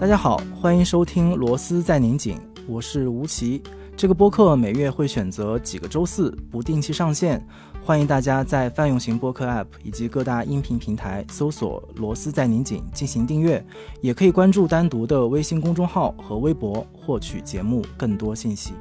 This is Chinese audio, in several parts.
大家好，欢迎收听螺丝在拧紧，我是吴奇。这个播客每月会选择几个周四不定期上线，欢迎大家在泛用型播客 App 以及各大音频平台搜索螺丝在拧紧进行订阅，也可以关注单独的微信公众号和微博获取节目更多信息。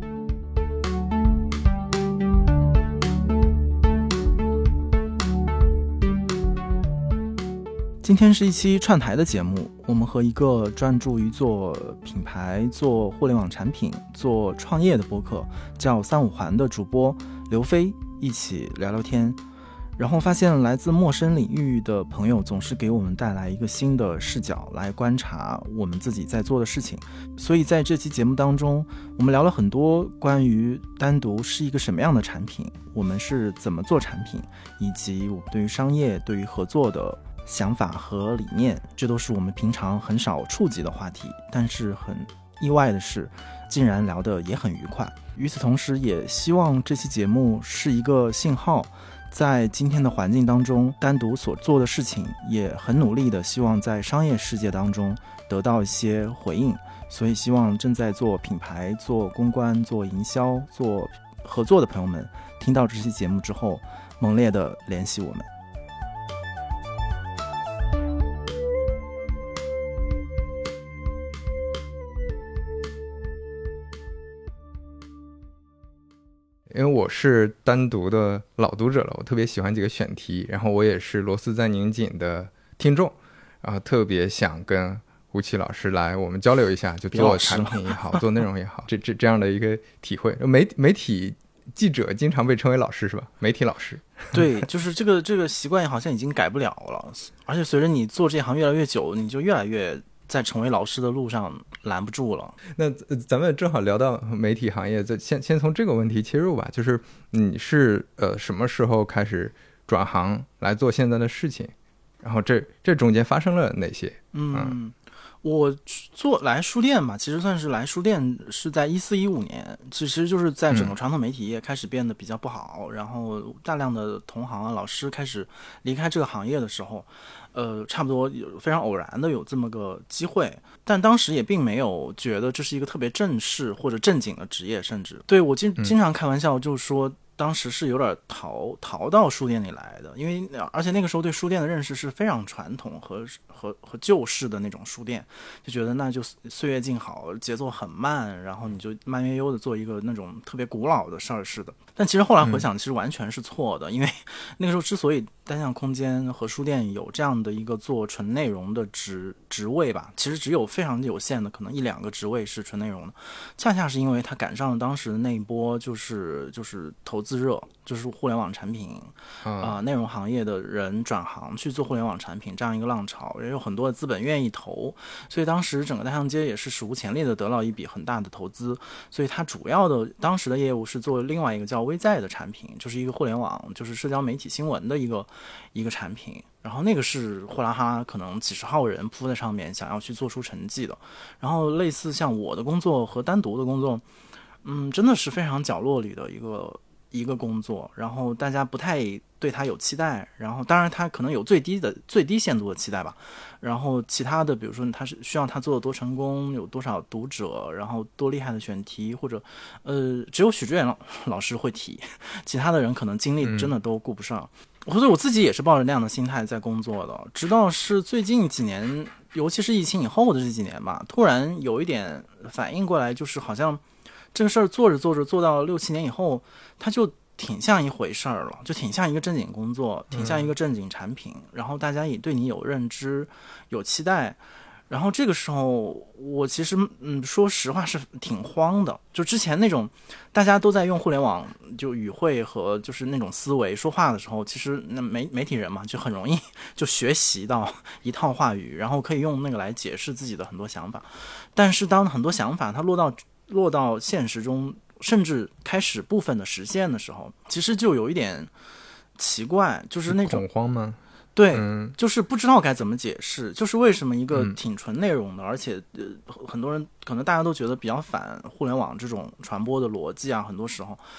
今天是一期串台的节目，我们和一个专注于做品牌、做互联网产品、做创业的播客叫三五环的主播刘飞一起聊聊天，然后发现来自陌生领域的朋友总是给我们带来一个新的视角来观察我们自己在做的事情。所以在这期节目当中，我们聊了很多关于单独是一个什么样的产品，我们是怎么做产品，以及我们对于商业、对于合作的想法和理念，这都是我们平常很少触及的话题，但是很意外的是竟然聊得也很愉快。与此同时也希望这期节目是一个信号，在今天的环境当中，单独所做的事情也很努力的希望在商业世界当中得到一些回应，所以希望正在做品牌、做公关、做营销、做合作的朋友们听到这期节目之后猛烈的联系我们。 因为我是单独的老读者了，我特别喜欢这个选题，然后我也是螺丝在拧紧的听众，然后特别想跟吴奇老师来我们交流一下，就做产品也好，做内容也好，这样的一个体会。媒体记者经常被称为老师是吧？媒体老师。 对，就是这个习惯好像已经改不了了，而且随着你做这行越来越久，你就越来越在成为老师的路上拦不住了。 那咱们正好聊到媒体行业，先从这个问题切入吧，就是你是什么时候开始转行来做现在的事情？然后这中间发生了哪些？ 我做来书店吧，其实算是来书店是在14-15年，其实就是在整个传统媒体业开始变得比较不好，然后大量的同行啊、老师开始离开这个行业的时候，差不多非常偶然的有这么个机会，但当时也并没有觉得这是一个特别正式或者正经的职业，甚至对我经常开玩笑，就是说当时是有点逃到书店里来的，因为而且那个时候对书店的认识是非常传统和旧式的那种书店，就觉得那就岁月静好，节奏很慢，然后你就慢悠悠的做一个那种特别古老的事儿似的。但其实后来回想，其实完全是错的，因为那个时候之所以单向空间和书店有这样的一个做纯内容的职位吧，其实只有非常有限的可能1-2个职位是纯内容的，恰恰是因为它赶上了当时的那一波就是投资热，就是互联网产品内容行业的人转行去做互联网产品这样一个浪潮，也有很多的资本愿意投，所以当时整个大象街也是史无前例的得到一笔很大的投资，所以它主要的当时的业务是做另外一个叫微在的产品，就是一个互联网就是社交媒体新闻的一个产品，然后那个是呼啦哈可能几十号人扑在上面想要去做出成绩的，然后类似像我的工作和单独的工作真的是非常角落里的一个工作，然后大家不太对他有期待，然后当然他可能有最低限度的期待吧，然后其他的比如说他是需要他做的多成功，有多少读者，然后多厉害的选题，或者只有许知远老师会提，其他的人可能精力真的都顾不上，或者我自己也是抱着那样的心态在工作的，直到是最近几年，尤其是疫情以后的这几年吧，突然有一点反应过来，就是好像这个事儿做着做着做到6-7年以后，它就挺像一回事儿了，就挺像一个正经工作，挺像一个正经产品，然后大家也对你有认知有期待，然后这个时候我其实说实话是挺慌的，就之前那种大家都在用互联网就语汇和就是那种思维说话的时候，其实那媒体人嘛就很容易就学习到一套话语，然后可以用那个来解释自己的很多想法，但是当很多想法它落到现实中，甚至开始部分的实现的时候，其实就有一点奇怪，就是那种恐慌吗？ 对，就是不知道该怎么解释，就是为什么一个挺纯内容的，而且很多人可能大家都觉得比较反互联网这种传播的逻辑啊，很多时候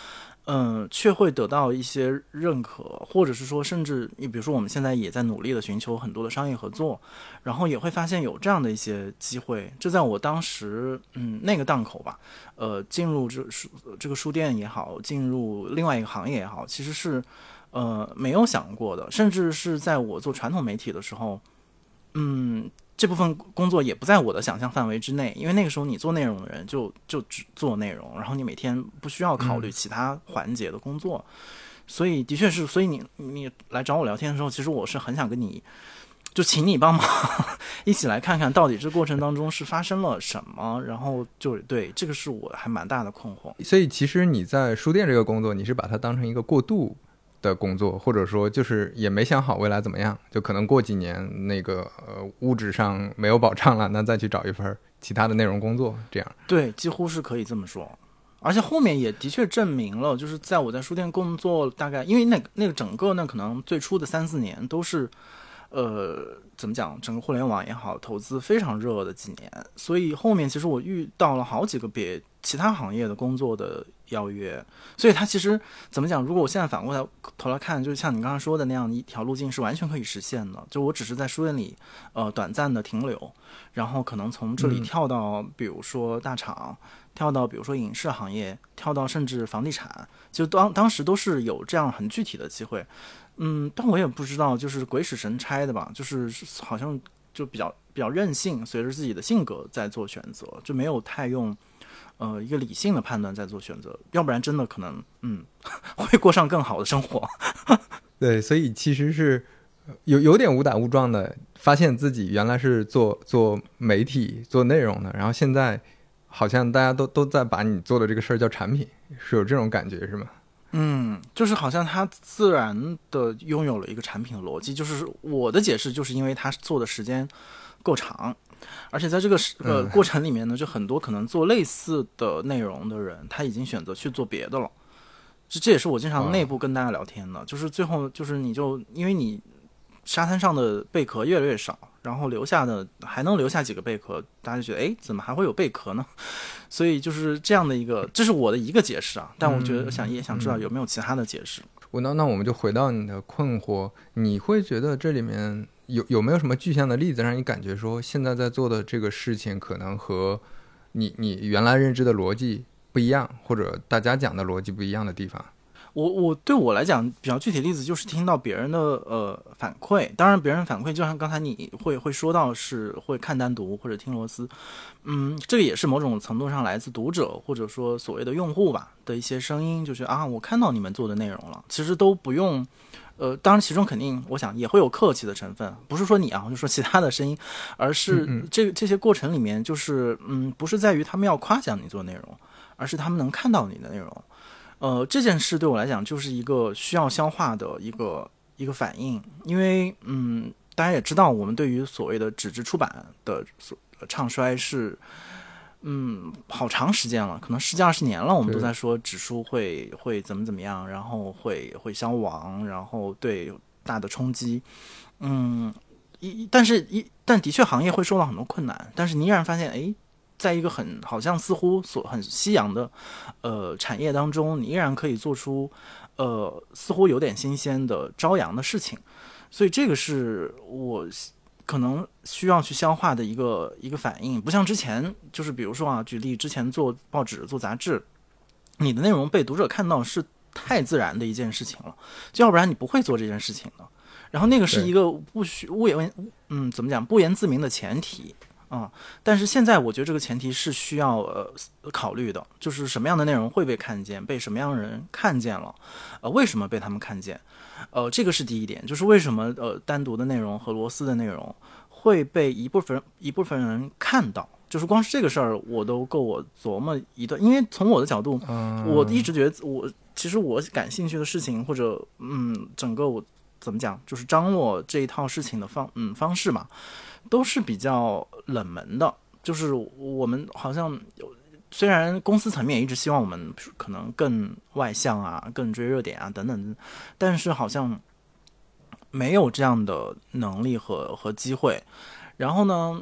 却会得到一些认可，或者是说，甚至你比如说，我们现在也在努力的寻求很多的商业合作，然后也会发现有这样的一些机会。这在我当时，那个档口吧，进入这个书店也好，进入另外一个行业也好，其实是没有想过的，甚至是在我做传统媒体的时候，这部分工作也不在我的想象范围之内，因为那个时候你做内容的人就只做内容，然后你每天不需要考虑其他环节的工作，所以的确是，所以你来找我聊天的时候，其实我是很想跟你，就请你帮忙一起来看看到底这过程当中是发生了什么，然后就对这个是我还蛮大的困惑。 所以其实你在书店这个工作，你是把它当成一个过渡的工作，或者说就是也没想好未来怎么样，就可能过几年那个物质上没有保障了，那再去找一份其他的内容工作，这样。 对，几乎是可以这么说。而且后面也的确证明了，就是在我在书店工作大概，因为那个整个可能最初的3-4年都是怎么讲，整个互联网也好，投资非常热的几年，所以后面其实我遇到了好几个其他行业的工作的邀约，所以它其实怎么讲，如果我现在反过头来看，就是像你刚刚说的那样一条路径是完全可以实现的，就我只是在书店里短暂的停留，然后可能从这里跳到比如说大厂，跳到比如说影视行业，跳到甚至房地产，就当时都是有这样很具体的机会。但我也不知道，就是鬼使神差的吧，就是好像就比较任性，随着自己的性格在做选择，就没有太用一个理性的判断在做选择，要不然真的可能会过上更好的生活。 对，所以其实是有点误打误撞的，发现自己原来是做媒体做内容的，然后现在好像大家都在把你做的这个事儿叫产品，是有这种感觉是吗？ 就是好像他自然的拥有了一个产品的逻辑，就是我的解释就是因为他做的时间够长，而且在这个过程里面呢，就很多可能做类似的内容的人，他已经选择去做别的了。这也是我经常内部跟大家聊天的，就是最后就是因为你沙滩上的贝壳越来越少，然后还能留下几个贝壳，大家就觉得怎么还会有贝壳呢？所以就是这样的一个，这是我的一个解释啊。但我觉得也想知道有没有其他的解释。 那我们就回到你的困惑，你会觉得这里面有没有什么具象的例子，让你感觉说现在在做的这个事情可能和你原来认知的逻辑不一样，或者大家讲的逻辑不一样的地方？ 对我来讲比较具体例子就是听到别人的反馈，当然别人反馈就像刚才你会说到是会看单独或者听螺丝，这个也是某种程度上来自读者或者说所谓的用户吧的一些声音，就是我看到你们做的内容了，其实都不用当然其中肯定我想也会有客气的成分，不是说你就说其他的声音，而是这些过程里面就是不是在于他们要夸奖你做的内容，而是他们能看到你的内容。这件事对我来讲就是一个需要消化的一个反应，因为大家也知道，我们对于所谓的纸质出版的唱衰是好长时间了，可能10几20年了，我们都在说纸书会怎么样，然后会消亡，然后对大的冲击，但的确行业会受到很多困难，但是你依然发现在一个好像似乎很夕阳的产业当中，你依然可以做出似乎有点新鲜的朝阳的事情，所以这个是我可能需要去消化的一个反应。不像之前，就是比如说举例之前做报纸做杂志，你的内容被读者看到是太自然的一件事情了，就要不然你不会做这件事情的。然后那个是一个怎么讲不言自明的前提。但是现在我觉得这个前提是需要考虑的，就是什么样的内容会被看见，被什么样的人看见了，为什么被他们看见，这个是第一点，就是为什么单独的内容和螺丝的内容会被一部分人看到，就是光是这个事儿我都够我琢磨一段，因为从我的角度，我一直觉得其实我感兴趣的事情或者整个我怎么讲，就是张罗这一套事情的方式嘛。都是比较冷门的，就是我们好像虽然公司层面一直希望我们可能更外向更追热点等等，但是好像没有这样的能力和机会。然后呢，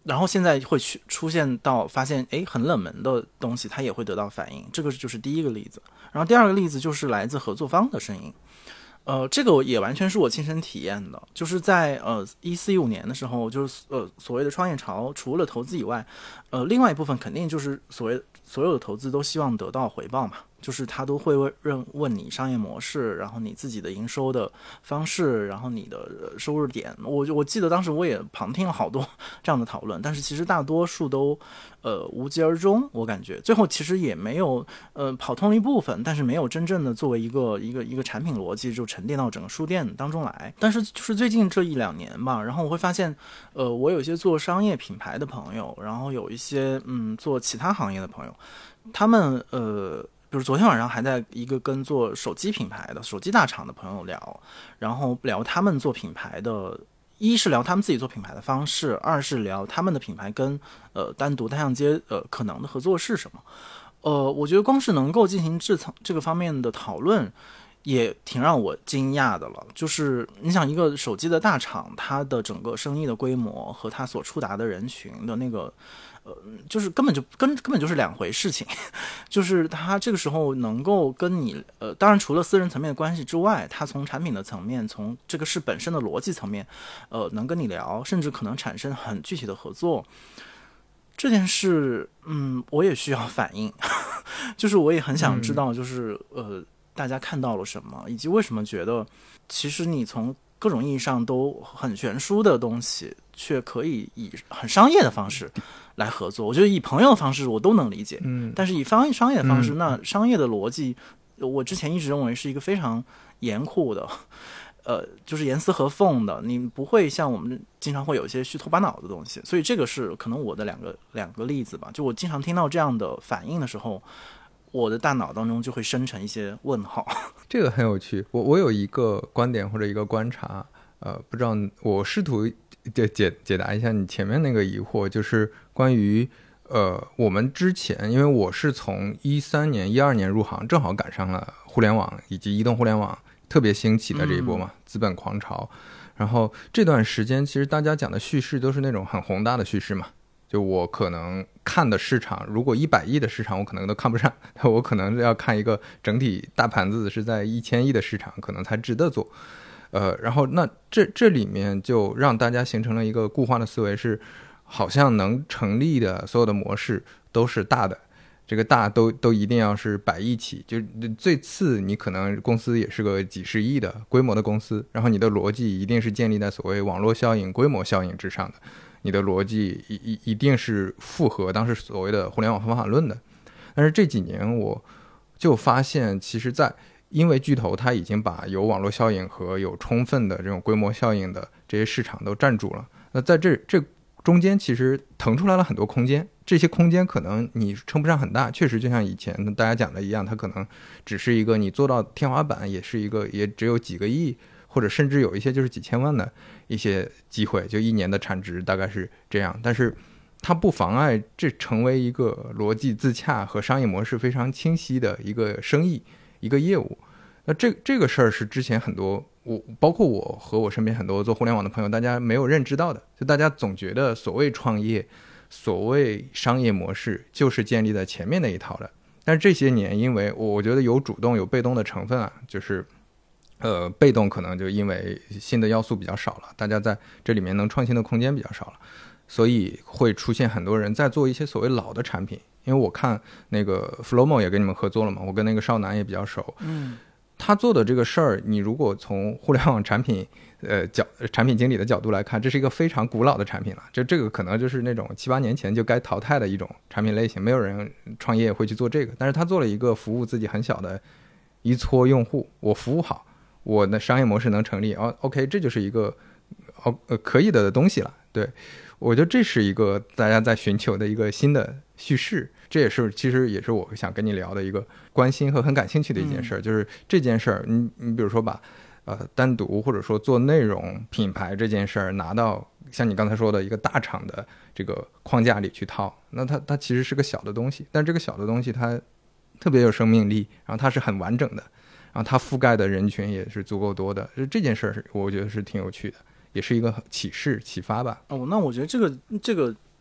然后现在会出现到发现，哎，很冷门的东西，它也会得到反应，这个就是第一个例子。然后第二个例子就是来自合作方的声音。这个也完全是我亲身体验的，就是在14-15年的时候，就是所谓的创业潮，除了投资以外，另外一部分肯定就是所有的投资都希望得到回报嘛，就是他都会问你商业模式，然后你自己的营收的方式，然后你的收入点。我记得当时我也旁听了好多这样的讨论，但是其实大多数都无疾而终，我感觉最后其实也没有跑通了一部分，但是没有真正的作为一个产品逻辑就沉淀到整个书店当中来。但是就是最近这1-2年吧，然后我会发现我有一些做商业品牌的朋友，然后有一些做其他行业的朋友，他们比如昨天晚上还在一个跟做手机品牌的手机大厂的朋友聊，然后聊他们做品牌的，一是聊他们自己做品牌的方式，二是聊他们的品牌跟单独单向街可能的合作是什么。我觉得光是能够进行这个方面的讨论，也挺让我惊讶的了。就是你想，一个手机的大厂，它的整个生意的规模和它所触达的人群的那个就是根本就是两回事情。就是他这个时候能够跟你当然除了私人层面的关系之外，他从产品的层面，从这个事本身的逻辑层面能跟你聊，甚至可能产生很具体的合作。这件事我也需要反应。就是我也很想知道，就是大家看到了什么，以及为什么觉得其实你从各种意义上都很悬殊的东西，却可以以很商业的方式来合作。我觉得以朋友的方式我都能理解，但是以商业的方式，那商业的逻辑，我之前一直认为是一个非常严酷的，就是严丝合缝的，你不会像我们经常会有一些虚头巴脑的东西。所以这个是可能我的两个例子吧。就我经常听到这样的反应的时候，我的大脑当中就会生成一些问号。 这个很有趣。我有一个观点或者一个观察，不知道我试图解答一下你前面那个疑惑，就是关于我们之前，因为我是从13年、12年入行，正好赶上了互联网以及移动互联网特别兴起的这一波嘛，资本狂潮。然后这段时间，其实大家讲的叙事都是那种很宏大的叙事嘛。就我可能看的市场，如果100亿的市场，我可能都看不上，我可能要看一个整体大盘子是在1000亿的市场，可能才值得做。然后那这里面就让大家形成了一个固化的思维，是好像能成立的所有的模式都是大的，这个大都一定要是100亿起，就最次你可能公司也是个几十亿的规模的公司，然后你的逻辑一定是建立在所谓网络效应、规模效应之上的。你的逻辑一定是符合当时所谓的互联网方法论的。但是这几年我就发现，其实因为巨头它已经把有网络效应和有充分的这种规模效应的这些市场都占住了，那在这中间其实腾出来了很多空间，这些空间可能你称不上很大，确实就像以前大家讲的一样，它可能只是一个你做到天花板，也只有几个亿，或者甚至有一些就是几千万的一些机会，就1年的产值大概是这样。但是它不妨碍这成为一个逻辑自洽和商业模式非常清晰的一个生意，一个业务。那这个事儿是之前很多包括我和我身边很多做互联网的朋友，大家没有认知到的。就大家总觉得所谓创业，所谓商业模式就是建立在前面那一套的。但是这些年，因为我觉得有主动有被动的成分啊，就是被动可能就因为新的要素比较少了，大家在这里面能创新的空间比较少了，所以会出现很多人在做一些所谓老的产品。因为我看那个 Flomo 也跟你们合作了嘛，我跟那个少南也比较熟，他做的这个事儿，你如果从互联网产品产品经理的角度来看，这是一个非常古老的产品了，这个可能就是那种7-8年前就该淘汰的一种产品类型，没有人创业会去做这个。但是他做了一个服务自己很小的一撮用户，我服务好，我的商业模式能成立，OK， 这就是一个可以的东西了。对，我觉得这是一个大家在寻求的一个新的叙事，这其实也是我想跟你聊的一个关心和很感兴趣的一件事，就是这件事儿，你比如说把单独或者说做内容品牌这件事儿拿到像你刚才说的一个大厂的这个框架里去套，那它其实是个小的东西，但这个小的东西它特别有生命力，然后它是很完整的，然后它覆盖的人群也是足够多的，这件事儿我觉得是挺有趣的，也是一个启发吧。 那我觉得这个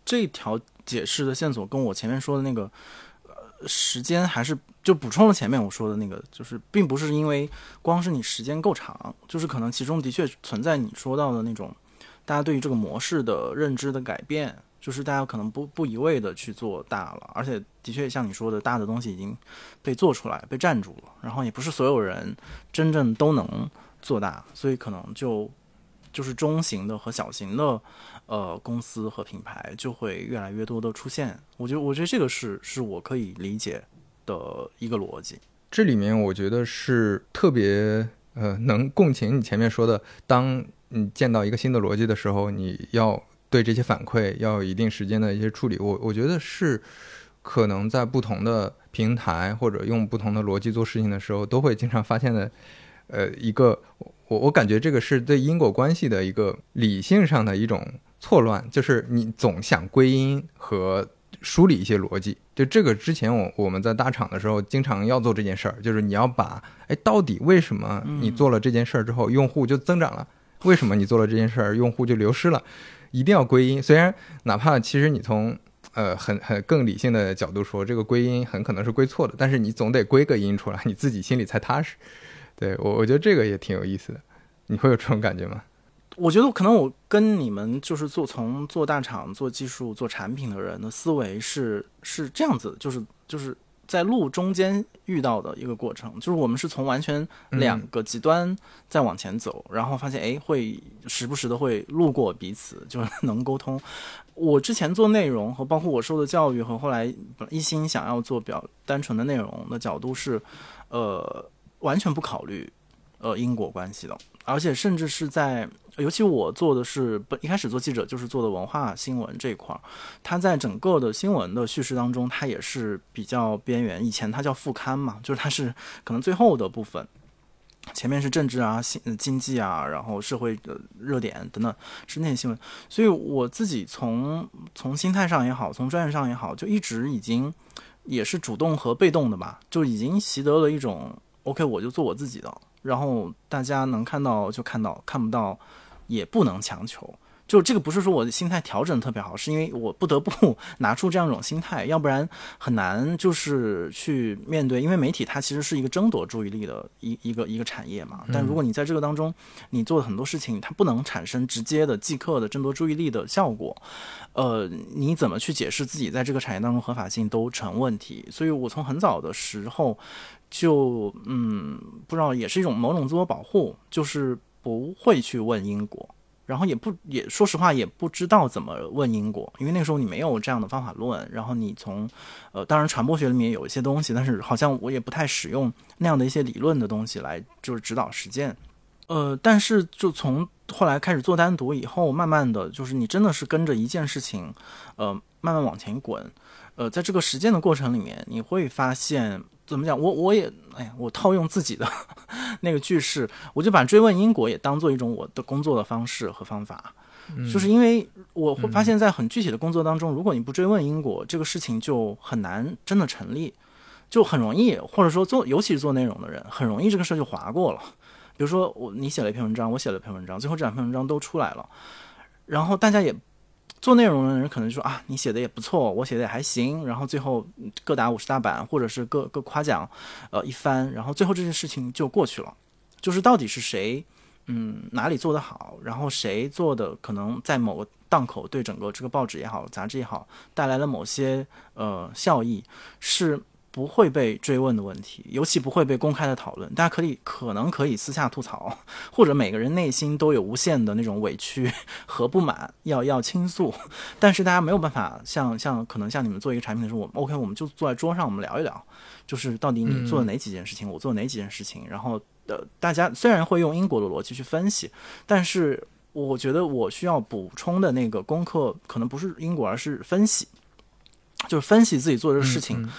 这条解释的线索跟我前面说的那个时间还是就补充了前面我说的那个，就是并不是因为光是你时间够长，就是可能其中的确存在你说到的那种大家对于这个模式的认知的改变，就是大家可能不一味的去做大了，而且的确像你说的大的东西已经被做出来被站住了，然后也不是所有人真正都能做大，所以可能就是中型的和小型的公司和品牌就会越来越多的出现。我觉得这个是我可以理解的一个逻辑。 这里面我觉得是特别能共情你前面说的，当你见到一个新的逻辑的时候，你要对这些反馈要有一定时间的一些处理。我觉得是可能在不同的平台或者用不同的逻辑做事情的时候都会经常发现的一个我感觉这个是对因果关系的一个理性上的一种错乱，就是你总想归因和梳理一些逻辑。就这个之前我们在大厂的时候经常要做这件事儿，就是你要把到底为什么你做了这件事儿之后用户就增长了，为什么你做了这件事儿用户就流失了，一定要归因。虽然哪怕其实你从很更理性的角度说这个归因很可能是归错的，但是你总得归个因出来，你自己心里才踏实。对，我觉得这个也挺有意思的。你会有这种感觉吗？ 我觉得可能我跟你们就是从做大厂做技术做产品的人的思维是这样子，就是在路中间遇到的一个过程，就是我们是从完全两个极端再往前走，然后发现会时不时的会路过彼此，就是能沟通。我之前做内容和包括我受的教育和后来一心想要做比较单纯的内容的角度是完全不考虑因果关系的，而且甚至是在尤其我做的是一开始做记者就是做的文化新闻这一块，它在整个的新闻的叙事当中它也是比较边缘，以前它叫副刊嘛，就是它是可能最后的部分，前面是政治啊经济啊然后社会的热点等等是那些新闻。所以我自己从心态上也好从专业上也好就一直已经也是主动和被动的吧，就已经习得了一种 OK 我就做我自己的，然后大家能看到就看到，看不到也不能强求。就这个不是说我的心态调整特别好，是因为我不得不拿出这样一种心态，要不然很难就是去面对。因为媒体它其实是一个争夺注意力的一个产业嘛，但如果你在这个当中你做的很多事情它不能产生直接的即刻的争夺注意力的效果，你怎么去解释自己在这个产业当中合法性都成问题。所以我从很早的时候就不知道也是一种某种自我保护，就是不会去问因果，然后也说实话也不知道怎么问因果，因为那个时候你没有这样的方法论，然后你从当然传播学里面有一些东西，但是好像我也不太使用那样的一些理论的东西来就是指导实践。但是就从后来开始做单独以后，慢慢的就是你真的是跟着一件事情慢慢往前滚。在这个实践的过程里面你会发现怎么讲，我套用自己的那个句式，我就把追问因果也当做一种我的工作的方式和方法。就是因为我会发现在很具体的工作当中，如果你不追问因果，这个事情就很难真的成立，就很容易，或者说尤其是做内容的人很容易这个事就划过了。比如说你写了一篇文章，我写了一篇文章，最后这两篇文章都出来了，然后大家也做内容的人可能就说你写的也不错，我写的也还行，然后最后各打50大板，或者是各夸奖一番，然后最后这件事情就过去了。就是到底是谁哪里做得好，然后谁做的可能在某个档口对整个这个报纸也好杂志也好带来了某些效益，是不会被追问的问题，尤其不会被公开的讨论。大家可能可以私下吐槽，或者每个人内心都有无限的那种委屈和不满要倾诉，但是大家没有办法可能像你们做一个产品的时候，我们就坐在桌上我们聊一聊，就是到底你做了哪几件事情，我做了哪几件事情，然后大家虽然会用因果的逻辑去分析，但是我觉得我需要补充的那个功课可能不是因果，而是分析，就是分析自己做的事情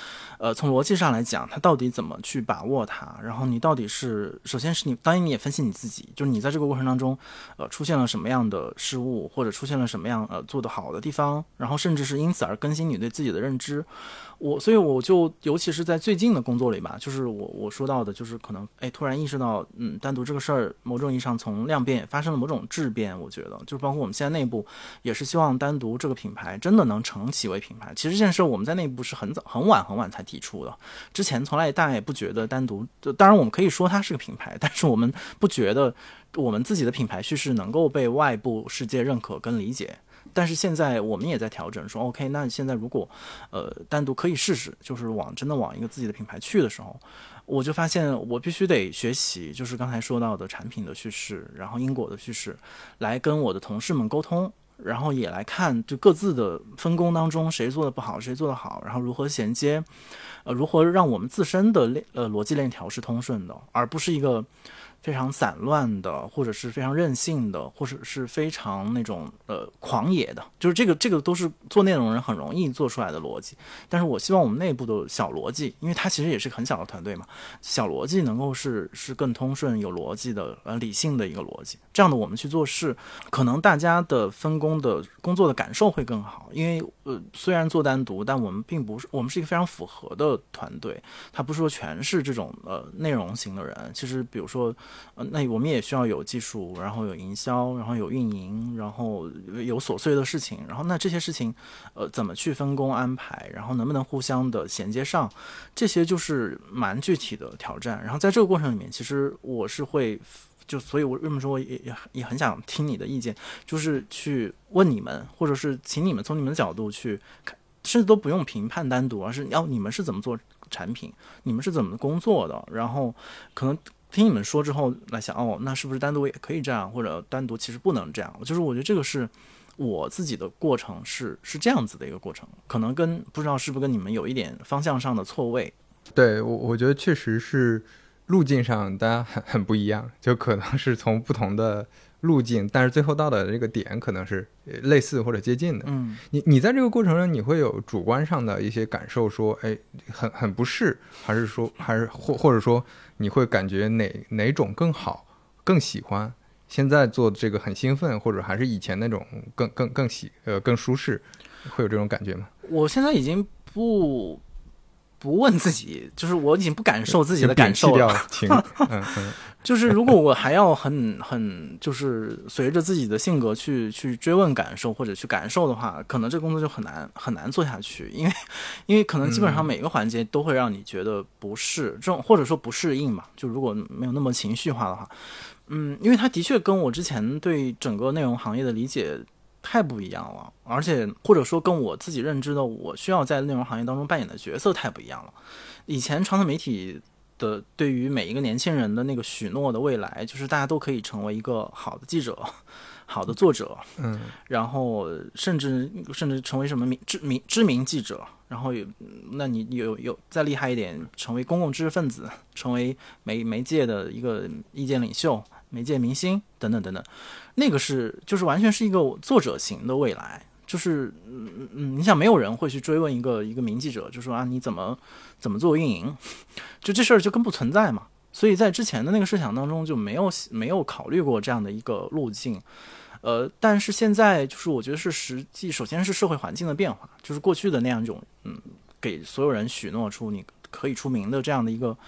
从逻辑上来讲，它到底怎么去把握它，然后你到底是，首先是你，当然你也分析你自己，就是你在这个过程当中，出现了什么样的失误，或者出现了什么样做得好的地方，然后甚至是因此而更新你对自己的认知。所以我就尤其是在最近的工作里吧，就是我说到的，就是可能突然意识到，单独这个事儿，某种意义上从量变也发生了某种质变。我觉得就是包括我们现在内部也是希望单独这个品牌真的能承起为品牌。其实这件事我们在内部是很晚才提出的，之前从来大家也不觉得单独，当然我们可以说它是个品牌，但是我们不觉得我们自己的品牌叙事能够被外部世界认可跟理解。但是现在我们也在调整，说 OK， 那现在如果单独可以试试，就是真的往一个自己的品牌去的时候，我就发现我必须得学习，就是刚才说到的产品的叙事，然后因果的叙事，来跟我的同事们沟通，然后也来看就各自的分工当中谁做的不好，谁做的好，然后如何衔接，如何让我们自身的逻辑链条是通顺的，而不是一个非常散乱的，或者是非常任性的，或者是非常那种狂野的，就是这个都是做内容人很容易做出来的逻辑。但是我希望我们内部的小逻辑，因为它其实也是很小的团队嘛，小逻辑能够是更通顺、有逻辑的、理性的一个逻辑。这样的我们去做事，可能大家的分工的工作的感受会更好。因为虽然做单独，但我们并不是，我们是一个非常符合的团队，它不是说全是这种内容型的人。其实比如说那我们也需要有技术，然后有营销，然后有运营，然后有琐碎的事情，然后那这些事情怎么去分工安排，然后能不能互相的衔接上，这些就是蛮具体的挑战。然后在这个过程里面，其实我是会所以我为什么说也很想听你的意见，就是去问你们，或者是请你们从你们的角度去看，甚至都不用评判单独，而是你们是怎么做产品，你们是怎么工作的，然后可能听你们说之后来想，那是不是单独也可以这样，或者单独其实不能这样。就是我觉得这个是我自己的过程，是这样子的一个过程，可能不知道是不是跟你们有一点方向上的错位。 对，我觉得确实是路径上大家很不一样，就可能是从不同的路径，但是最后到的这个点可能是类似或者接近的。你在这个过程中，你会有主观上的一些感受，说很不适，还是说或者说你会感觉哪种更好，更喜欢？现在做这个很兴奋，或者还是以前那种更舒适，会有这种感觉吗？ 我现在已经不问自己，就是我已经不感受自己的感受了。就是如果我还要很就是随着自己的性格去追问感受或者去感受的话，可能这个工作就很难做下去，因为可能基本上每个环节都会让你觉得不适，这种或者说不适应吧。就如果没有那么情绪化的话，因为它的确跟我之前对整个内容行业的理解太不一样了，而且或者说跟我自己认知的我需要在内容行业当中扮演的角色太不一样了。以前传统媒体的对于每一个年轻人的那个许诺的未来，就是大家都可以成为一个好的记者、好的作者，然后甚至成为什么知名记者，然后那你有再厉害一点，成为公共知识分子，成为媒介的一个意见领袖、媒介明星等等等等，那个就是完全是一个作者型的未来。就是你想没有人会去追问一个名记者，就说你怎么做运营，就这事儿就更不存在嘛。所以在之前的那个设想当中就没有考虑过这样的一个路径。但是现在就是我觉得是实际，首先是社会环境的变化，就是过去的那样一种给所有人许诺出你可以出名的这样的一个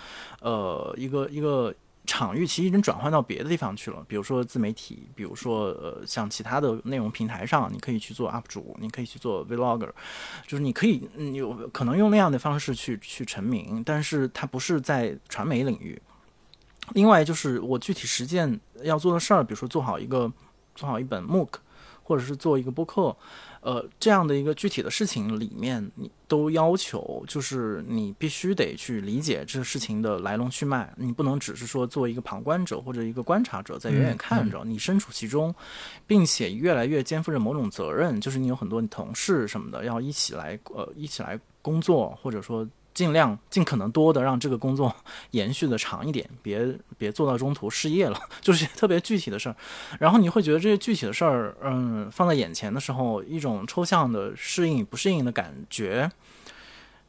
场域，其实已经转换到别的地方去了，比如说自媒体，比如说像其他的内容平台上，你可以去做 UP 主，你可以去做 Vlogger， 就是你可以有可能用那样的方式去成名，但是它不是在传媒领域。另外就是我具体实践要做的事儿，比如说做好一本 MOOC， 或者是做一个播客，这样的一个具体的事情里面，你都要求就是你必须得去理解这个事情的来龙去脉，你不能只是说做一个旁观者或者一个观察者在远远看着，你身处其中，并且越来越肩负着某种责任，就是你有很多你同事什么的要一起来工作，或者说尽可能多的让这个工作延续的长一点，别做到中途失业了，就是特别具体的事儿。然后你会觉得这些具体的事儿，放在眼前的时候，一种抽象的适应不适应的感觉，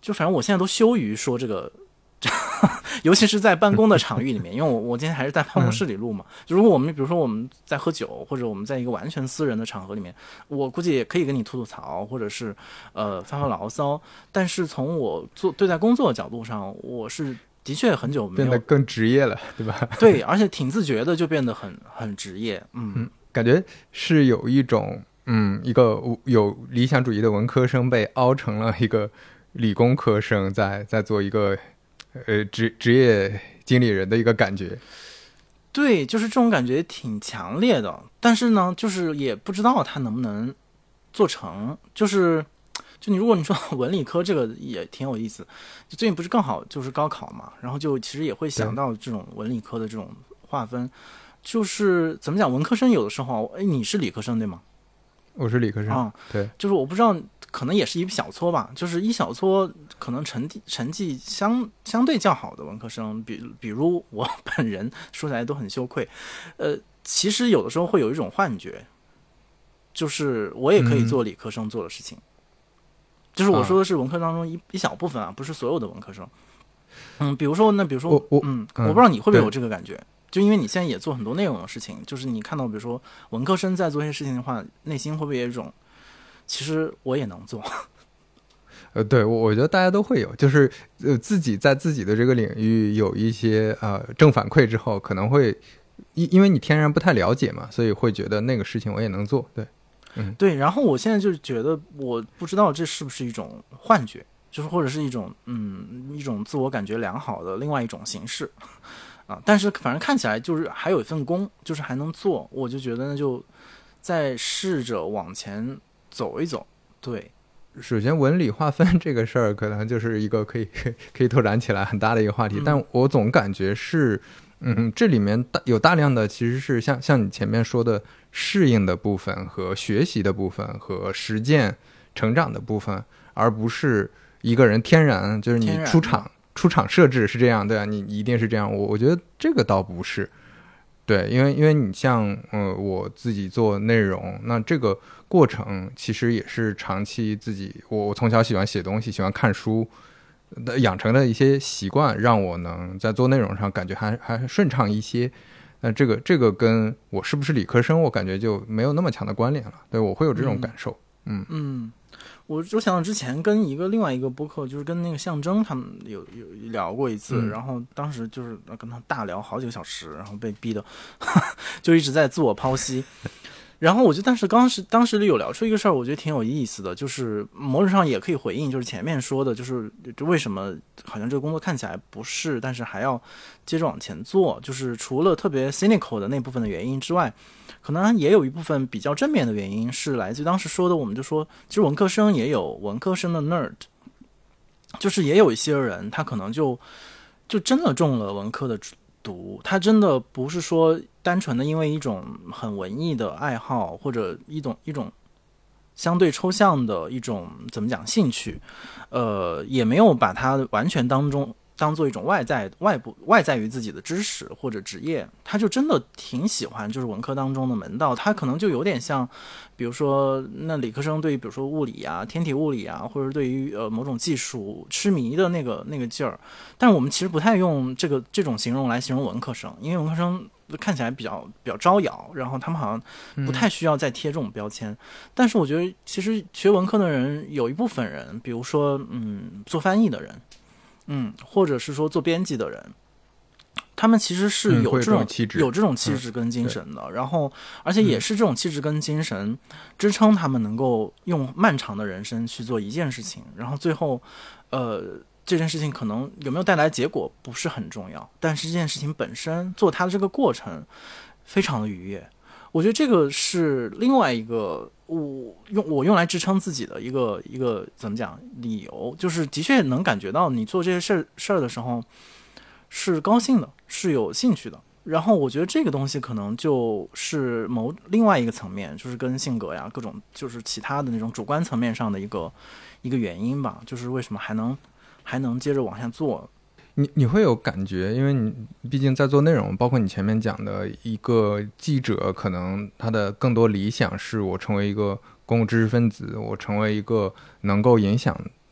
就反正我现在都羞于说这个。尤其是在办公的场域里面，因为我今天还是在办公室里录嘛。就如果我们比如说我们在喝酒，或者我们在一个完全私人的场合里面，我估计也可以跟你吐吐槽，或者是发发牢骚。但是从我对待工作的角度上，我是的确很久没有变得更职业了，对吧？ 对，而且挺自觉的，就变得很职业。 感觉是有一种一个有理想主义的文科生被凹成了一个理工科生在做一个职业经理人的一个感觉。 对，就是这种感觉挺强烈的，但是呢，就是也不知道他能不能做成。就你如果你说文理科这个也挺有意思，就最近不是刚好就是高考嘛，然后就其实也会想到这种文理科的这种划分。就是怎么讲，文科生有的时候，你是理科生对吗？ 我是理科生，对， 就是我不知道，可能也是一小撮吧，就是一小撮可能成绩相对较好的文科生，比如我本人说起来都很羞愧，其实有的时候会有一种幻觉，就是我也可以做理科生做的事情，就是我说的是文科当中一小部分啊，不是所有的文科生。比如说我不知道你会不会有这个感觉。就因为你现在也做很多内容的事情，就是你看到比如说文科生在做一些事情的话，内心会不会有一种其实我也能做？ 对，我觉得大家都会有，就是自己在自己的这个领域有一些正反馈之后，可能会因为你天然不太了解嘛，所以会觉得那个事情我也能做。对， 对。然后我现在就觉得，我不知道这是不是一种幻觉，就是或者是一种自我感觉良好的另外一种形式。但是反正看起来就是还有一份工，就是还能做，我就觉得那就再试着往前走一走。对， 首先文理划分这个事儿，可能就是一个可以拓展起来很大的一个话题，但我总感觉是，这里面有大量的其实是像你前面说的适应的部分和学习的部分和实践成长的部分，而不是一个人天然就是你出场设置是这样，对啊，你一定是这样。我觉得这个倒不是，对，因为你像我自己做内容，那这个过程其实也是长期自己，我从小喜欢写东西，喜欢看书养成的一些习惯，让我能在做内容上感觉还顺畅一些。那这个跟我是不是理科生，我感觉就没有那么强的关联了。对，我会有这种感受。 我想到之前跟另外一个播客，就是跟那个象征他们有聊过一次，然后当时就是跟他大聊好几个小时，然后被逼的就一直在自我剖析。然后我就但是当时有聊出一个事儿，我觉得挺有意思的，就是某种上也可以回应，就是前面说的，就是为什么好像这个工作看起来不是，但是还要接着往前做，就是除了特别 cynical 的那部分的原因之外，可能也有一部分比较正面的原因是来自于当时说的，我们就说其实文科生也有文科生的 nerd， 就是也有一些人他可能就真的中了文科的毒，他真的不是说单纯的因为一种很文艺的爱好，或者一种相对抽象的一种怎么讲兴趣，也没有把它完全当做一种外在于自己的知识或者职业，他就真的挺喜欢就是文科当中的门道，他可能就有点像比如说那理科生对于比如说物理啊天体物理啊，或者对于某种技术痴迷的那个劲儿。但是我们其实不太用这种形容来形容文科生，因为文科生看起来比较招摇，然后他们好像不太需要再贴这种标签。但是我觉得其实学文科的人有一部分人，比如说做翻译的人，或者是说做编辑的人，他们其实是有这种气质跟精神的，然后而且也是这种气质跟精神支撑他们能够用漫长的人生去做一件事情，然后最后这件事情可能有没有带来结果不是很重要，但是这件事情本身做它的这个过程非常的愉悦。我觉得这个是另外一个我用来支撑自己的一个怎么讲理由，就是的确能感觉到你做这些事儿的时候是高兴的，是有兴趣的。然后我觉得这个东西可能就是另外一个层面，就是跟性格呀各种就是其他的那种主观层面上的一个原因吧，就是为什么还能接着往下做。 你会有感觉，因为你毕竟在做内容，包括你前面讲的一个记者，可能他的更多理想是我成为一个公共知识分子，我成为一个能够影响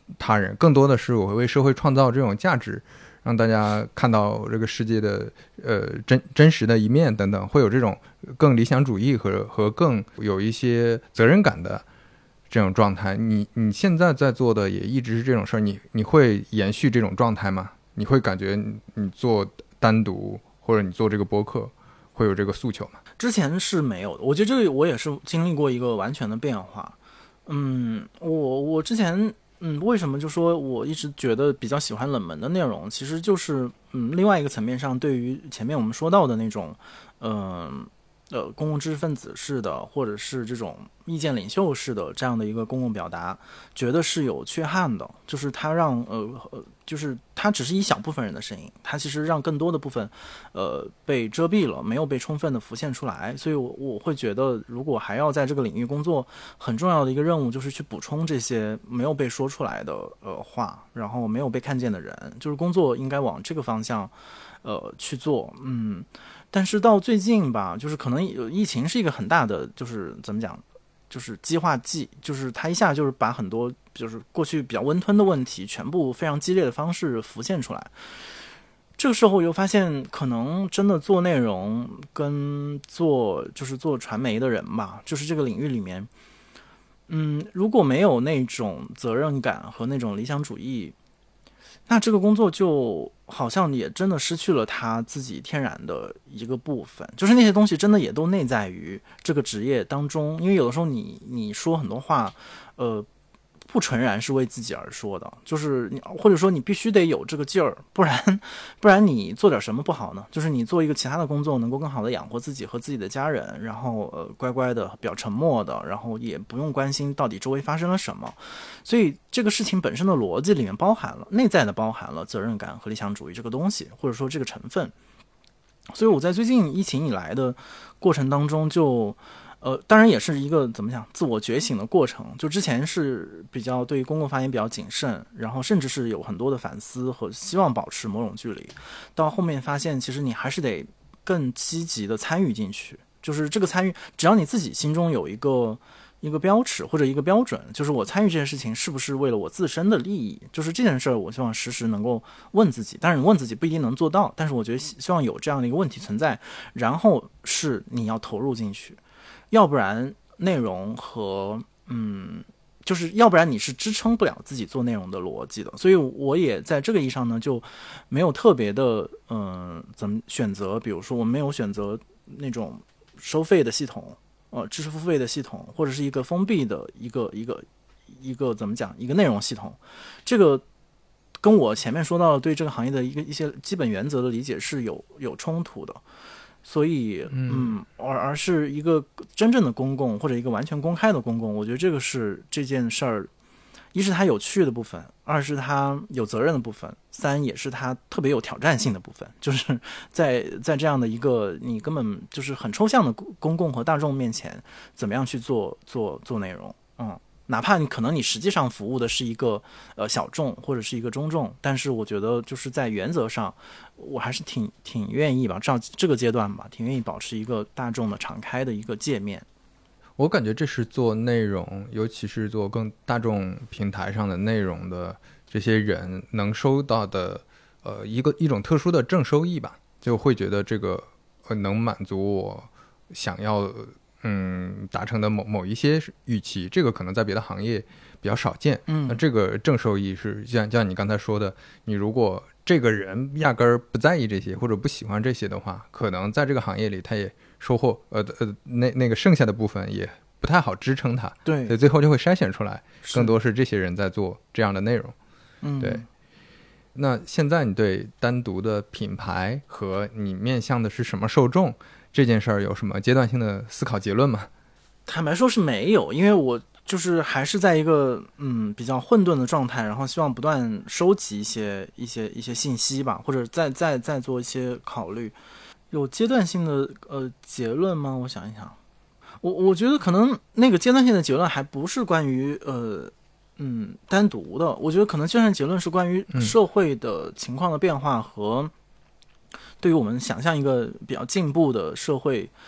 他人，更多的是我会为社会创造这种价值，让大家看到这个世界的真实的一面等等，会有这种更理想主义和更有一些责任感的这种状态。你现在在做的也一直是这种事儿，你会延续这种状态吗？你会感觉你做单独或者你做这个播客会有这个诉求吗？ 之前是没有的，我觉得这个我也是经历过一个完全的变化。我之前为什么就说我一直觉得比较喜欢冷门的内容，其实就是另外一个层面上，对于前面我们说到的那种公共知识分子式的，或者是这种意见领袖式的这样的一个公共表达，觉得是有缺憾的，就是它让就是它只是一小部分人的声音，它其实让更多的部分被遮蔽了，没有被充分的浮现出来。所以我会觉得，如果还要在这个领域工作，很重要的一个任务就是去补充这些没有被说出来的话，然后没有被看见的人，就是工作应该往这个方向去做。但是到最近吧，就是可能疫情是一个很大的，就是怎么讲，就是激化剂，就是它一下就是把很多就是过去比较温吞的问题，全部非常激烈的方式浮现出来。这个时候我又发现，可能真的做内容跟做传媒的人吧，就是这个领域里面，如果没有那种责任感和那种理想主义，那这个工作就好像也真的失去了他自己天然的一个部分，就是那些东西真的也都内在于这个职业当中。因为有的时候你说很多话，不纯然是为自己而说的，就是或者说你必须得有这个劲儿，不然你做点什么不好呢？就是你做一个其他的工作，能够更好的养活自己和自己的家人，然后乖乖的比较沉默的，然后也不用关心到底周围发生了什么。所以这个事情本身的逻辑里面内在的包含了责任感和理想主义这个东西，或者说这个成分。所以我在最近疫情以来的过程当中就当然也是一个怎么讲自我觉醒的过程。就之前是比较对于公共发言比较谨慎，然后甚至是有很多的反思和希望保持某种距离。到后面发现，其实你还是得更积极的参与进去。就是这个参与，只要你自己心中有一个标尺或者一个标准，就是我参与这件事情是不是为了我自身的利益？就是这件事儿，我希望时时能够问自己。当然，你问自己不一定能做到，但是我觉得希望有这样的一个问题存在，然后是你要投入进去。要不然内容和就是要不然你是支撑不了自己做内容的逻辑的。所以我也在这个意义上呢，就没有特别的怎么选择，比如说我没有选择那种收费的系统，知识付费的系统，或者是一个封闭的一个怎么讲一个内容系统。这个跟我前面说到的对这个行业的一些基本原则的理解是有冲突的。所以而是一个真正的公共或者一个完全公开的公共，我觉得这个是这件事儿，一是它有趣的部分，二是它有责任的部分，三也是它特别有挑战性的部分。就是在这样的一个你根本就是很抽象的公共和大众面前，怎么样去做内容，哪怕你可能你实际上服务的是一个小众或者是一个中众，但是我觉得就是在原则上，我还是挺愿意吧，照这个阶段吧，挺愿意保持一个大众的敞开的一个界面。 我感觉这是做内容，尤其是做更大众平台上的内容的这些人能收到的一种特殊的正收益吧，就会觉得这个能满足我想要达成的某一些预期，这个可能在别的行业比较少见。那这个正收益是像你刚才说的，你如果这个人压根儿不在意这些或者不喜欢这些的话，可能在这个行业里他也收获那个剩下的部分也不太好支撑他。 对， 所以最后就会筛选出来，更多是这些人在做这样的内容。对。那现在你对单独的品牌和你面向的是什么受众这件事儿有什么阶段性的思考结论吗？ 坦白说是没有，因为我就是还是在一个比较混沌的状态，然后希望不断收集一些信息吧，或者再做一些考虑。有阶段性的结论吗？我想一想，我觉得可能那个阶段性的结论还不是关于单独的，我觉得可能阶段性结论是关于社会的情况的变化和对于我们想象一个比较进步的社会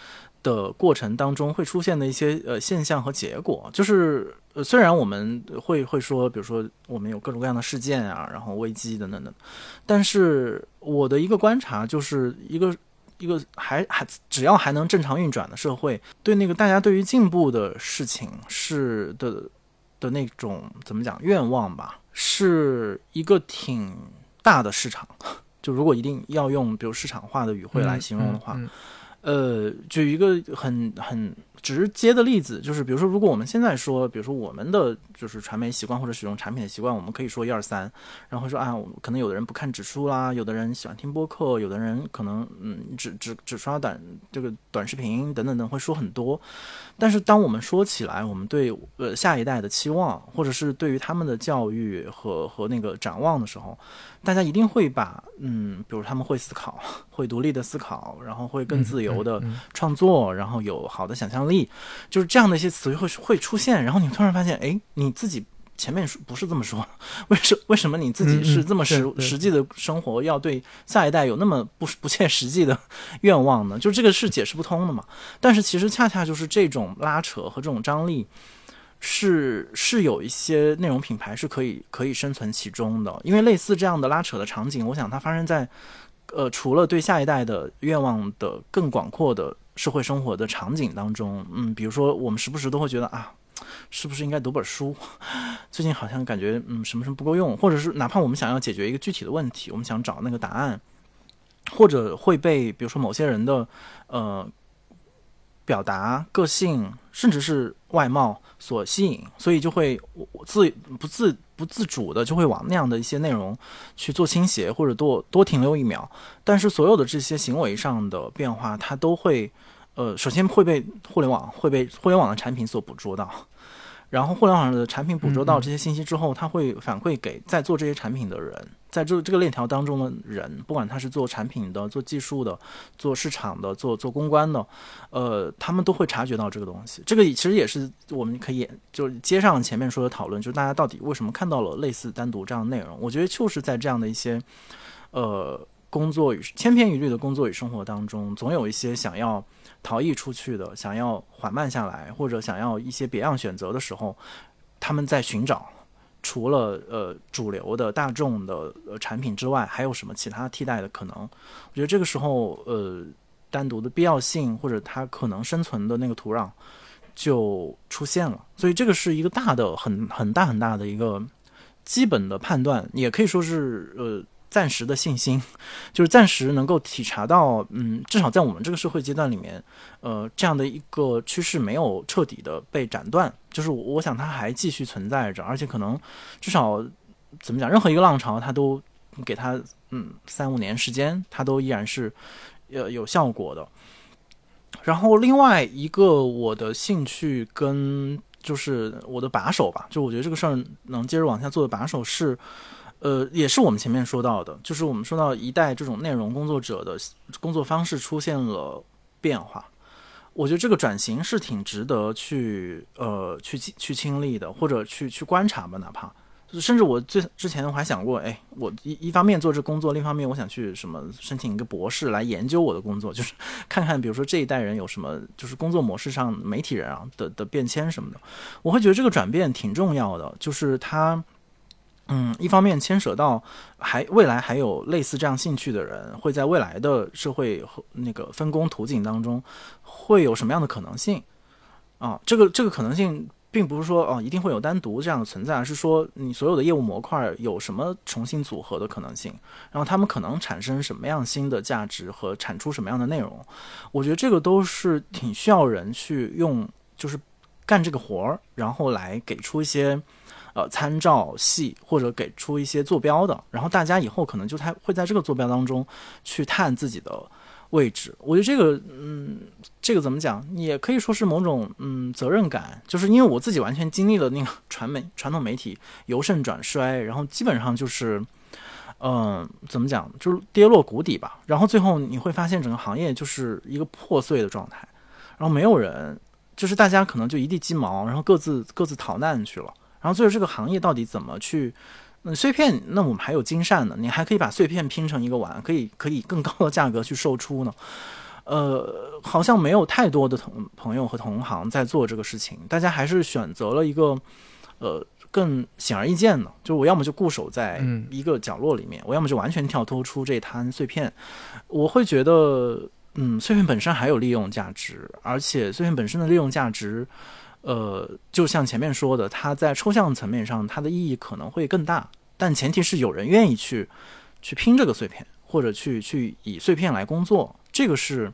的过程当中会出现的一些现象和结果，就是虽然我们会说，比如说我们有各种各样的事件啊，然后危机等等等，但是我的一个观察就是一个还只要还能正常运转的社会，对那个大家对于进步的事情是的那种怎么讲愿望吧，是一个挺大的市场。就如果一定要用比如市场化的语汇来形容的话，举一个很直接的例子，就是比如说，如果我们现在说，比如说我们的就是传媒习惯或者使用产品的习惯，我们可以说1、2、3，然后说啊，可能有的人不看指数啦，有的人喜欢听播客，有的人可能只刷短视频等等等，会说很多。但是当我们说起来，我们对下一代的期望，或者是对于他们的教育和那个展望的时候，大家一定会把比如他们会思考，会独立的思考，然后会更自由的创作，然后有好的想象力，就是这样的一些词会出现，然后你突然发现，哎，你自己前面不是这么说，为什么你自己是这么实际的生活，要对下一代有那么不切实际的愿望呢？就这个是解释不通的嘛。但是其实恰恰就是这种拉扯和这种张力是有一些内容品牌是可以生存其中的，因为类似这样的拉扯的场景，我想它发生在除了对下一代的愿望的更广阔的社会生活的场景当中，比如说我们时不时都会觉得啊，是不是应该读本书？最近好像感觉什么不够用，或者是哪怕我们想要解决一个具体的问题，我们想找那个答案，或者会被比如说某些人的表达、个性，甚至是外貌所吸引，所以就会不自主的就会往那样的一些内容去做倾斜，或者多停留1秒。但是所有的这些行为上的变化，它都会首先会被互联网的产品所捕捉到，然后互联网的产品捕捉到这些信息之后，它会反馈给在做这些产品的人，在这个链条当中的人，不管他是做产品的、做技术的、做市场的、做公关的，他们都会察觉到这个东西。这个其实也是我们可以就接上前面说的讨论，就是大家到底为什么看到了类似单独这样的内容？我觉得就是在这样的一些工作与千篇一律的工作与生活当中，总有一些想要逃逸出去的，想要缓慢下来，或者想要一些别样选择的时候，他们在寻找除了主流的大众的产品之外，还有什么其他替代的可能？我觉得这个时候单独的必要性或者它可能生存的那个土壤就出现了。所以这个是一个大的很大的一个基本的判断，也可以说是暂时的信心，就是暂时能够体察到，至少在我们这个社会阶段里面，这样的一个趋势没有彻底的被斩断，就是我想它还继续存在着，而且可能至少怎么讲，任何一个浪潮，它都给它3-5年时间，它都依然是有效果的。然后另外一个我的兴趣跟就是我的把手吧，就我觉得这个事儿能接着往下做的把手是。也是我们前面说到的，就是我们说到一代这种内容工作者的工作方式出现了变化，我觉得这个转型是挺值得去亲历的，或者去观察吧，哪怕甚至我之前我还想过，哎，我一方面做这工作，另一方面我想去什么申请一个博士来研究我的工作，就是看看比如说这一代人有什么就是工作模式上媒体人啊的变迁什么的，我会觉得这个转变挺重要的，就是它。一方面牵扯到未来还有类似这样兴趣的人会在未来的社会和那个分工图景当中会有什么样的可能性啊？这个可能性并不是说一定会有单独这样的存在，而是说你所有的业务模块有什么重新组合的可能性，然后他们可能产生什么样新的价值和产出什么样的内容。我觉得这个都是挺需要人去用，就是干这个活儿，然后来给出一些。参照系或者给出一些坐标的，然后大家以后可能就会在这个坐标当中去探自己的位置。我觉得这个怎么讲，也可以说是某种责任感，就是因为我自己完全经历了那个传统媒体由盛转衰，然后基本上就是怎么讲，就是跌落谷底吧，然后最后你会发现整个行业就是一个破碎的状态，然后没有人，就是大家可能就一地鸡毛，然后各自逃难去了。然后最后这个行业到底怎么去碎片，那我们还有金扇呢，你还可以把碎片拼成一个碗，可以更高的价格去售出呢。 好像没有太多的朋友和同行在做这个事情，大家还是选择了一个更显而易见的，就我要么就固守在一个角落里面，我要么就完全跳脱出这摊碎片。我会觉得碎片本身还有利用价值，而且碎片本身的利用价值就像前面说的，它在抽象层面上它的意义可能会更大，但前提是有人愿意去拼这个碎片，或者去以碎片来工作。这个是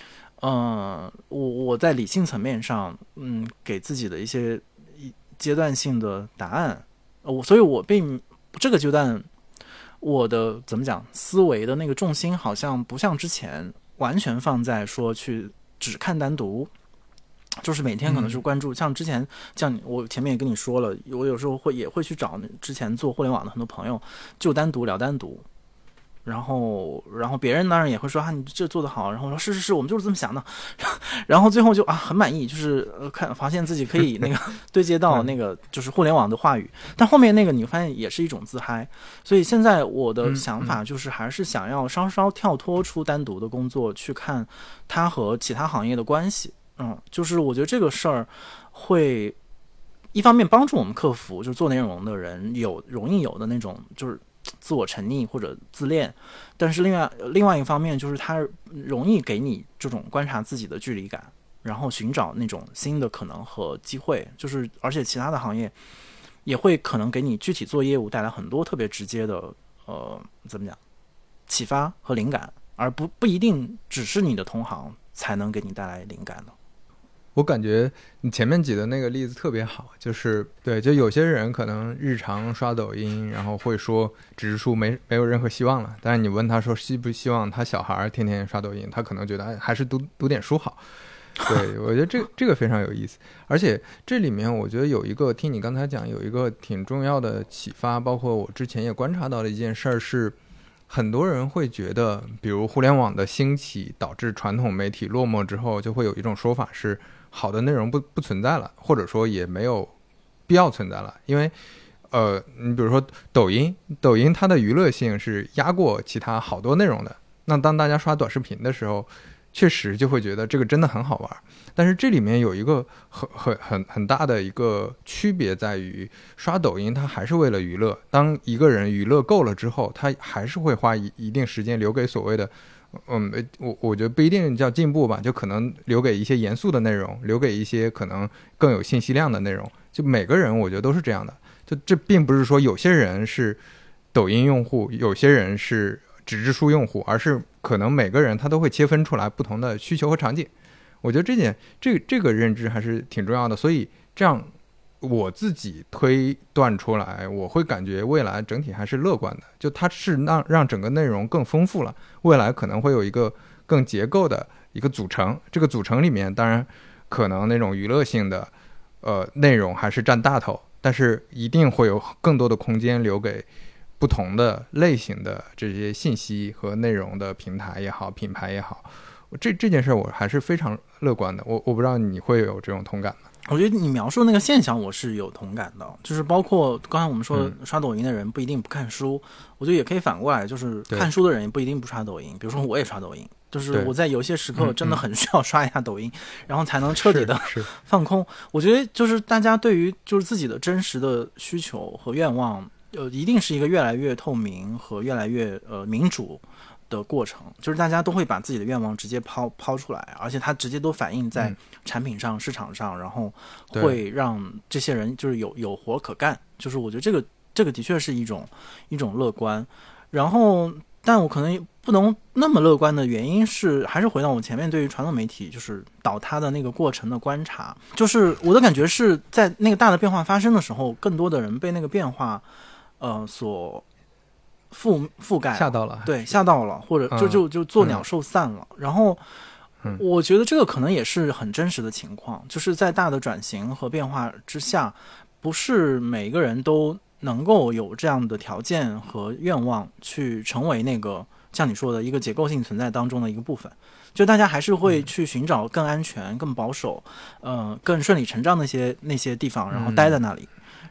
我在理性层面上给自己的一些阶段性的答案。所以我并这个阶段我的怎么讲思维的那个重心好像不像之前完全放在说去只看单独，就是每天可能是关注，像之前像我前面也跟你说了，我有时候也会去找之前做互联网的很多朋友，就单独聊单独，然后别人当然也会说你这做得好，然后我说是我们就是这么想的，然后最后就很满意，就是发现自己可以那个对接到那个就是互联网的话语，但后面那个你发现也是一种自嗨。所以现在我的想法就是还是想要稍稍跳脱出单独的工作，去看它和其他行业的关系。就是我觉得这个事儿会一方面帮助我们克服就是做内容的人容易有的那种就是自我沉溺或者自恋，但是另外一方面就是它容易给你这种观察自己的距离感，然后寻找那种新的可能和机会，就是而且其他的行业也会可能给你具体做业务带来很多特别直接的怎么讲启发和灵感，而不一定只是你的同行才能给你带来灵感的。 我感觉你前面举的那个例子特别好，就是对，就有些人可能日常刷抖音，然后会说纸质书没有任何希望了，但是你问他说希不希望他小孩天天刷抖音，他可能觉得还是读点书好。对，我觉得这个非常有意思。而且这里面我觉得有一个听你刚才讲有一个挺重要的启发，包括我之前也观察到的一件事是，很多人会觉得比如互联网的兴起导致传统媒体落寞之后，就会有一种说法是好的内容不存在了，或者说也没有必要存在了。因为你比如说抖音它的娱乐性是压过其他好多内容的，那当大家刷短视频的时候确实就会觉得这个真的很好玩。但是这里面有一个很大的一个区别在于，刷抖音它还是为了娱乐，当一个人娱乐够了之后，他还是会花一定时间留给所谓的我觉得不一定叫进步吧，就可能留给一些严肃的内容，留给一些可能更有信息量的内容。就每个人我觉得都是这样的，就这并不是说有些人是抖音用户，有些人是纸质书用户，而是可能每个人他都会切分出来不同的需求和场景。我觉得这个认知还是挺重要的，所以这样我自己推断出来，我会感觉未来整体还是乐观的，就它是让整个内容更丰富了，未来可能会有一个更结构的一个组成，这个组成里面当然可能那种娱乐性的内容还是占大头，但是一定会有更多的空间留给不同的类型的这些信息和内容的平台也好，品牌也好。这件事我还是非常乐观的，我不知道你会有这种同感吗？ 我觉得你描述那个现象我是有同感的，就是包括刚才我们说刷抖音的人不一定不看书，我觉得也可以反过来，就是看书的人也不一定不刷抖音。比如说我也刷抖音，就是我在有些时刻真的很需要刷一下抖音，然后才能彻底的放空。我觉得就是大家对于就是自己的真实的需求和愿望一定是一个越来越透明和越来越民主的过程，就是大家都会把自己的愿望直接抛出来，而且它直接都反映在产品上、市场上，然后会让这些人就是有活可干。就是我觉得这个的确是一种乐观。然后，但我可能不能那么乐观的原因是，还是回到我前面对于传统媒体就是倒塌的那个过程的观察，就是我的感觉是在那个大的变化发生的时候，更多的人被那个变化所覆盖吓到了， 对，吓到了，或者就作鸟兽散了。然后我觉得这个可能也是很真实的情况，就是在大的转型和变化之下，不是每个人都能够有这样的条件和愿望去成为那个像你说的一个结构性存在当中的一个部分。就大家还是会去寻找更安全、更保守、更顺理成章的那些地方，然后待在那里。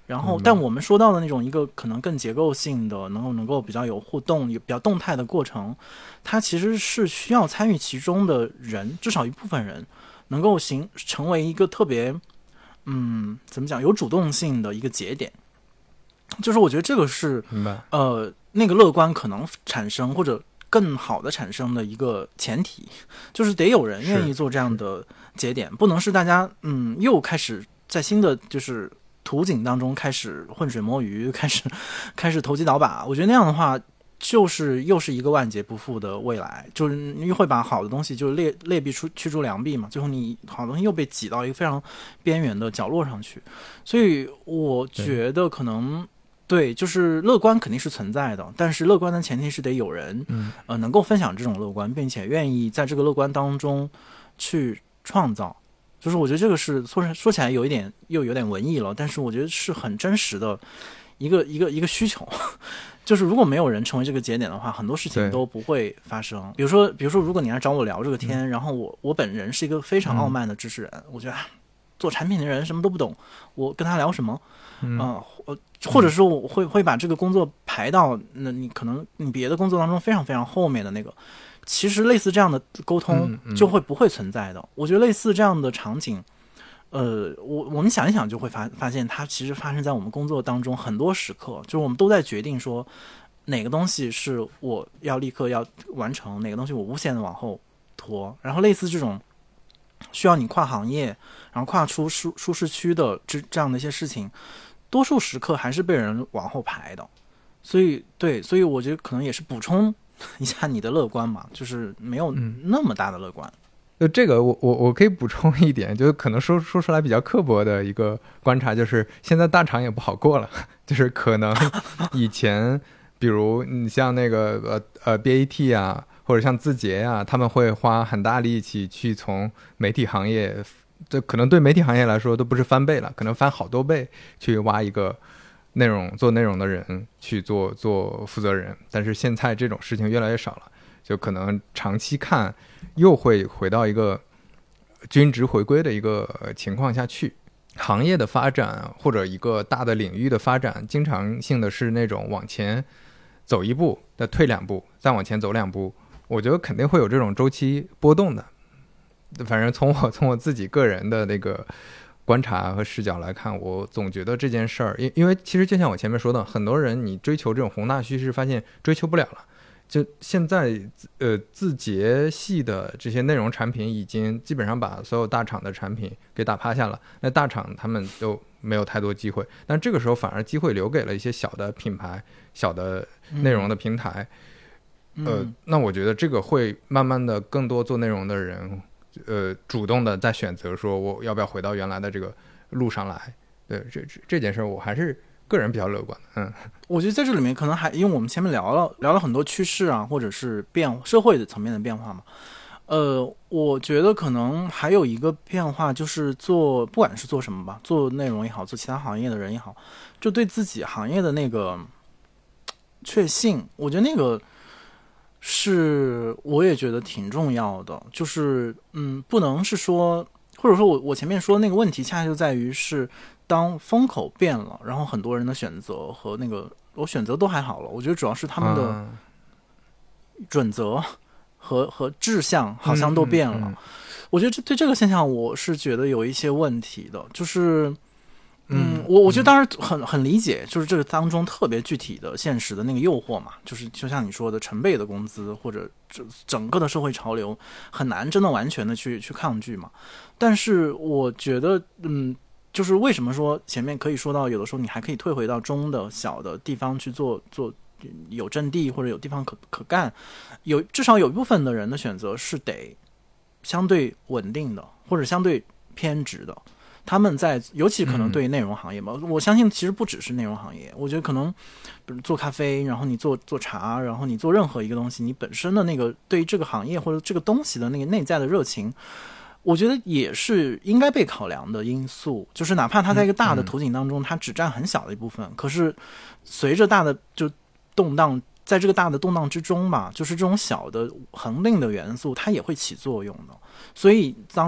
然后，但我们说到的那种一个可能更结构性的，能够比较有互动、有比较动态的过程，它其实是需要参与其中的人，至少一部分人能够成为一个特别，怎么讲，有主动性的一个节点。就是我觉得这个是，那个乐观可能产生或者更好的产生的一个前提，就是得有人愿意做这样的节点，不能是大家又开始在新的就是图景当中开始浑水摸鱼，开始投机倒把。我觉得那样的话，就是又是一个万劫不复的未来，就是你会把好的东西就劣币驱逐良币嘛，最后你好的东西又被挤到一个非常边缘的角落上去。所以我觉得可能对，就是乐观肯定是存在的，但是乐观的前提是得有人能够分享这种乐观，并且愿意在这个乐观当中去创造。就是我觉得这个是说起来有点文艺了，但是我觉得是很真实的一个需求。就是如果没有人成为这个节点的话，很多事情都不会发生。比如说如果你来找我聊这个天，然后我本人是一个非常傲慢的知识人，我觉得做产品的人什么都不懂，我跟他聊什么？或者说我会把这个工作排到那你可能你别的工作当中非常非常后面的那个。其实类似这样的沟通就不会存在的。我觉得类似这样的场景，我们想一想就会发现，它其实发生在我们工作当中很多时刻，就是我们都在决定说哪个东西是我要立刻要完成，哪个东西我无限的往后拖。然后类似这种需要你跨行业，然后跨出舒适区的这样的一些事情，多数时刻还是被人往后排的。所以我觉得可能也是补充一下你的乐观嘛，就是没有那么大的乐观。 这个我可以补充一点，就是可能说出来比较刻薄的一个观察，就是现在大厂也不好过了，就是可能以前比如你像那个BAT 啊，或者像字节啊，他们会花很大力气去从媒体行业，这可能对媒体行业来说都不是翻倍了，可能翻好多倍去挖一个做内容的人去做负责人。但是现在这种事情越来越少了，就可能长期看又会回到一个均值回归的一个情况下去。行业的发展或者一个大的领域的发展，经常性的是那种往前走一步再退两步再往前走两步，我觉得肯定会有这种周期波动的。反正从我自己个人的那个观察和视角来看，我总觉得这件事儿，因为其实就像我前面说的，很多人你追求这种宏大叙事，发现追求不了了。就现在字节系的这些内容产品已经基本上把所有大厂的产品给打趴下了，那大厂他们都没有太多机会，但这个时候反而机会留给了一些小的品牌、小的内容的平台。那我觉得这个会慢慢的更多做内容的人主动的在选择说我要不要回到原来的这个路上来。对，这件事我还是个人比较乐观的。 我觉得在这里面可能还因为我们前面聊了很多趋势啊，或者是社会的层面的变化嘛。我觉得可能还有一个变化，就是不管是做什么吧，做内容也好，做其他行业的人也好，就对自己行业的那个确信，我觉得那个是我也觉得挺重要的。就是不能是说，或者说我前面说那个问题恰恰就在于是当风口变了，然后很多人的选择和那个我选择都还好了，我觉得主要是他们的准则和志向好像都变了。我觉得对这个现象我是觉得有一些问题的，就是我觉得当然很理解，就是这个当中特别具体的现实的那个诱惑嘛，就是就像你说的成倍的工资或者整个的社会潮流很难真的完全的去抗拒嘛。但是我觉得就是为什么说前面可以说到有的时候你还可以退回到中的小的地方去做有阵地或者有地方可干，至少有一部分的人的选择是得相对稳定的或者相对偏执的。他们尤其可能对于内容行业嘛，我相信其实不只是内容行业，我觉得可能比如做咖啡，然后你做茶，然后你做任何一个东西，你本身的那个对于这个行业或者这个东西的那个内在的热情，我觉得也是应该被考量的因素。就是哪怕它在一个大的图景当中，它只占很小的一部分，可是随着大的就动荡，在这个大的动荡之中嘛，就是这种小的恒定的元素它也会起作用的。所以当你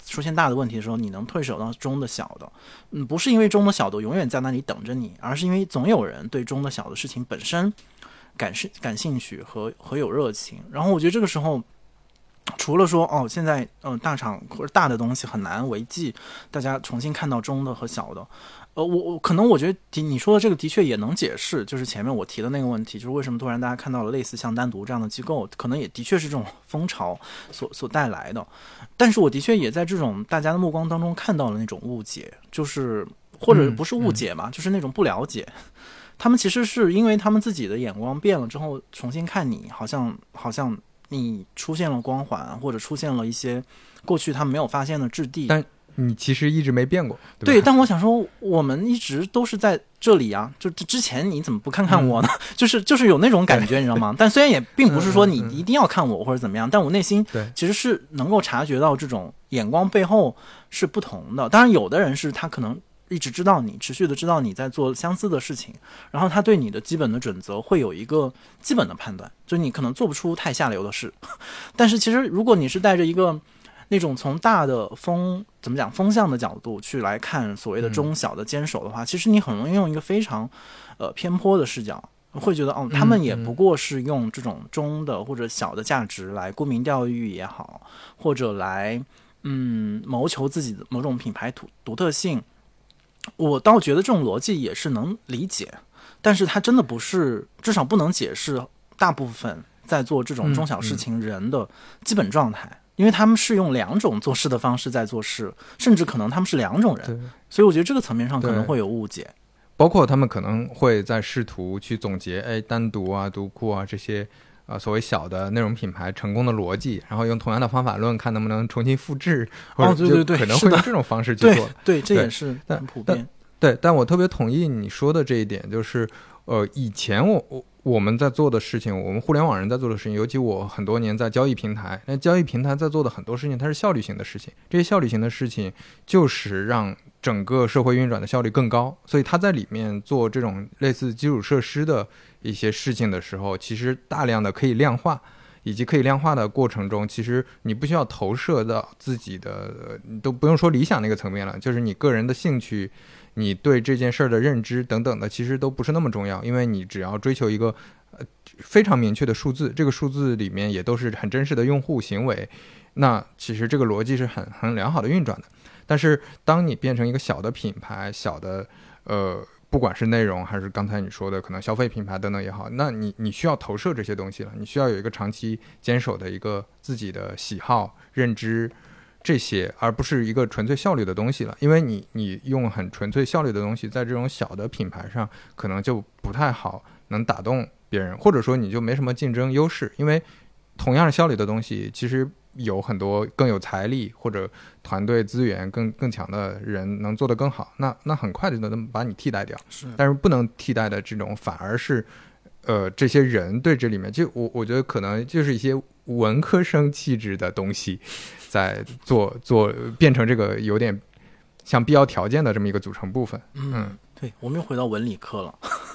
出现大的问题的时候，你能退守到中的小的，不是因为中的小的永远在那里等着你，而是因为总有人对中的小的事情本身感兴趣和有热情。然后我觉得这个时候，除了说现在大厂或者大的东西很难为继，大家重新看到中的和小的，我可能我觉得你说的这个的确也能解释，就是前面我提的那个问题，就是为什么突然大家看到了类似像单独这样的机构，可能也的确是这种风潮所带来的。但是我的确也在这种大家的目光当中看到了那种误解，就是或者不是误解嘛，就是那种不了解。他们其实是因为他们自己的眼光变了之后，重新看你，好像你出现了光环，或者出现了一些过去他们没有发现的质地。 但你其实一直没变过， 对，但我想说，我们一直都是在这里啊，就之前你怎么不看看我呢？就是有那种感觉，你知道吗？但虽然也并不是说你一定要看我或者怎么样，但我内心其实是能够察觉到这种眼光背后是不同的。当然，有的人是他可能一直知道你，持续的知道你在做相似的事情，然后他对你的基本的准则会有一个基本的判断，就你可能做不出太下流的事。但是其实如果你是带着一个那种从大的风向的角度去来看所谓的中小的坚守的话，其实你很容易用一个非常偏颇的视角，会觉得他们也不过是用这种中的或者小的价值来沽名钓誉也好，或者来谋求自己的某种品牌独特性。我倒觉得这种逻辑也是能理解，但是它真的不是，至少不能解释大部分在做这种中小事情人的基本状态。因为他们是用两种做事的方式在做事，甚至可能他们是两种人，所以我觉得这个层面上可能会有误解。 包括他们可能会在试图去总结单独啊、读库啊这些所谓小的内容品牌成功的逻辑，然后用同样的方法论看能不能重新复制，或者就可能会用这种方式去做。 对，这也是很普遍。 对，但我特别同意你说的这一点，就是以前我们在做的事情，我们互联网人在做的事情，尤其我很多年在交易平台，那交易平台在做的很多事情，它是效率型的事情。这些效率型的事情就是让整个社会运转的效率更高，所以它在里面做这种类似基础设施的一些事情的时候，其实大量的可以量化，以及可以量化的过程中，其实你不需要投射到自己的，你都不用说理想那个层面了，就是你个人的兴趣，你对这件事的认知等等的，其实都不是那么重要，因为你只要追求一个非常明确的数字，这个数字里面也都是很真实的用户行为，那其实这个逻辑是很良好的运转的。但是当你变成一个小的品牌，小的不管是内容还是刚才你说的可能消费品牌等等也好，那你需要投射这些东西了，你需要有一个长期坚守的一个自己的喜好认知这些，而不是一个纯粹效率的东西了。因为你用很纯粹效率的东西在这种小的品牌上可能就不太好能打动别人，或者说你就没什么竞争优势，因为同样效率的东西其实有很多更有财力或者团队资源更强的人能做得更好，那很快就能把你替代掉。但是不能替代的这种反而是这些人对这里面就我觉得可能就是一些文科生气质的东西在做变成这个有点像必要条件的这么一个组成部分。 对，我们又回到文理科了。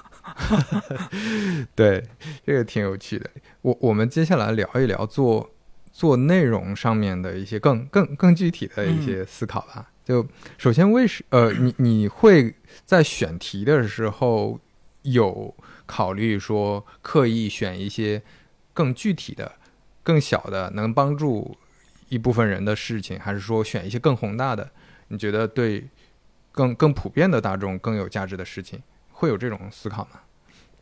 对，这个挺有趣的。我们接下来聊一聊做内容上面的一些更具体的一些思考吧。就首先你会在选题的时候有考虑说刻意选一些更具体的更小的能帮助一部分人的事情，还是说选一些更宏大的你觉得对更普遍的大众更有价值的事情，会有这种思考吗？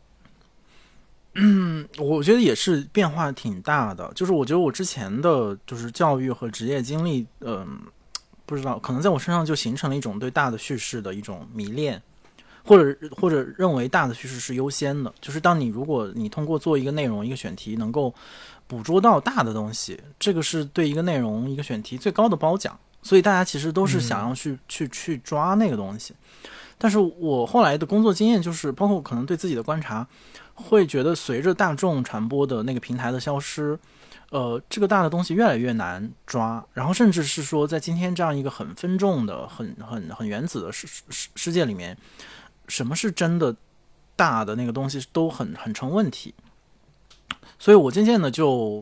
我觉得也是变化挺大的，就是我觉得我之前的就是教育和职业经历，不知道可能在我身上就形成了一种对大的叙事的一种迷恋，或者认为大的叙事是优先的，就是如果你通过做一个内容一个选题能够捕捉到大的东西，这个是对一个内容一个选题最高的褒奖，所以大家其实都是想要去抓那个东西。但是我后来的工作经验就是包括可能对自己的观察，会觉得随着大众传播的那个平台的消失，这个大的东西越来越难抓，然后甚至是说在今天这样一个很分众的很原子的世界里面，什么是真的大的那个东西都很成问题。所以我渐渐的就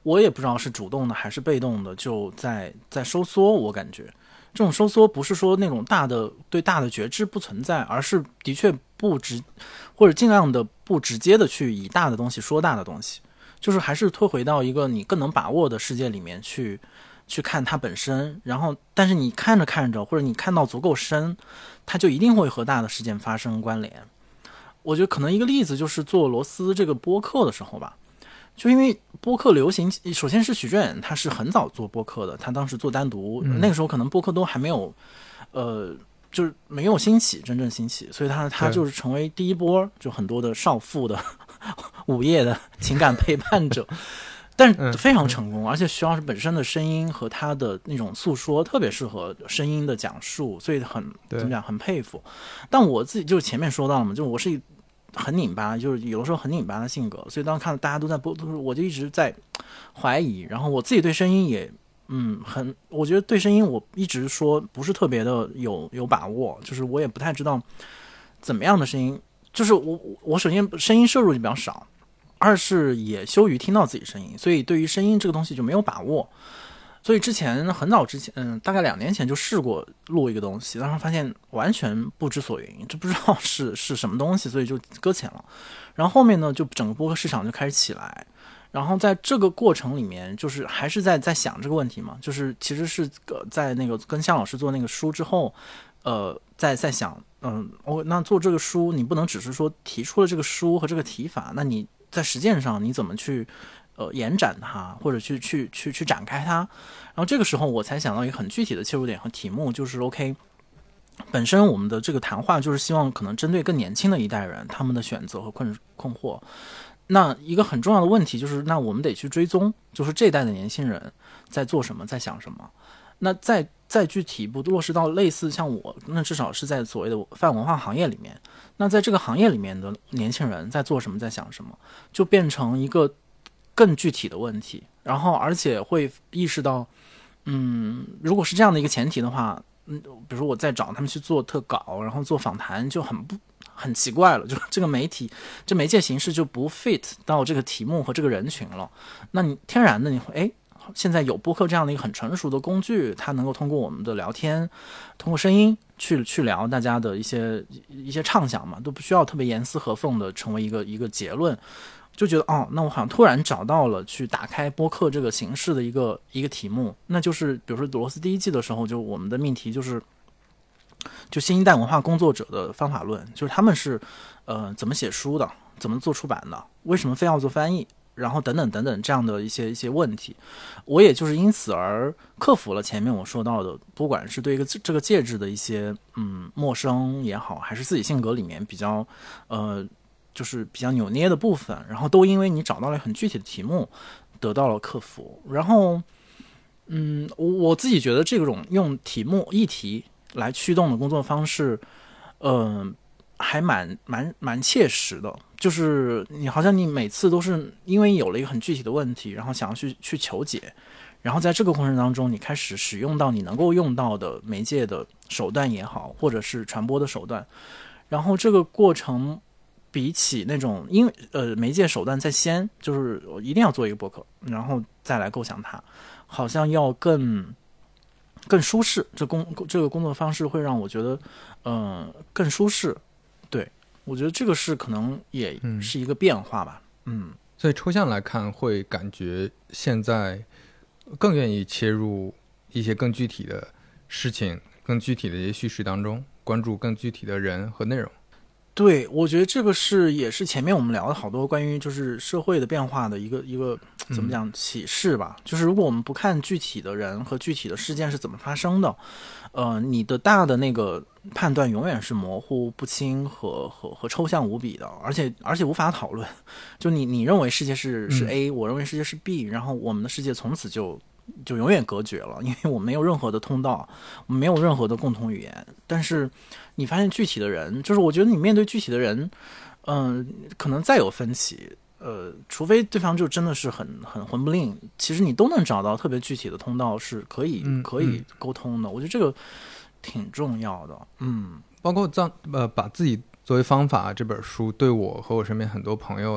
我也不知道是主动的还是被动的，就在收缩。我感觉这种收缩不是说那种对大的觉知不存在，而是的确不直，或者尽量的不直接的去以大的东西说大的东西，就是还是退回到一个你更能把握的世界里面去看它本身。然后但是你看着看着，或者你看到足够深，它就一定会和大的事件发生关联。我觉得可能一个例子就是做罗斯这个播客的时候吧，就因为播客流行，首先是许志远，他是很早做播客的，他当时做单独，那个时候可能播客都还没有，就是没有兴起，真正兴起，所以他就是成为第一波，就很多的少妇的午夜的情感陪伴者，但是非常成功，而且徐老师本身的声音和他的那种诉说特别适合声音的讲述，所以怎么讲，很佩服。但我自己就是前面说到了嘛，就我是很拧巴，就是有的时候很拧巴的性格，所以当看到大家都在播，我就一直在怀疑。然后我自己对声音也，我觉得对声音我一直说不是特别的有把握，就是我也不太知道怎么样的声音，就是我首先声音摄入就比较少，二是也羞于听到自己声音，所以对于声音这个东西就没有把握。所以很早之前，大概2年前就试过录一个东西，当时发现完全不知所云，就不知道是什么东西，所以就搁浅了。然后后面呢，就整个播客市场就开始起来。然后在这个过程里面，就是还是在想这个问题嘛，就是其实是在那个跟向老师做那个书之后，在想，那做这个书，你不能只是说提出了这个书和这个提法，那你在实践上你怎么去延展它，或者去展开它。然后这个时候我才想到一个很具体的切入点和题目，就是 OK， 本身我们的这个谈话就是希望可能针对更年轻的一代人，他们的选择和困惑。那一个很重要的问题就是，那我们得去追踪，就是这一代的年轻人在做什么，在想什么。那再具体不落实到类似像我，那至少是在所谓的泛文化行业里面，那在这个行业里面的年轻人在做什么，在想什么，就变成一个更具体的问题。然后而且会意识到，如果是这样的一个前提的话，比如说我再找他们去做特稿，然后做访谈，就很奇怪了，就这个媒介形式就不 fit 到这个题目和这个人群了。那你天然的你会现在有播客这样的一个很成熟的工具，它能够通过我们的聊天，通过声音去聊大家的一些畅想嘛，都不需要特别严丝合缝的成为一个结论。就觉得那我好像突然找到了去打开播客这个形式的一个题目，那就是比如说罗斯第1季的时候，就我们的命题就新一代文化工作者的方法论，就是他们是怎么写书的，怎么做出版的，为什么非要做翻译，然后等等等等这样的一些问题。我也就是因此而克服了前面我说到的，不管是对这个介质的一些陌生也好，还是自己性格里面比较就是比较扭捏的部分，然后都因为你找到了很具体的题目得到了克服。然后我自己觉得这种用议题来驱动的工作方式还蛮切实的，就是你好像你每次都是因为有了一个很具体的问题，然后想要去求解，然后在这个过程当中你开始使用到你能够用到的媒介的手段也好，或者是传播的手段，然后这个过程比起那种媒介手段在先，就是我一定要做一个播客，然后再来构想它，好像要更舒适。这个工作方式会让我觉得更舒适。对，我觉得这个是可能也是一个变化吧。 所以抽象来看，会感觉现在更愿意切入一些更具体的事情，更具体的一些叙事当中，关注更具体的人和内容。 对，我觉得这个也是前面我们聊的好多关于就是社会的变化的一个怎么讲启示吧。就是如果我们不看具体的人和具体的事件是怎么发生的，你的大的那个判断永远是模糊不清和抽象无比的，而且无法讨论。就你认为世界是 A，我认为世界是 B， 然后我们的世界从此就永远隔绝了，因为我们没有任何的通道，我们没有任何的共同语言。但是你发现具体的人，就是我觉得你面对具体的人，可能再有分歧，除非对方就真的是很混不吝，其实你都能找到特别具体的通道是可以沟通的。我觉得这个挺重要的。 包括把自己作为方法这本书对我和我身边很多朋友的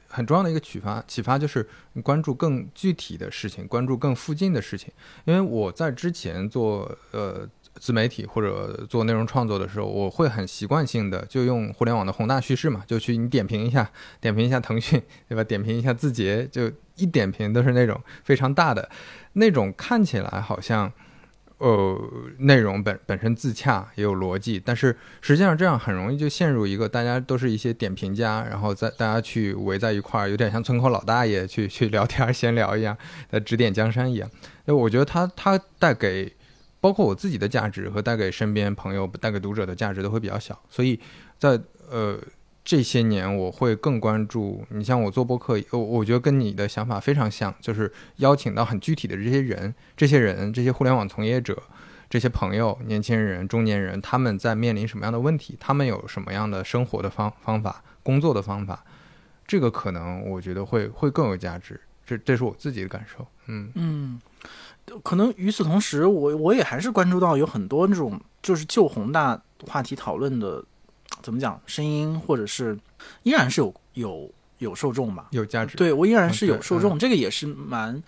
很重要的一个启发就是关注更具体的事情，关注更附近的事情。因为我在之前做自媒体或者做内容创作的时候，我会很习惯性的就用互联网的宏大叙事嘛，就去你点评一下腾讯，对吧？点评一下字节，就一点评都是那种非常大的那种，看起来好像内容本身自洽也有逻辑，但是实际上这样很容易就陷入一个大家都是一些点评家，然后大家去围在一块儿，有点像村口老大爷去聊天闲聊一样，指点江山一样。我觉得他带给包括我自己的价值和带给身边朋友带给读者的价值都会比较小，所以在这些年我会更关注，你像我做播客，我觉得跟你的想法非常像，就是邀请到很具体的这些互联网从业者，这些朋友，年轻人中年人，他们在面临什么样的问题，他们有什么样的生活的方法，工作的方法，这个可能我觉得会更有价值，这是我自己的感受。 可能与此同时，我也还是关注到有很多那种就是就宏大话题讨论的，怎么讲，声音，或者是依然是有受众吧， 有价值。 对，我依然是有受众，这个也是蛮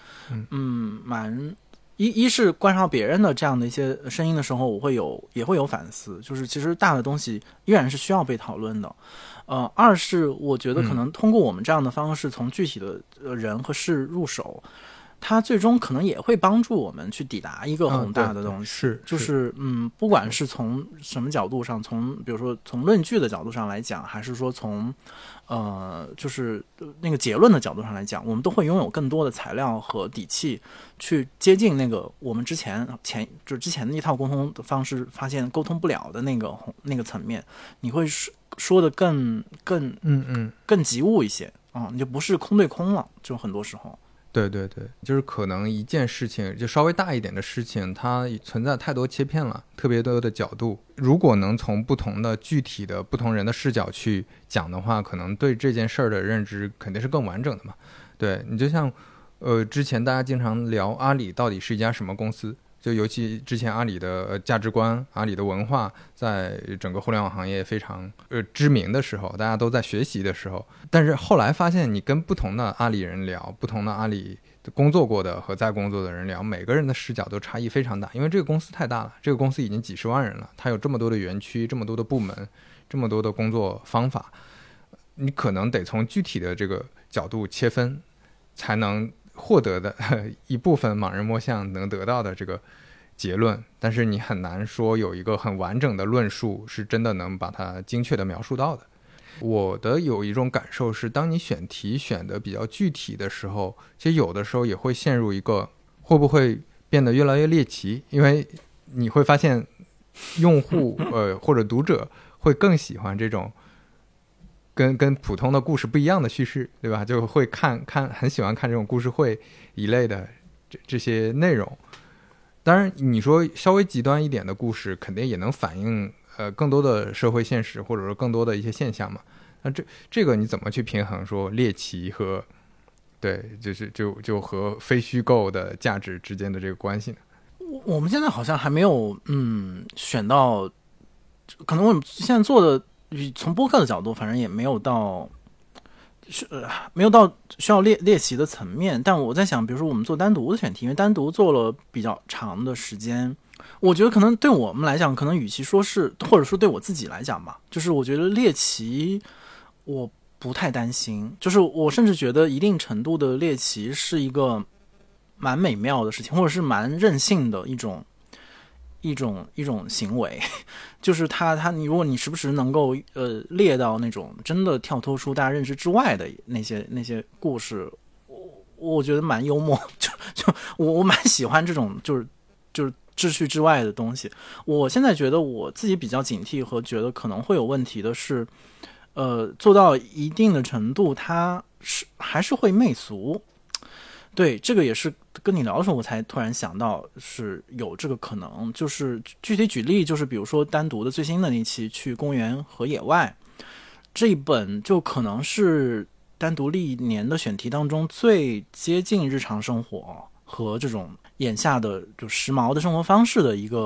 一是观察到别人的这样的一些声音的时候，也会有反思，就是其实大的东西依然是需要被讨论的。二是我觉得可能通过我们这样的方式，从具体的人和事入手，它最终可能也会帮助我们去抵达一个宏大的东西。就是不管是从什么角度上，比如说从论据的角度上来讲，还是说从就是那个结论的角度上来讲，我们都会拥有更多的材料和底气去接近那个我们之前的一套沟通的方式发现沟通不了的那个层面，你会说的更及物一些你就不是空对空了，就很多时候。 对，就是可能一件事情就稍微大一点的事情，它存在太多切片了，特别多的角度，如果能从不同的具体的不同人的视角去讲的话，可能对这件事儿的认知肯定是更完整的嘛。对，你就像之前大家经常聊阿里到底是一家什么公司，就尤其之前阿里的价值观，阿里的文化在整个互联网行业非常知名的时候，大家都在学习的时候，但是后来发现你跟不同的阿里人聊，不同的阿里工作过的和在工作的人聊，每个人的视角都差异非常大，因为这个公司太大了，这个公司已经几十万人了，它有这么多的园区，这么多的部门，这么多的工作方法，你可能得从具体的这个角度切分，才能获得的一部分盲人摸象能得到的这个结论，但是你很难说有一个很完整的论述是真的能把它精确的描述到的。我的有一种感受是，当你选题选的比较具体的时候，其实有的时候也会陷入一个会不会变得越来越猎奇，因为你会发现用户或者读者会更喜欢这种跟普通的故事不一样的叙事，对吧？就会很喜欢看这种故事会一类的这些内容。当然你说稍微极端一点的故事肯定也能反映更多的社会现实，或者说更多的一些现象嘛。那这个你怎么去平衡说猎奇和对就和非虚构的价值之间的这个关系呢？ 我们现在好像还没有选到，可能我们现在做的从播客的角度反正也没有到需要猎奇的层面。但我在想，比如说我们做单独的选题，因为单独做了比较长的时间，我觉得可能对我们来讲，可能与其说是，或者说对我自己来讲吧，就是我觉得猎奇我不太担心，就是我甚至觉得一定程度的猎奇是一个蛮美妙的事情，或者是蛮任性的一种行为。就是你如果你时不时能够列到那种真的跳脱出大家认知之外的那些故事，我觉得蛮幽默，就我蛮喜欢这种就是秩序之外的东西。我现在觉得我自己比较警惕和觉得可能会有问题的是，做到一定的程度，它还是会媚俗。对，这个也是跟你聊的时候我才突然想到是有这个可能。就是具体举例，就是比如说单独的最新的那期去公园和野外这一本，就可能是单独历年的选题当中最接近日常生活和这种眼下的就时髦的生活方式的一个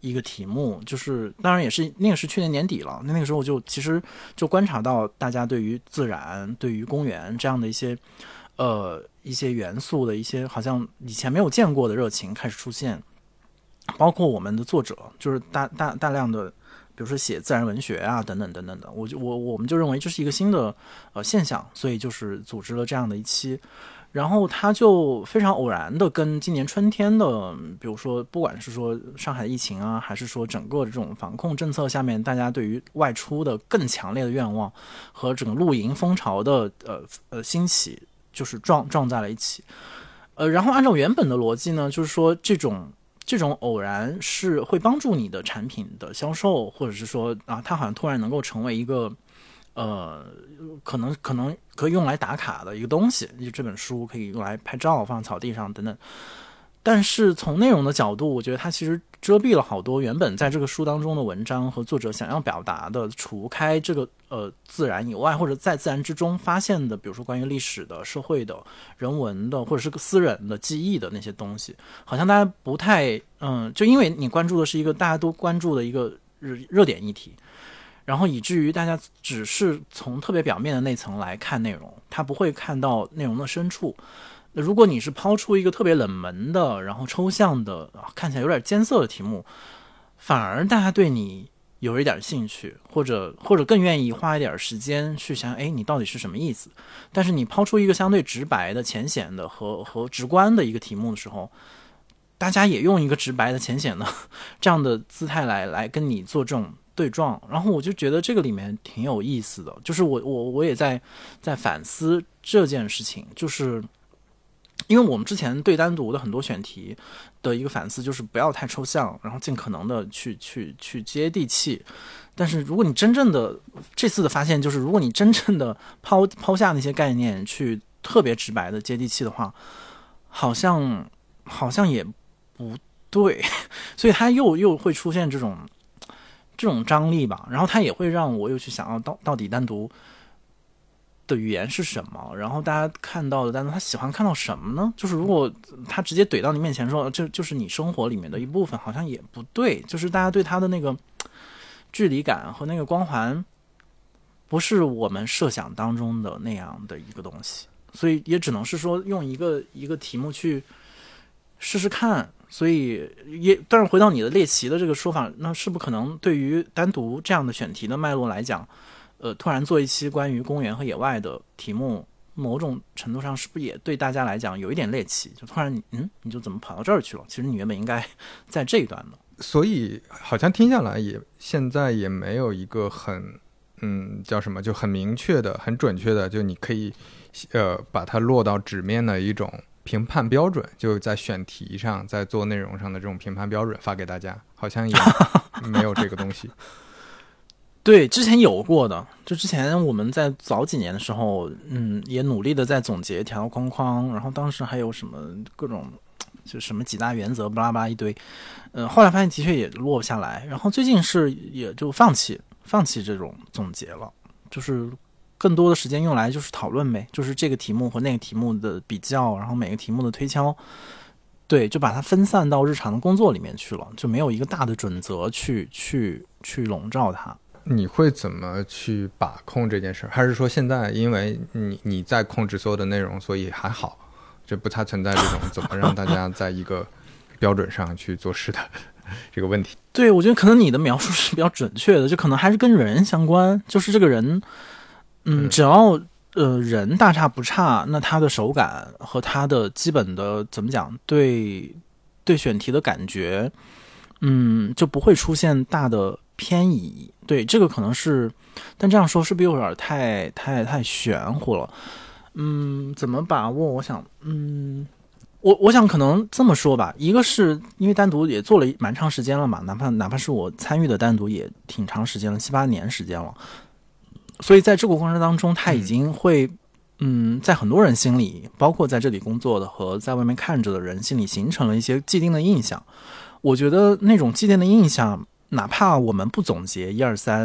一个题目，就是当然也是那个是去年年底了，那个时候其实就观察到大家对于自然、对于公园这样的一些元素的一些好像以前没有见过的热情开始出现，包括我们的作者就是大量的，比如说写自然文学啊等等等等的，我们就认为这是一个新的现象，所以就是组织了这样的一期。然后他就非常偶然的跟今年春天的，比如说不管是说上海疫情啊，还是说整个这种防控政策下面大家对于外出的更强烈的愿望和整个露营风潮的兴起，就是撞在了一起。然后按照原本的逻辑呢，就是说这种偶然是会帮助你的产品的销售，或者是说啊，它好像突然能够成为一个可能可以用来打卡的一个东西，这本书可以用来拍照放草地上等等。但是从内容的角度，我觉得它其实遮蔽了好多原本在这个书当中的文章和作者想要表达的，除开这个自然以外，或者在自然之中发现的，比如说关于历史的、社会的、人文的，或者是个私人的记忆的那些东西，好像大家不太就因为你关注的是一个大家都关注的一个热点议题，然后以至于大家只是从特别表面的那层来看内容，他不会看到内容的深处。如果你是抛出一个特别冷门的，然后抽象的，看起来有点艰涩的题目，反而大家对你有一点兴趣，或者更愿意花一点时间去想，哎，你到底是什么意思？但是你抛出一个相对直白的、浅显的和直观的一个题目的时候，大家也用一个直白的、浅显的这样的姿态来跟你做这种对撞，然后我就觉得这个里面挺有意思的，就是我也在反思这件事情，就是因为我们之前对单独的很多选题的一个反思就是不要太抽象，然后尽可能的去接地气。但是如果你真正的这次的发现就是，如果你真正的抛下那些概念，去特别直白的接地气的话，好像也不对，所以它又会出现这种张力吧。然后它也会让我又去想要到底单独的语言是什么，然后大家看到的单独他喜欢看到什么呢？就是如果他直接怼到你面前说这就是你生活里面的一部分，好像也不对，就是大家对他的那个距离感和那个光环不是我们设想当中的那样的一个东西，所以也只能是说用一个题目去试试看。所以但是回到你的猎奇的这个说法，那是不可能对于单独这样的选题的脉络来讲，突然做一期关于公园和野外的题目，某种程度上是不是也对大家来讲有一点猎奇？就突然你就怎么跑到这儿去了？其实你原本应该在这一段的。 所以好像听下来现在也没有一个很叫什么就很明确的、很准确的，就你可以把它落到纸面的一种评判标准，就在选题上、在做内容上的这种评判标准发给大家，好像也没有这个东西。 对，之前有过的，就之前我们在早几年的时候，也努力的在总结条框框，然后当时还有什么各种就什么几大原则，巴拉巴拉一堆，后来发现的确也落不下来，然后最近是也就放弃这种总结了，就是更多的时间用来就是讨论呗，就是这个题目和那个题目的比较，然后每个题目的推敲，对，就把它分散到日常的工作里面去了，就没有一个大的准则去笼罩它。 你会怎么去把控这件事？还是说现在因为你在控制所有的内容，所以还好，就不太存在这种怎么让大家在一个标准上去做事的这个问题？ 对，我觉得可能你的描述是比较准确的，就可能还是跟人相关，就是这个人，只要人大差不差，那他的手感和他的基本的怎么讲，对选题的感觉，就不会出现大的偏移。对，这个可能是，但这样说是不是有点太玄乎了？怎么把握？我想，我想可能这么说吧，一个是因为单独也做了蛮长时间了嘛，哪怕是我参与的单独也挺长时间了，7-8年时间了，所以在这个过程当中，他已经会，在很多人心里，包括在这里工作的和在外面看着的人心里，形成了一些既定的印象。我觉得那种既定的印象，哪怕我们不总结1、2、3，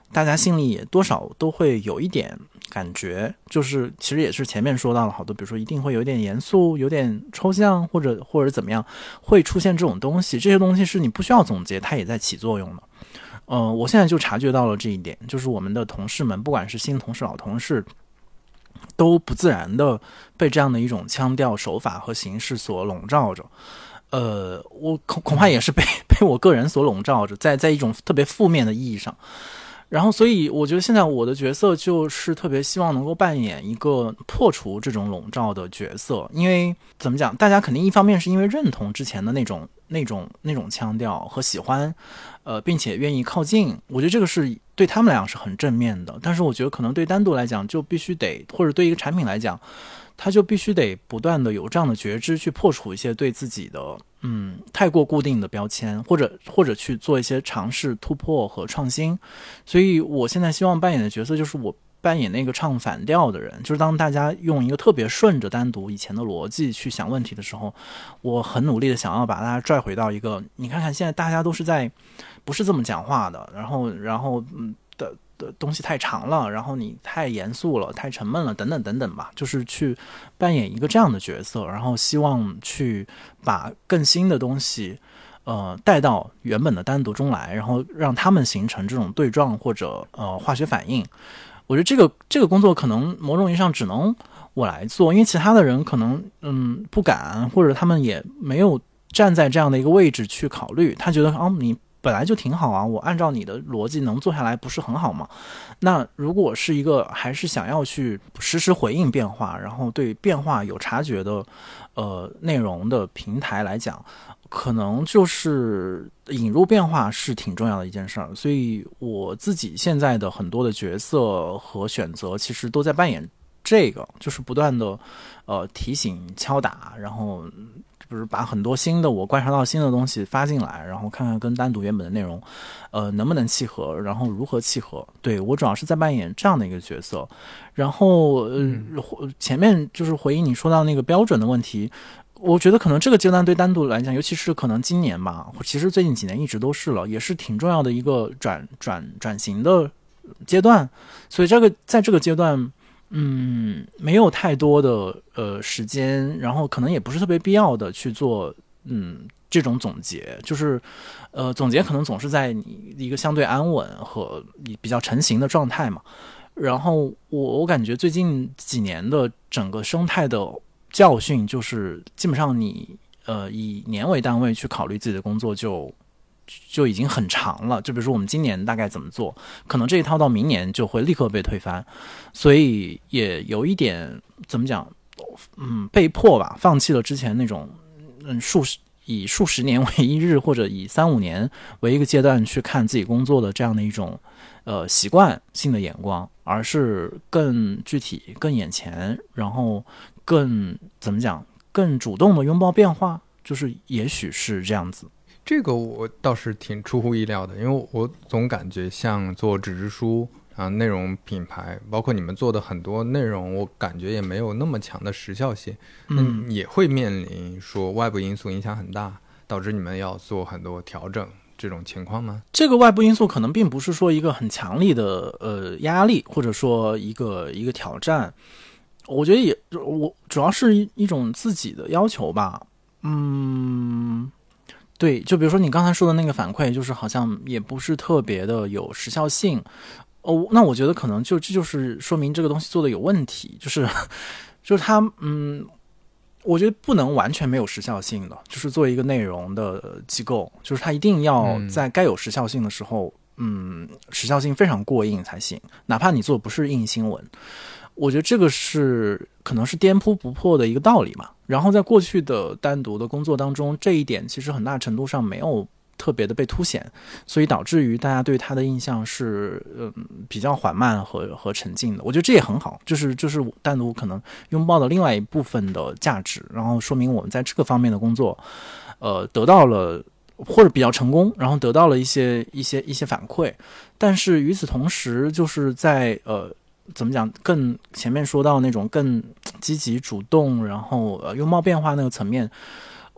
大家心里也多少都会有一点感觉，就是其实也是前面说到了好多，比如说一定会有点严肃，有点抽象，或者怎么样，会出现这种东西。这些东西是你不需要总结，它也在起作用的。我现在就察觉到了这一点，就是我们的同事们，不管是新同事老同事，都不自然的被这样的一种腔调、手法和形式所笼罩着。我恐怕也是被我个人所笼罩着，在一种特别负面的意义上。然后，所以我觉得现在我的角色就是特别希望能够扮演一个破除这种笼罩的角色，因为怎么讲，大家肯定一方面是因为认同之前的那种腔调和喜欢，并且愿意靠近，我觉得这个是对他们来讲是很正面的。但是我觉得可能对单独来讲，就必须得，或者对一个产品来讲，它就必须得不断的有这样的觉知，去破除一些对自己的太过固定的标签，或者去做一些尝试、突破和创新。所以我现在希望扮演的角色就是我扮演那个唱反调的人，就是当大家用一个特别顺着单独以前的逻辑去想问题的时候，我很努力的想要把大家拽回到一个，你看看现在大家都是在不是这么讲话的，然后的东西太长了，然后你太严肃了，太沉闷了，等等等等吧，就是去扮演一个这样的角色，然后希望去把更新的东西带到原本的单独中来，然后让他们形成这种对撞或者化学反应。我觉得这个工作可能某种意义上只能我来做，因为其他的人可能不敢，或者他们也没有站在这样的一个位置去考虑，他觉得你本来就挺好啊，我按照你的逻辑能做下来不是很好吗？那如果是一个还是想要去实时回应变化，然后对变化有察觉的内容的平台来讲，可能就是引入变化是挺重要的一件事儿。所以我自己现在的很多的角色和选择其实都在扮演这个，就是不断的提醒敲打，然后就是把很多新的我观察到新的东西发进来，然后看看跟单独原本的内容能不能契合，然后如何契合。对，我主要是在扮演这样的一个角色。然后前面就是回应你说到那个标准的问题，我觉得可能这个阶段对单独来讲，尤其是可能今年吧，其实最近几年一直都是了，也是挺重要的一个转型的阶段。所以在这个阶段没有太多的时间，然后可能也不是特别必要的去做这种总结，就是总结可能总是在你一个相对安稳和比较成型的状态嘛。然后我感觉最近几年的整个生态的教训就是基本上你以年为单位去考虑自己的工作就已经很长了，就比如说我们今年大概怎么做，可能这一套到明年就会立刻被推翻，所以也有一点怎么讲，被迫吧，放弃了之前那种以数十年为一日，或者以3-5年为一个阶段去看自己工作的这样的一种习惯性的眼光，而是更具体、更眼前，然后更怎么讲，更主动的拥抱变化，就是也许是这样子。 这个我倒是挺出乎意料的，因为我总感觉像做纸质书内容品牌，包括你们做的很多内容，我感觉也没有那么强的时效性。也会面临说外部因素影响很大，导致你们要做很多调整这种情况吗？ 这个外部因素可能并不是说一个很强力的压力，或者说一个挑战。我觉得我主要是一种自己的要求吧。对，就比如说你刚才说的那个反馈，就是好像也不是特别的有时效性。那我觉得可能这就是说明这个东西做的有问题，就是它我觉得不能完全没有时效性的，就是作为一个内容的机构，就是它一定要在该有时效性的时候，时效性非常过硬才行，哪怕你做的不是硬新闻。我觉得这个是可能是颠扑不破的一个道理嘛。然后在过去的单独的工作当中，这一点其实很大程度上没有特别的被凸显，所以导致于大家对他的印象是比较缓慢和沉静的。我觉得这也很好，就是单独可能拥抱了另外一部分的价值，然后说明我们在这个方面的工作得到了或者比较成功，然后得到了一些反馈。但是与此同时，就是在怎么讲，更前面说到那种更积极主动，然后拥抱变化那个层面，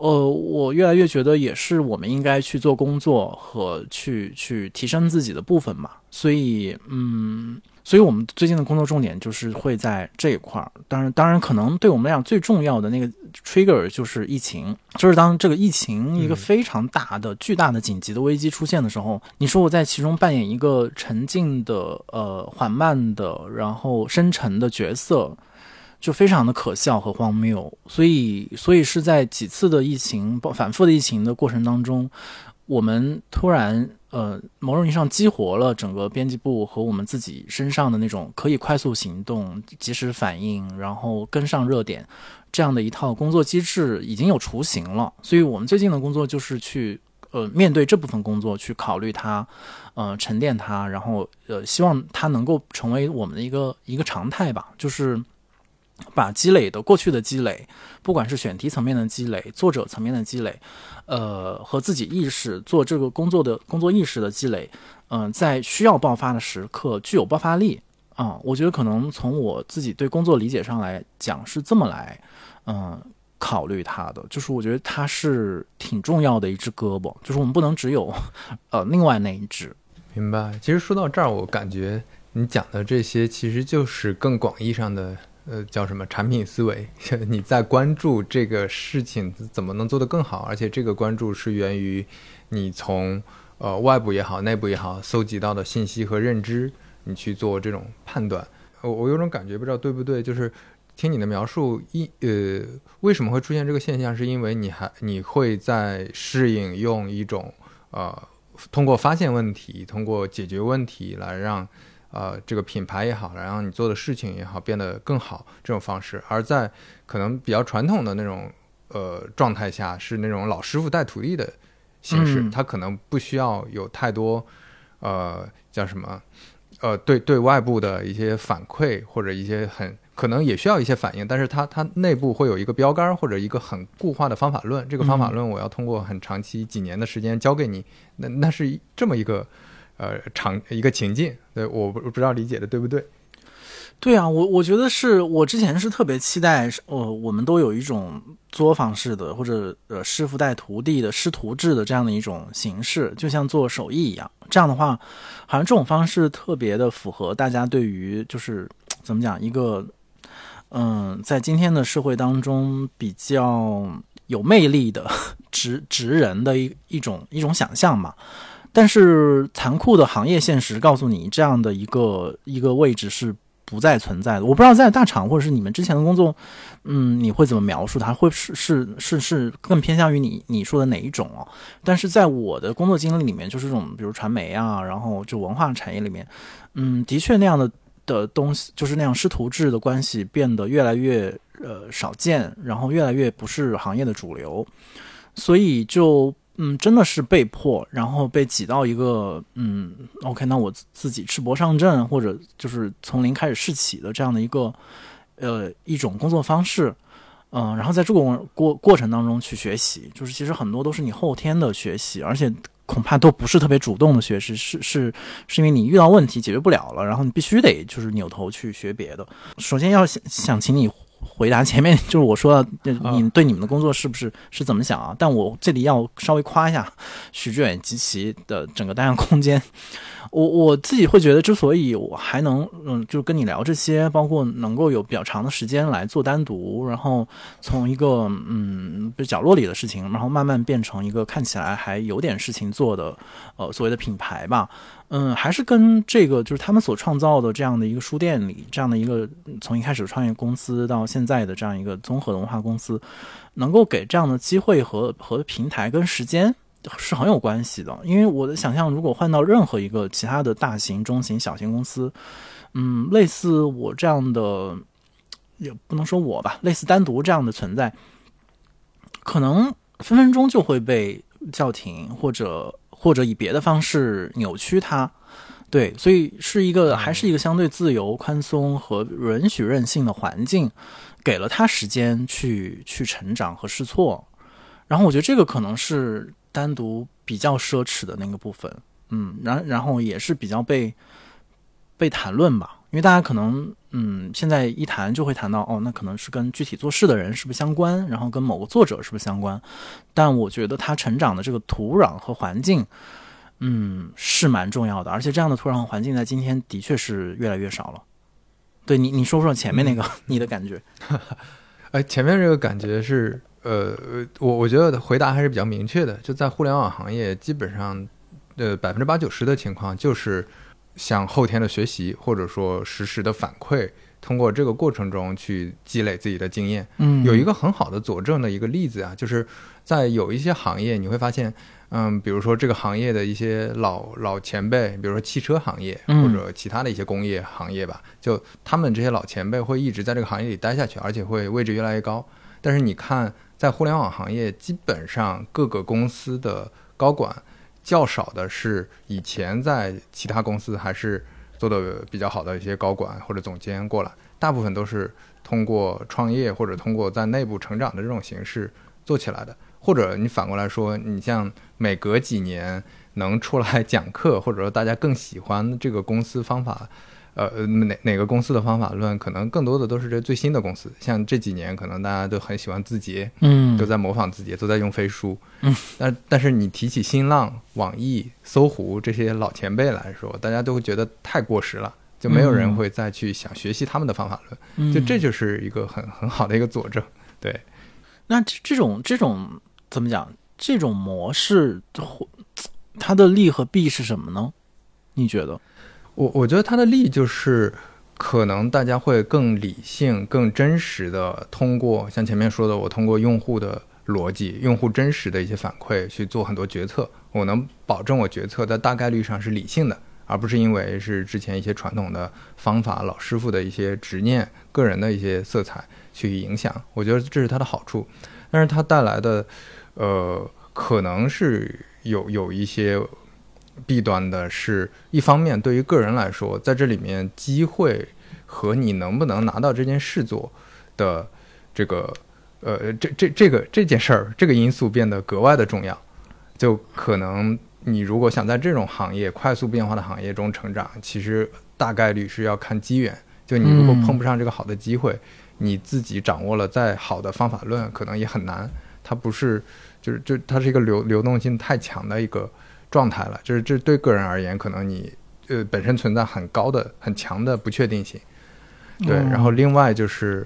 我越来越觉得也是我们应该去做工作和去提升自己的部分嘛。所以我们最近的工作重点就是会在这一块儿。当然可能对我们俩最重要的那个 trigger 就是疫情，就是当这个疫情一个非常大的、巨大的紧急的危机出现的时候，你说我在其中扮演一个沉静的、缓慢的，然后深沉的角色，就非常的可笑和荒谬。所以是在几次的疫情、反复的疫情的过程当中，我们突然某种意义上激活了整个编辑部和我们自己身上的那种可以快速行动、及时反应，然后跟上热点这样的一套工作机制已经有雏形了。所以我们最近的工作就是去面对这部分工作，去考虑它，沉淀它，然后希望它能够成为我们的一个常态吧，就是把过去的积累，不管是选题层面的积累、作者层面的积累，和自己意识做这个工作意识的积累，在需要爆发的时刻具有爆发力啊。我觉得可能从我自己对工作理解上来讲是这么来，考虑它的，就是我觉得它是挺重要的一只胳膊，就是我们不能只有另外那一只。 明白。其实说到这儿，我感觉你讲的这些其实就是更广义上的叫什么产品思维，你在关注这个事情怎么能做得更好，而且这个关注是源于你从外部也好内部也好搜集到的信息和认知，你去做这种判断。我有种感觉不知道对不对，就是听你的描述为什么会出现这个现象，是因为你会在适应用一种通过发现问题，通过解决问题来让这个品牌也好，然后你做的事情也好变得更好这种方式。而在可能比较传统的那种状态下，是那种老师傅带徒弟的形式，他可能不需要有太多叫什么对外部的一些反馈，或者一些可能也需要一些反应，但是它内部会有一个标杆或者一个很固化的方法论，这个方法论我要通过很长期几年的时间教给你，那是这么一个一个情境。对，我不知道理解的对不对。 对啊，我觉得是我之前是特别期待我们都有一种作坊式的或者师傅带徒弟的师徒制的这样的一种形式，就像做手艺一样。这样的话好像这种方式特别的符合大家对于就是怎么讲一个在今天的社会当中比较有魅力的职人的一种想象嘛。但是残酷的行业现实告诉你，这样的一个位置是不再存在的。我不知道在大厂或者是你们之前的工作，你会怎么描述它？会是更偏向于你说的哪一种哦？但是在我的工作经历里面，就是这种比如传媒啊，然后就文化产业里面，的确那样的东西，就是那样师徒制的关系变得越来越少见，然后越来越不是行业的主流，所以就真的是被迫，然后被挤到一个OK， 那我自己赤膊上阵，或者就是从零开始试起的这样的一种工作方式，然后在这个过程当中去学习，就是其实很多都是你后天的学习，而且恐怕都不是特别主动的学习，是因为你遇到问题解决不了了，然后你必须得就是扭头去学别的。首先要想请你回答前面就是我说你对你们的工作是不是怎么想啊？但我这里要稍微夸一下许志远及其的整个单向空间。我自己会觉得，之所以我还能就跟你聊这些，包括能够有比较长的时间来做单独，然后从一个角落里的事情，然后慢慢变成一个看起来还有点事情做的所谓的品牌吧。还是跟这个就是他们所创造的这样的一个书店里，这样的一个从一开始创业公司到现在的这样一个综合的文化公司，能够给这样的机会和平台跟时间是很有关系的。因为我的想象，如果换到任何一个其他的大型、中型、小型公司，类似我这样的，也不能说我吧，类似单独这样的存在，可能分分钟就会被叫停，或者以别的方式扭曲它。对，所以还是一个相对自由、宽松和允许任性的环境，给了他时间去成长和试错。然后我觉得这个可能是单独比较奢侈的那个部分，然后也是比较被谈论吧， 因为大家可能现在一谈就会谈到那可能是跟具体做事的人是不是相关，然后跟某个作者是不是相关，但我觉得他成长的这个土壤和环境是蛮重要的，而且这样的土壤和环境在今天的确是越来越少了。对，你说说前面那个你的感觉。 前面这个感觉是我觉得回答还是比较明确的，就在互联网行业基本上80%-90%的情况就是像后天的学习或者说实时的反馈，通过这个过程中去积累自己的经验。有一个很好的佐证的一个例子啊，就是在有一些行业你会发现比如说这个行业的一些老前辈，比如说汽车行业或者其他的一些工业行业吧，就他们这些老前辈会一直在这个行业里待下去，而且会位置越来越高。但是你看在互联网行业，基本上各个公司的高管较少的是以前在其他公司还是做的比较好的一些高管或者总监过来，大部分都是通过创业或者通过在内部成长的这种形式做起来的。或者你反过来说，你像每隔几年能出来讲课，或者说大家更喜欢这个公司方法哪个公司的方法论，可能更多的都是这最新的公司。像这几年可能大家都很喜欢字节，都在模仿字节，都在用飞书，但是你提起新浪、网易、搜狐这些老前辈来说，大家都会觉得太过时了，就没有人会再去想学习他们的方法论，就这就是一个很好的一个佐证。对， 那这种怎么讲？这种模式它的利和弊是什么呢？你觉得？ 我觉得它的利就是可能大家会更理性、更真实的通过像前面说的，我通过用户的逻辑、用户真实的一些反馈去做很多决策，我能保证我决策在大概率上是理性的，而不是因为是之前一些传统的方法、老师傅的一些执念、个人的一些色彩去影响。我觉得这是它的好处，但是它带来的可能是有一些弊端的，是一方面对于个人来说，在这里面机会和你能不能拿到这件事做的这个这件事儿，这个因素变得格外的重要。就可能你如果想在这种行业快速变化的行业中成长，其实大概率是要看机缘。就你如果碰不上这个好的机会，你自己掌握了再好的方法论，可能也很难。它不是就它是一个流动性太强的一个状态了，就是这对个人而言，可能你本身存在很高的很强的不确定性。对，然后另外就是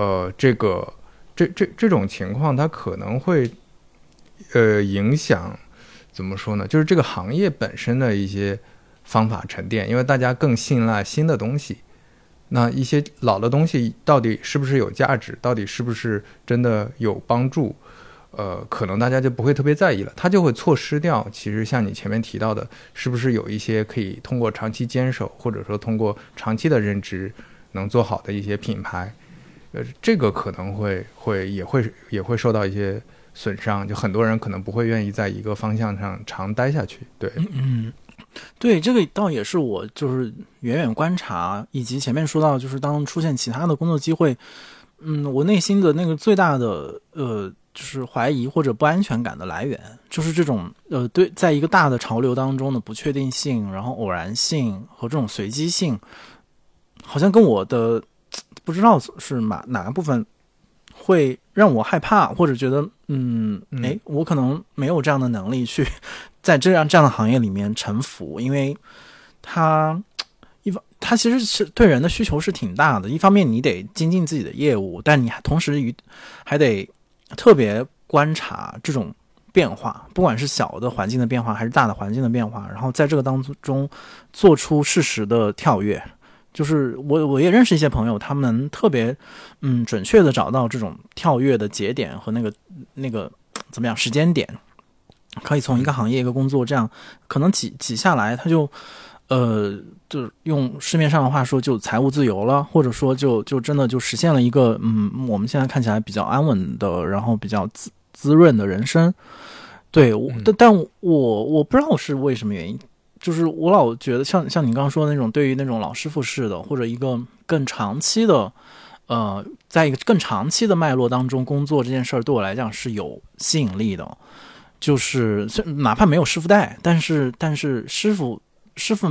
这种情况它可能会影响怎么说呢，就是这个行业本身的一些方法沉淀，因为大家更信赖新的东西，那一些老的东西到底是不是有价值，到底是不是真的有帮助，可能大家就不会特别在意了，它就会错失掉其实像你前面提到的，是不是有一些可以通过长期坚守，或者说通过长期的认知能做好的一些品牌，这个可能也会受到一些损伤，就很多人可能不会愿意在一个方向上长待下去。对， 对，这个倒也是我就是远远观察，以及前面说到就是当出现其他的工作机会，我内心的那个最大的就是怀疑或者不安全感的来源，就是这种对，在一个大的潮流当中的不确定性，然后偶然性和这种随机性，好像跟我的不知道是哪个部分会让我害怕，或者觉得我可能没有这样的能力去在这样的行业里面臣服，因为它其实是对人的需求是挺大的，一方面你得精进自己的业务，但你同时还得特别观察这种变化，不管是小的环境的变化还是大的环境的变化，然后在这个当中做出适时的跳跃。就是我也认识一些朋友，他们能特别准确的找到这种跳跃的节点和那个怎么样时间点，可以从一个行业一个工作这样可能挤下来，他就用市面上的话说就财务自由了，或者说就真的就实现了一个我们现在看起来比较安稳的，然后比较滋润的人生。对，但我不知道是为什么原因，就是我老觉得像你刚刚说的那种，对于那种老师傅式的，或者一个更长期的在一个更长期的脉络当中工作这件事儿，对我来讲是有吸引力的。就是哪怕没有师傅带，但是师傅们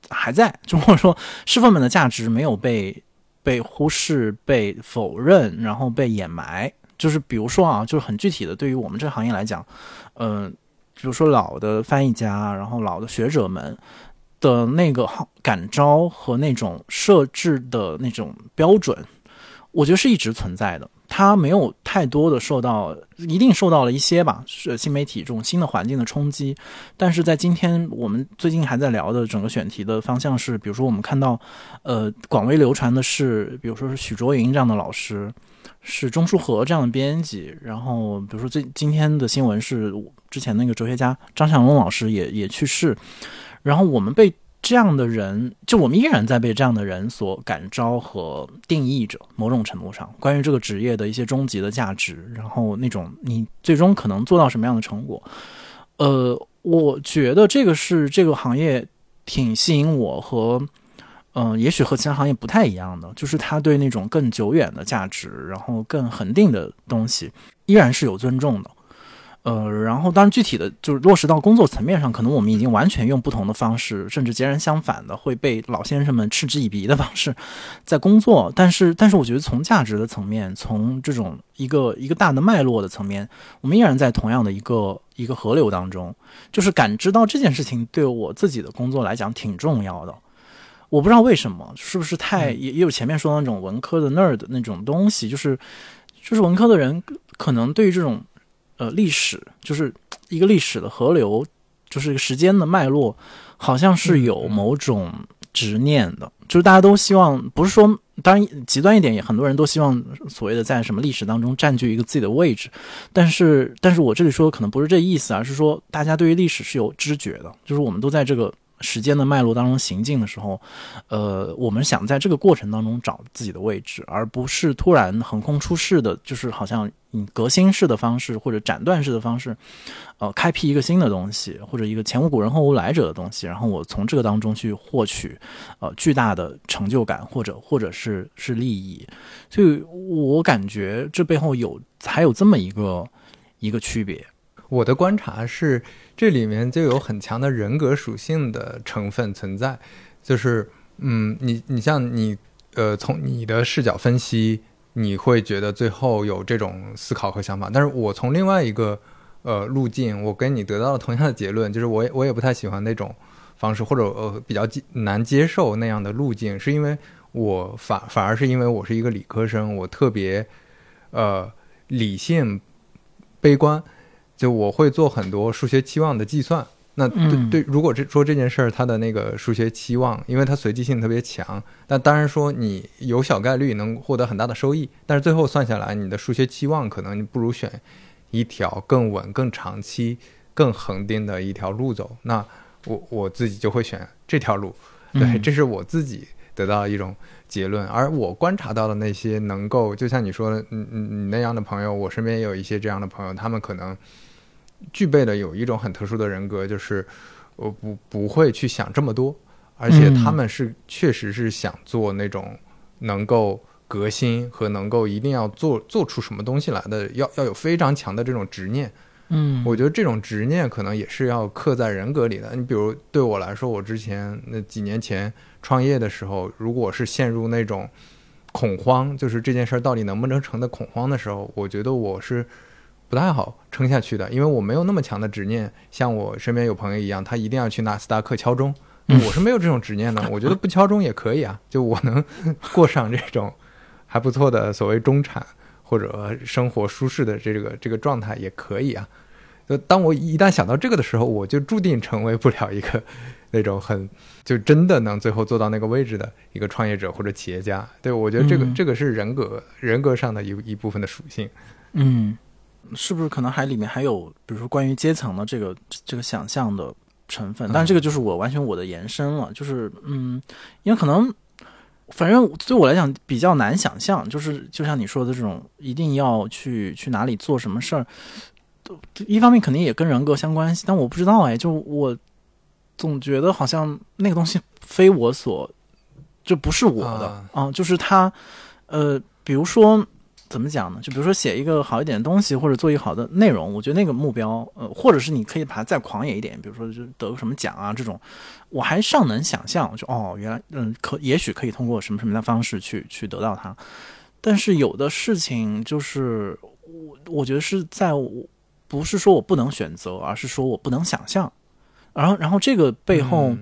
还在，就或者说师傅们的价值没有被忽视、被否认，然后被掩埋。就是比如说啊，就是很具体的，对于我们这个行业来讲，比如说老的翻译家，然后老的学者们的那个感召和那种设置的那种标准，我觉得是一直存在的。它没有太多的一定受到了一些吧，新媒体这种新的环境的冲击。但是在今天我们最近还在聊的整个选题的方向是，比如说我们看到广为流传的是，比如说是许卓莹这样的老师，是钟书和这样的编辑，然后比如说今天的新闻是之前那个哲学家张翔龙老师也去世，然后我们被这样的人，就我们依然在被这样的人所感召和定义着，某种程度上关于这个职业的一些终极的价值，然后那种你最终可能做到什么样的成果。我觉得这个是这个行业挺吸引我和也许和其他行业不太一样的，就是他对那种更久远的价值，然后更恒定的东西依然是有尊重的。然后当然具体的就是落实到工作层面上，可能我们已经完全用不同的方式，甚至截然相反的会被老先生们嗤之以鼻的方式在工作。但是我觉得从价值的层面，从这种一个大的脉络的层面，我们依然在同样的一个河流当中，就是感知到这件事情对我自己的工作来讲挺重要的。我不知道为什么，是不是也有前面说的那种文科的 nerd 那种东西，就是文科的人可能对于这种历史，就是一个历史的河流，就是一个时间的脉络，好像是有某种执念的。就是大家都希望，不是说当然极端一点，也很多人都希望所谓的在什么历史当中占据一个自己的位置，但是我这里说的可能不是这意思，而是说大家对于历史是有知觉的，就是我们都在这个时间的脉络当中行进的时候，我们想在这个过程当中找自己的位置，而不是突然横空出世的，就是好像以革新式的方式或者斩断式的方式，开辟一个新的东西，或者一个前无古人后无来者的东西，然后我从这个当中去获取巨大的成就感，或者是利益。所以我感觉这背后还有这么一个区别。 我的观察是，这里面就有很强的人格属性的成分存在，就是你像你从你的视角分析，你会觉得最后有这种思考和想法，但是我从另外一个路径，我跟你得到了同样的结论，就是我也不太喜欢那种方式，或者比较难接受那样的路径，是因为我反而是因为我是一个理科生，我特别理性悲观。就我会做很多数学期望的计算，那对，如果说这件事儿它的那个数学期望，因为它随机性特别强，但当然说你有小概率能获得很大的收益，但是最后算下来，你的数学期望可能你不如选一条更稳、更长期、更恒定的一条路走。那我自己就会选这条路，对，这是我自己得到一种结论。而我观察到的那些能够，就像你说的，你那样的朋友，我身边也有一些这样的朋友，他们可能具备的有一种很特殊的人格，就是我不会去想这么多，而且他们确实是想做那种能够革新和能够一定要做出什么东西来的，要有非常强的这种执念。我觉得这种执念可能也是要刻在人格里的。你比如对我来说，我之前那几年前创业的时候，如果是陷入那种恐慌，就是这件事到底能不能成的恐慌的时候，我觉得我是不太好撑下去的，因为我没有那么强的执念，像我身边有朋友一样，他一定要去纳斯达克敲钟，我是没有这种执念的。我觉得不敲钟也可以啊，就我能过上这种还不错的所谓中产或者生活舒适的这个状态也可以啊。就当我一旦想到这个的时候，我就注定成为不了一个那种就真的能最后做到那个位置的一个创业者或者企业家。对，我觉得这个是人格上的一部分的属性。 是不是可能里面还有比如说关于阶层的这个想象的成分？但是这个就是完全我的延伸了，就是因为可能反正对我来讲比较难想象，就是就像你说的这种一定要去哪里做什么事儿，一方面肯定也跟人格相关系，但我不知道就我总觉得好像那个东西非我所，就不是我的就是它比如说怎么讲呢？就比如说写一个好一点的东西，或者做一个好的内容，我觉得那个目标，或者是你可以把它再狂野一点，比如说就得个什么奖啊这种，我还尚能想象，就原来也许可以通过什么什么的方式去得到它。但是有的事情就是我觉得是不是说我不能选择，而是说我不能想象。然后这个背后，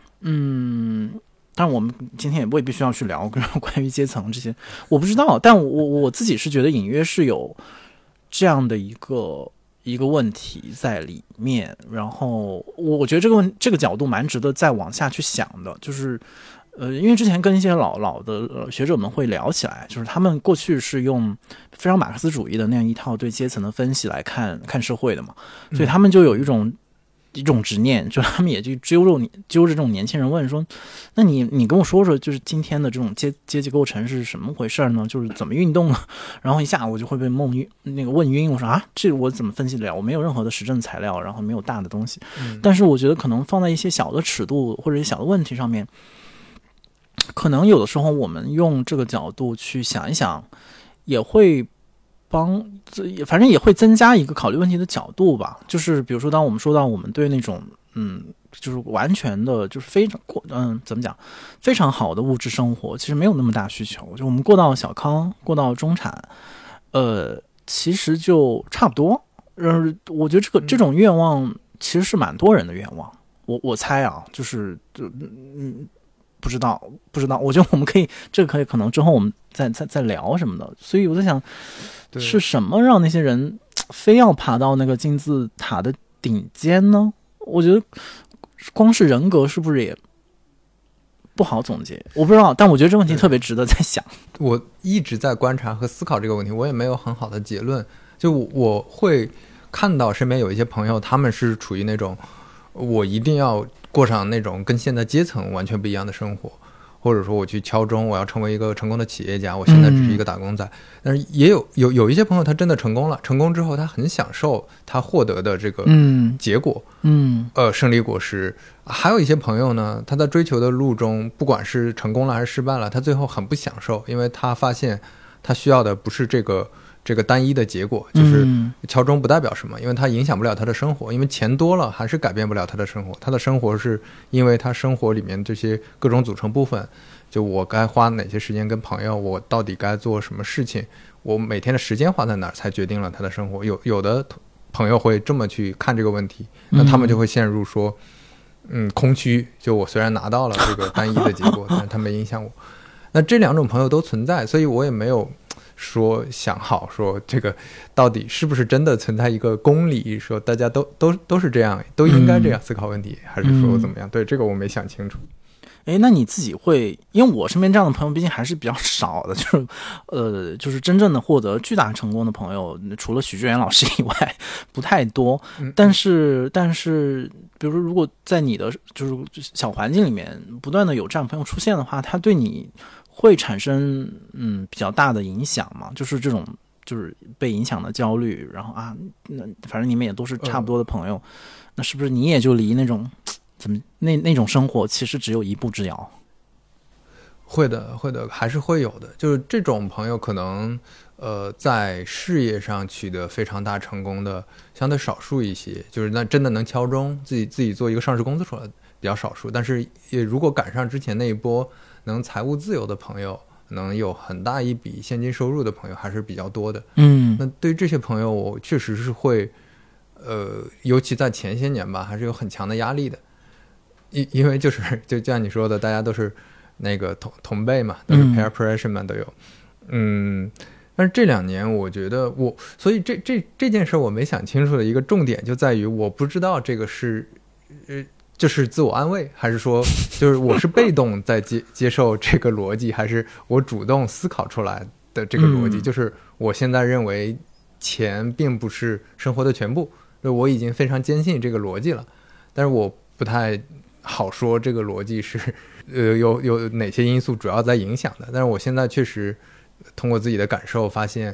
但我们今天也未必需要去聊关于阶层这些，我不知道。但我自己是觉得隐约是有这样的一个问题在里面。然后我觉得这个角度蛮值得再往下去想的，就是因为之前跟一些老的学者们会聊起来，就是他们过去是用非常马克思主义的那样一套对阶层的分析来看社会的嘛，所以他们就有一种执念，就他们也就揪着这种年轻人问说，那你跟我说说，就是今天的这种阶级构成是什么回事呢？就是怎么运动呢？然后一下我就会被问晕，我说啊，这我怎么分析得了？我没有任何的实证材料，然后没有大的东西。但是我觉得可能放在一些小的尺度或者一些小的问题上面，可能有的时候我们用这个角度去想一想，也会反正也会增加一个考虑问题的角度吧。就是比如说当我们说到我们对那种就是完全的就是非常怎么讲非常好的物质生活其实没有那么大需求，就我们过到小康过到中产其实就差不多。我觉得这种愿望其实是蛮多人的愿望，我猜啊，就是不知道，我觉得我们可以可能之后我们再聊什么的。所以我在想，是什么让那些人非要爬到那个金字塔的顶尖呢？我觉得光是人格是不是也不好总结，我不知道。但我觉得这个问题特别值得再想。 我一直在观察和思考这个问题，我也没有很好的结论。就我会看到身边有一些朋友，他们是处于那种我一定要过上那种跟现在阶层完全不一样的生活，或者说我去敲钟，我要成为一个成功的企业家，我现在只是一个打工仔。但是也有一些朋友他真的成功了，成功之后他很享受他获得的这个结果，胜利果实。还有一些朋友呢，他在追求的路中，不管是成功了还是失败了，他最后很不享受，因为他发现他需要的不是这个单一的结果，就是敲钟不代表什么，因为它影响不了他的生活，因为钱多了还是改变不了他的生活。他的生活是因为他生活里面这些各种组成部分，就我该花哪些时间跟朋友，我到底该做什么事情，我每天的时间花在哪儿，才决定了他的生活。有的朋友会这么去看这个问题，那他们就会陷入说空虚，就我虽然拿到了这个单一的结果，但是它没影响我。那这两种朋友都存在，所以我也没有说想好说这个到底是不是真的存在一个公理，说大家都是这样，都应该这样思考问题，还是说怎么样？对，这个我没想清楚。 那你自己会，因为我身边这样的朋友毕竟还是比较少的，就是真正的获得巨大成功的朋友，除了许志远老师以外不太多。但是比如说如果在你的就是小环境里面不断的有这样的朋友出现的话，他对你会产生比较大的影响嘛？就是这种就是被影响的焦虑，然后那反正你们也都是差不多的朋友，那是不是你也就离那种怎么那种生活其实只有一步之遥？ 会的，还是会有的。就是这种朋友可能在事业上取得非常大成功的相对少数一些，就是那真的能敲钟自己做一个上市公司出来的比较少数。但是也如果赶上之前那一波能财务自由的朋友，能有很大一笔现金收入的朋友还是比较多的。那对于这些朋友我确实是会尤其在前些年吧，还是有很强的压力的。因为就像你说的，大家都是那个同辈嘛，都是 peer pressure 嘛，都有。但是这2年我觉得所以这件事我没想清楚的一个重点就在于，我不知道这个是就是自我安慰，还是说就是我是被动在接受这个逻辑，还是我主动思考出来的这个逻辑。就是我现在认为钱并不是生活的全部，我已经非常坚信这个逻辑了，但是我不太好说这个逻辑是有哪些因素主要在影响的。但是我现在确实通过自己的感受发现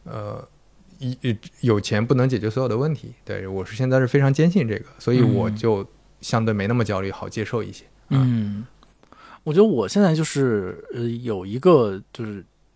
有钱不能解决所有的问题。对，我是现在是非常坚信这个，所以我就相对没那么焦虑，好接受一些。 我觉得我现在就是有一个就是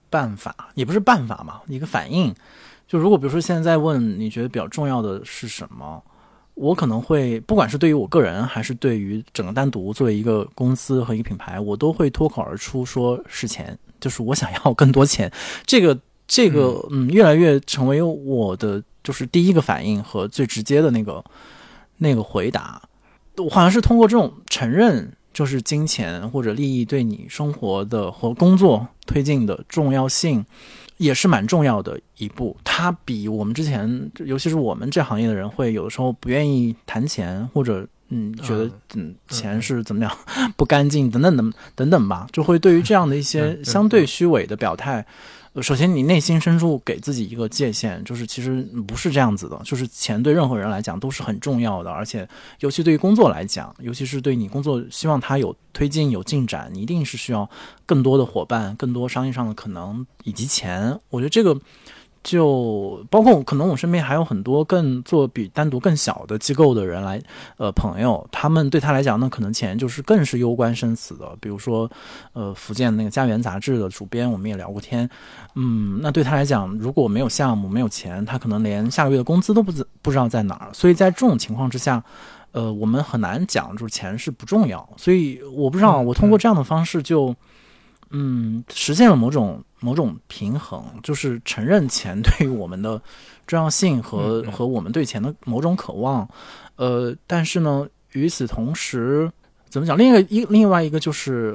办法，也不是办法嘛，一个反应。就如果比如说现在问你觉得比较重要的是什么，我可能会不管是对于我个人还是对于整个单独作为一个公司和一个品牌，我都会脱口而出说是钱，就是我想要更多钱。这个越来越成为我的就是第一个反应和最直接的那个回答。我好像是通过这种承认，就是金钱或者利益对你生活的和工作推进的重要性，也是蛮重要的一步。它比我们之前，尤其是我们这行业的人，会有的时候不愿意谈钱，或者觉得钱是怎么样不干净等等吧，就会对于这样的一些相对虚伪的表态。首先你内心深处给自己一个界限，就是其实不是这样子的，就是钱对任何人来讲都是很重要的，而且尤其对于工作来讲，尤其是对你工作希望它有推进有进展，你一定是需要更多的伙伴，更多商业上的可能以及钱。我觉得这个就包括可能我身边还有很多做比单独更小的机构的人来朋友，他们对他来讲那可能钱就是更是攸关生死的。比如说福建那个家园杂志的主编，我们也聊过天，那对他来讲如果没有项目没有钱，他可能连下个月的工资都不知道在哪儿。所以在这种情况之下我们很难讲就是钱是不重要。所以我不知道我通过这样的方式就实现了某种平衡，就是承认钱对于我们的重要性和我们对钱的某种渴望。但是呢，与此同时，怎么讲？另外一个就是，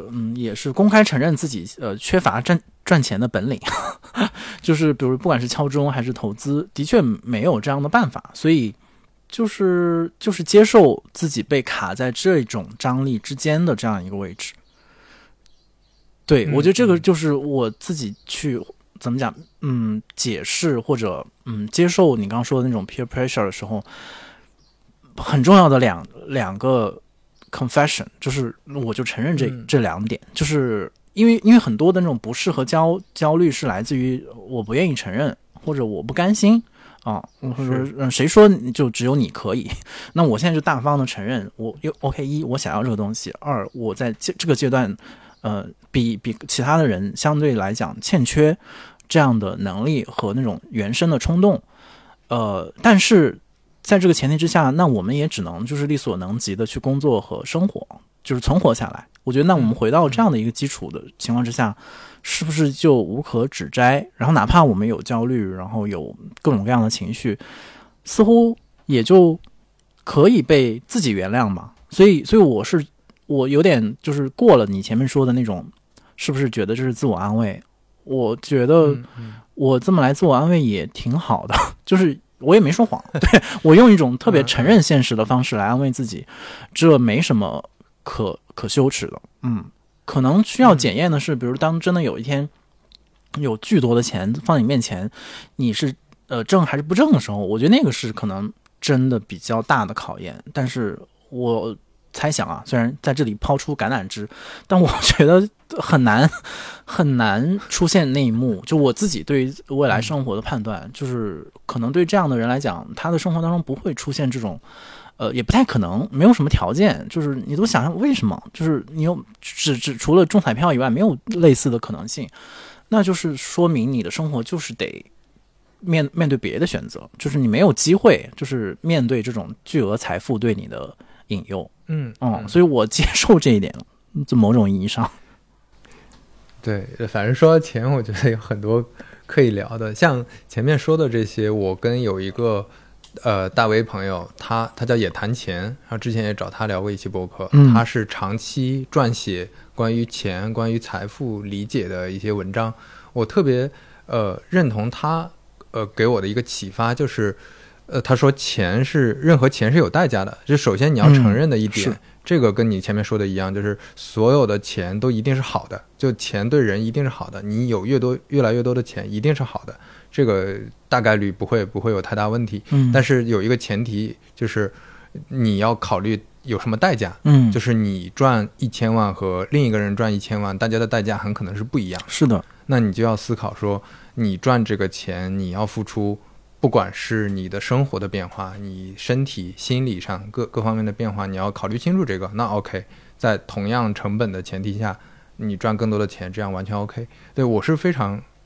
也是公开承认自己缺乏赚钱的本领，就是比如不管是敲钟还是投资，的确没有这样的办法，所以就是接受自己被卡在这种张力之间的这样一个位置。对，我觉得这个就是我自己去怎么讲，解释或者接受你刚刚说的那种 peer pressure 的时候，很重要的两个 confession， 就是我就承认这两点，就是因为很多的那种不适和焦虑是来自于我不愿意承认或者我不甘心啊，或者谁说就只有你可以？那我现在就大方的承认，我OK，一我想要这个东西，二我在这个阶段。比其他的人相对来讲欠缺这样的能力和那种原生的冲动，但是在这个前提之下，那我们也只能就是力所能及的去工作和生活，就是存活下来。我觉得那我们回到这样的一个基础的情况之下，是不是就无可指摘？然后哪怕我们有焦虑，然后有各种各样的情绪，似乎也就可以被自己原谅嘛。所以我有点就是过了你前面说的那种，是不是觉得这是自我安慰？我觉得我这么来自我安慰也挺好的，就是我也没说谎，对，我用一种特别承认现实的方式来安慰自己，这没什么可羞耻的。可能需要检验的是，比如当真的有一天有巨多的钱放你面前，你是挣还是不挣的时候，我觉得那个是可能真的比较大的考验。但是我猜想啊，虽然在这里抛出橄榄枝，但我觉得很难出现那一幕。就我自己对于未来生活的判断，就是可能对这样的人来讲，他的生活当中不会出现这种，也不太可能，没有什么条件。就是你都想象为什么？就是你有只除了中彩票以外，没有类似的可能性，那就是说明你的生活就是得面对别的选择，就是你没有机会，就是面对这种巨额财富对你的引诱。所以我接受这一点了，在某种意义上。 对，反正说到钱，我觉得有很多可以聊的。像前面说的这些，我跟有一个大 V 朋友，他叫也谈钱，然后之前也找他聊过一期播客，他是长期撰写关于钱、关于财富理解的一些文章。我特别认同他给我的一个启发，就是他说任何钱是有代价的，就首先你要承认的一点，这个跟你前面说的一样，就是所有的钱都一定是好的，就钱对人一定是好的，你有越来越多的钱一定是好的，这个大概率不会有太大问题。但是有一个前提，就是你要考虑有什么代价，就是你赚1000万和另一个人赚1000万，大家的代价很可能是不一样。 是的， 那你就要思考说，你赚这个钱，你要付出，不管是你的生活的变化，你身体心理上各方面的变化，你要考虑清楚这个。那 OK， 在同样成本的前提下，你赚更多的钱，这样完全 OK。对，我是非常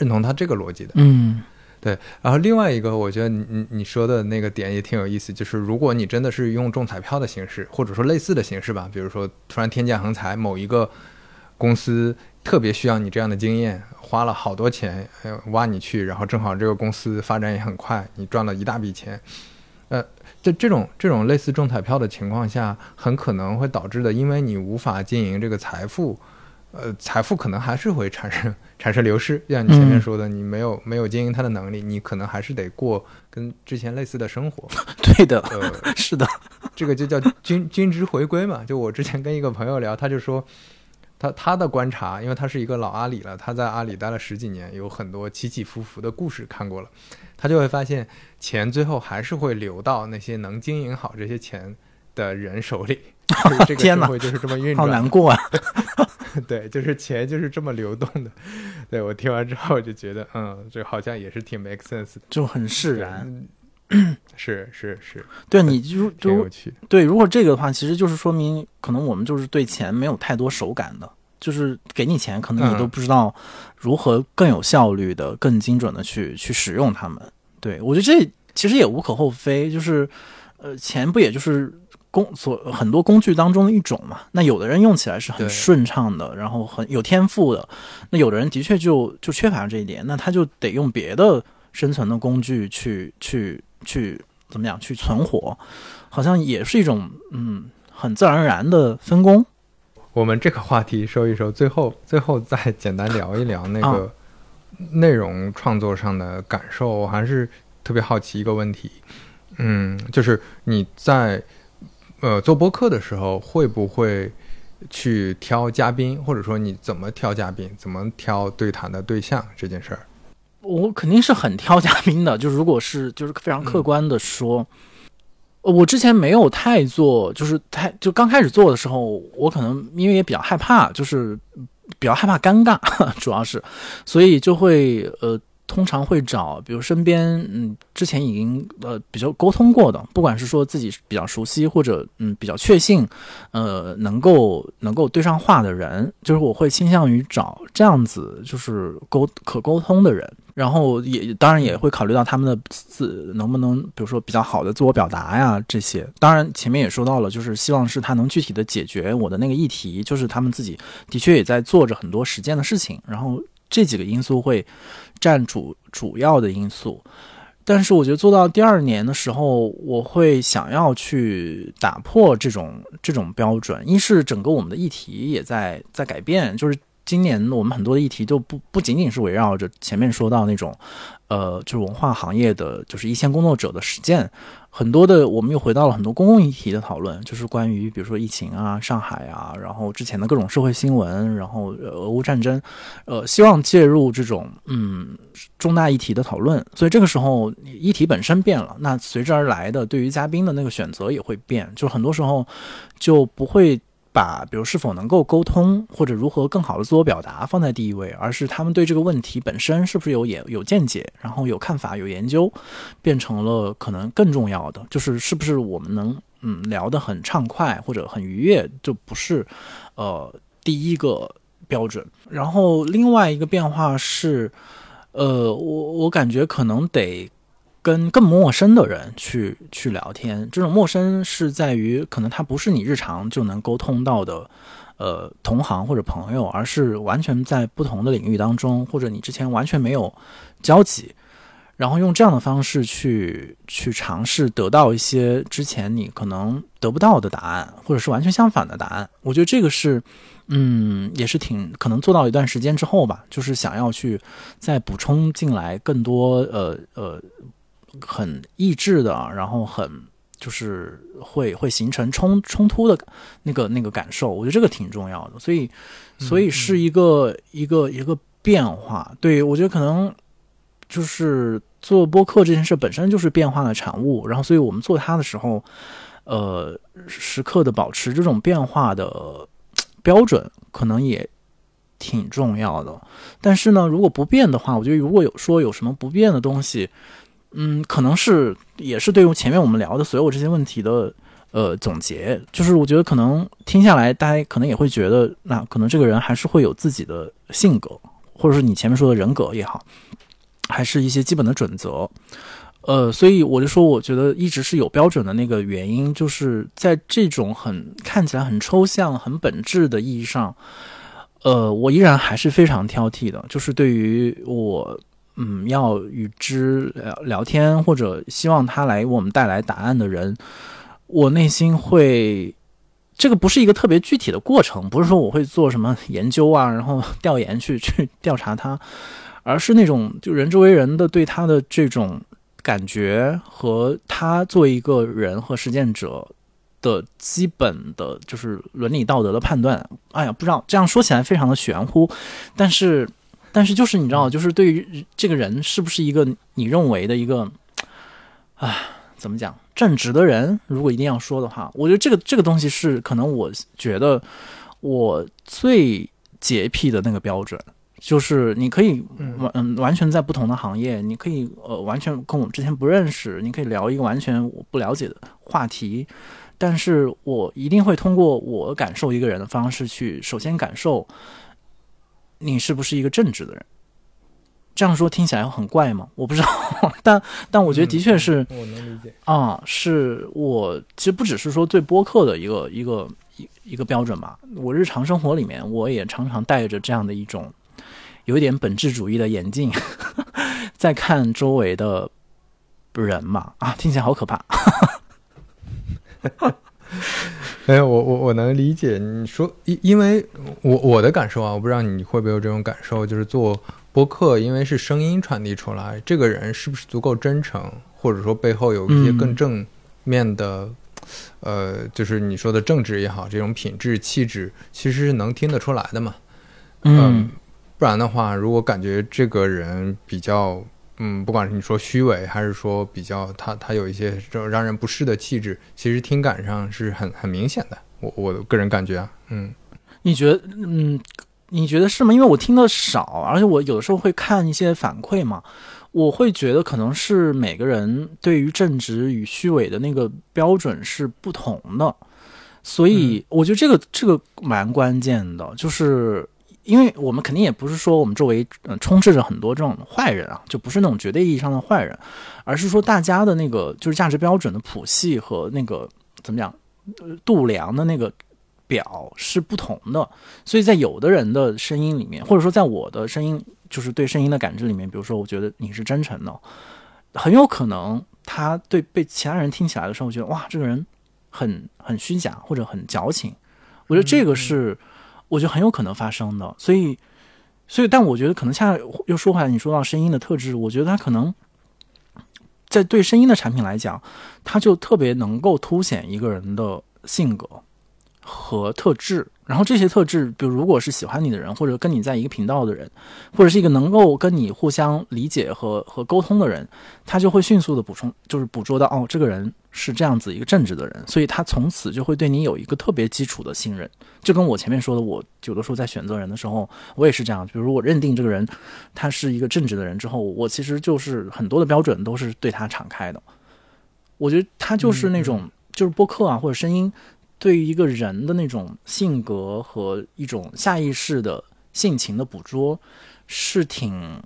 认同他这个逻辑的。对。然后另外一个，我觉得你说的那个点也挺有意思，就是如果你真的是用中彩票的形式，或者说类似的形式吧，比如说突然天降横财，某一个公司特别需要你这样的经验，花了好多钱挖你去，然后正好这个公司发展也很快，你赚了一大笔钱，这种类似中彩票的情况下，很可能会导致的，因为你无法经营这个财富，财富可能还是会产生流失，像你前面说的，你没有经营它的能力，你可能还是得过跟之前类似的生活。 对的，是的， 这个就叫均值回归嘛。就我之前跟一个朋友聊，他就说他的观察，因为他是一个老阿里了，他在阿里待了10几年，有很多起起伏伏的故事看过了，他就会发现钱最后还是会流到那些能经营好这些钱的人手里。这个社会就是这么运转。 好难过啊。 对，就是钱就是这么流动的。对，我听完之后就觉得这好像也是挺 make sense 的， 就很释然。 是对，你挺有趣的。 对，如果这个的话，其实就是说明可能我们就是对钱没有太多手感的，就是给你钱，可能你都不知道如何更有效率的、更精准的去使用它们。对，我觉得这其实也无可厚非，就是钱不也就是很多工具当中的一种嘛。那有的人用起来是很顺畅的，然后很有天赋的，那有的人的确就缺乏这一点，那他就得用别的生存的工具去怎么样去存活，好像也是一种很自然而然的分工。 我们这个话题收一收，最后再简单聊一聊那个内容创作上的感受。我还是特别好奇一个问题，就是你在做播客的时候会不会去挑嘉宾，或者说你怎么挑嘉宾，怎么挑对谈的对象这件事儿？ 我肯定是很挑嘉宾的，就如果是就是非常客观的说，我之前没有太做，就刚开始做的时候，我可能因为也比较害怕，就是比较害怕尴尬，主要是，所以就会通常会找比如身边之前已经比较沟通过的，不管是说自己比较熟悉或者比较确信能够对上话的人，就是我会倾向于找这样子就是可沟通的人，然后也当然也会考虑到他们的能不能比如说比较好的自我表达呀这些。当然前面也说到了，就是希望是他能具体的解决我的那个议题，就是他们自己的确也在做着很多实践的事情，然后这几个因素会占主要的因素。但是我觉得做到第2年的时候，我会想要去打破这种标准。一是整个我们的议题也在改变，就是今年我们很多的议题就不仅仅是围绕着前面说到那种就是文化行业的就是一线工作者的实践，很多的我们又回到了很多公共议题的讨论，就是关于比如说疫情啊、上海啊，然后之前的各种社会新闻，然后俄乌战争，希望介入这种重大议题的讨论。所以这个时候议题本身变了，那随之而来的对于嘉宾的那个选择也会变，就很多时候就不会把比如是否能够沟通或者如何更好的自我表达放在第一位，而是他们对这个问题本身是不是有见解，然后有看法有研究，变成了可能更重要的，就是是不是我们能聊得很畅快或者很愉悦，就不是第一个标准。然后另外一个变化是我感觉可能得跟更陌生的人去聊天，这种陌生是在于可能他不是你日常就能沟通到的同行或者朋友，而是完全在不同的领域当中，或者你之前完全没有交集，然后用这样的方式去尝试得到一些之前你可能得不到的答案，或者是完全相反的答案。我觉得这个是也是挺可能做到一段时间之后吧，就是想要去再补充进来更多很益智的，然后很就是会形成冲突的那个感受，我觉得这个挺重要的。所以是一个变化。对，我觉得可能就是做播客这件事本身就是变化的产物，然后所以我们做它的时候时刻的保持这种变化的标准可能也挺重要的。但是呢，如果不变的话，我觉得如果有什么不变的东西，可能也是对于前面我们聊的所有这些问题的总结。就是我觉得可能听下来大家可能也会觉得，那可能这个人还是会有自己的性格， 或者是你前面说的人格也好，还是一些基本的准则。所以我就说，我觉得一直是有标准的那个原因，就是在这种看起来很抽象、很本质的意义上，我依然还是非常挑剔的。就是对于我，要与之聊天，或者希望他来为我们带来答案的人，我内心会，这个不是一个特别具体的过程，不是说我会做什么研究啊，然后调研去调查他，而是那种就人之为人的对他的这种感觉和他作为一个人和实践者的基本的就是伦理道德的判断。哎呀，不知道这样说起来非常的玄乎，但是就是你知道，就是对于这个人是不是一个你认为的一个怎么讲正直的人，如果一定要说的话，我觉得这个东西是可能我觉得我最洁癖的那个标准。就是你可以完全在不同的行业，你可以完全跟我之前不认识，你可以聊一个完全我不了解的话题，但是我一定会通过我感受一个人的方式去首先感受你是不是一个正直的人。这样说听起来很怪吗？我不知道，但我觉得的确是， 我能理解是我其实不只是说对播客的一个标准吧，我日常生活里面我也常常带着这样的一种有一点本质主义的眼镜在看周围的人嘛，听起来好可怕。 我能理解你说，因为我的感受啊，我不知道你会不会有这种感受，就是做播客，因为是声音传递出来，这个人是不是足够真诚，或者说背后有一些更正面的，就是你说的正直也好，这种品质气质，其实是能听得出来的嘛。不然的话，如果感觉这个人比较，不管是你说虚伪，还是说比较他有一些这种让人不适的气质，其实听感上是很明显的。我个人感觉啊， 你觉得是吗？因为我听的少，而且我有的时候会看一些反馈嘛，我会觉得可能是每个人对于正直与虚伪的那个标准是不同的，所以我觉得这个蛮关键的，就是因为我们肯定也不是说我们周围充斥着很多这种坏人啊，就不是那种绝对意义上的坏人，而是说大家的那个就是价值标准的谱系和那个怎么讲度量的那个表是不同的，所以在有的人的声音里面，或者说在我的声音就是对声音的感知里面，比如说我觉得你是真诚的，很有可能他被其他人听起来的时候，我觉得哇这个人很虚假或者很矫情，我觉得这个是我觉得很有可能发生的，所以但我觉得可能恰又说回来，你说到声音的特质，我觉得它可能在对声音的产品来讲，它就特别能够凸显一个人的性格和特质，然后这些特质，比如如果是喜欢你的人，或者跟你在一个频道的人，或者是一个能够跟你互相理解和沟通的人，他就会迅速的捕捉到这个人是这样子一个正直的人，所以他从此就会对你有一个特别基础的信任。就跟我前面说的，我有的时候在选择人的时候，我也是这样，比如我认定这个人他是一个正直的人之后，我其实就是很多的标准都是对他敞开的。我觉得他就是那种就是播客啊或者声音对于一个人的那种性格和一种下意识的性情的捕捉是挺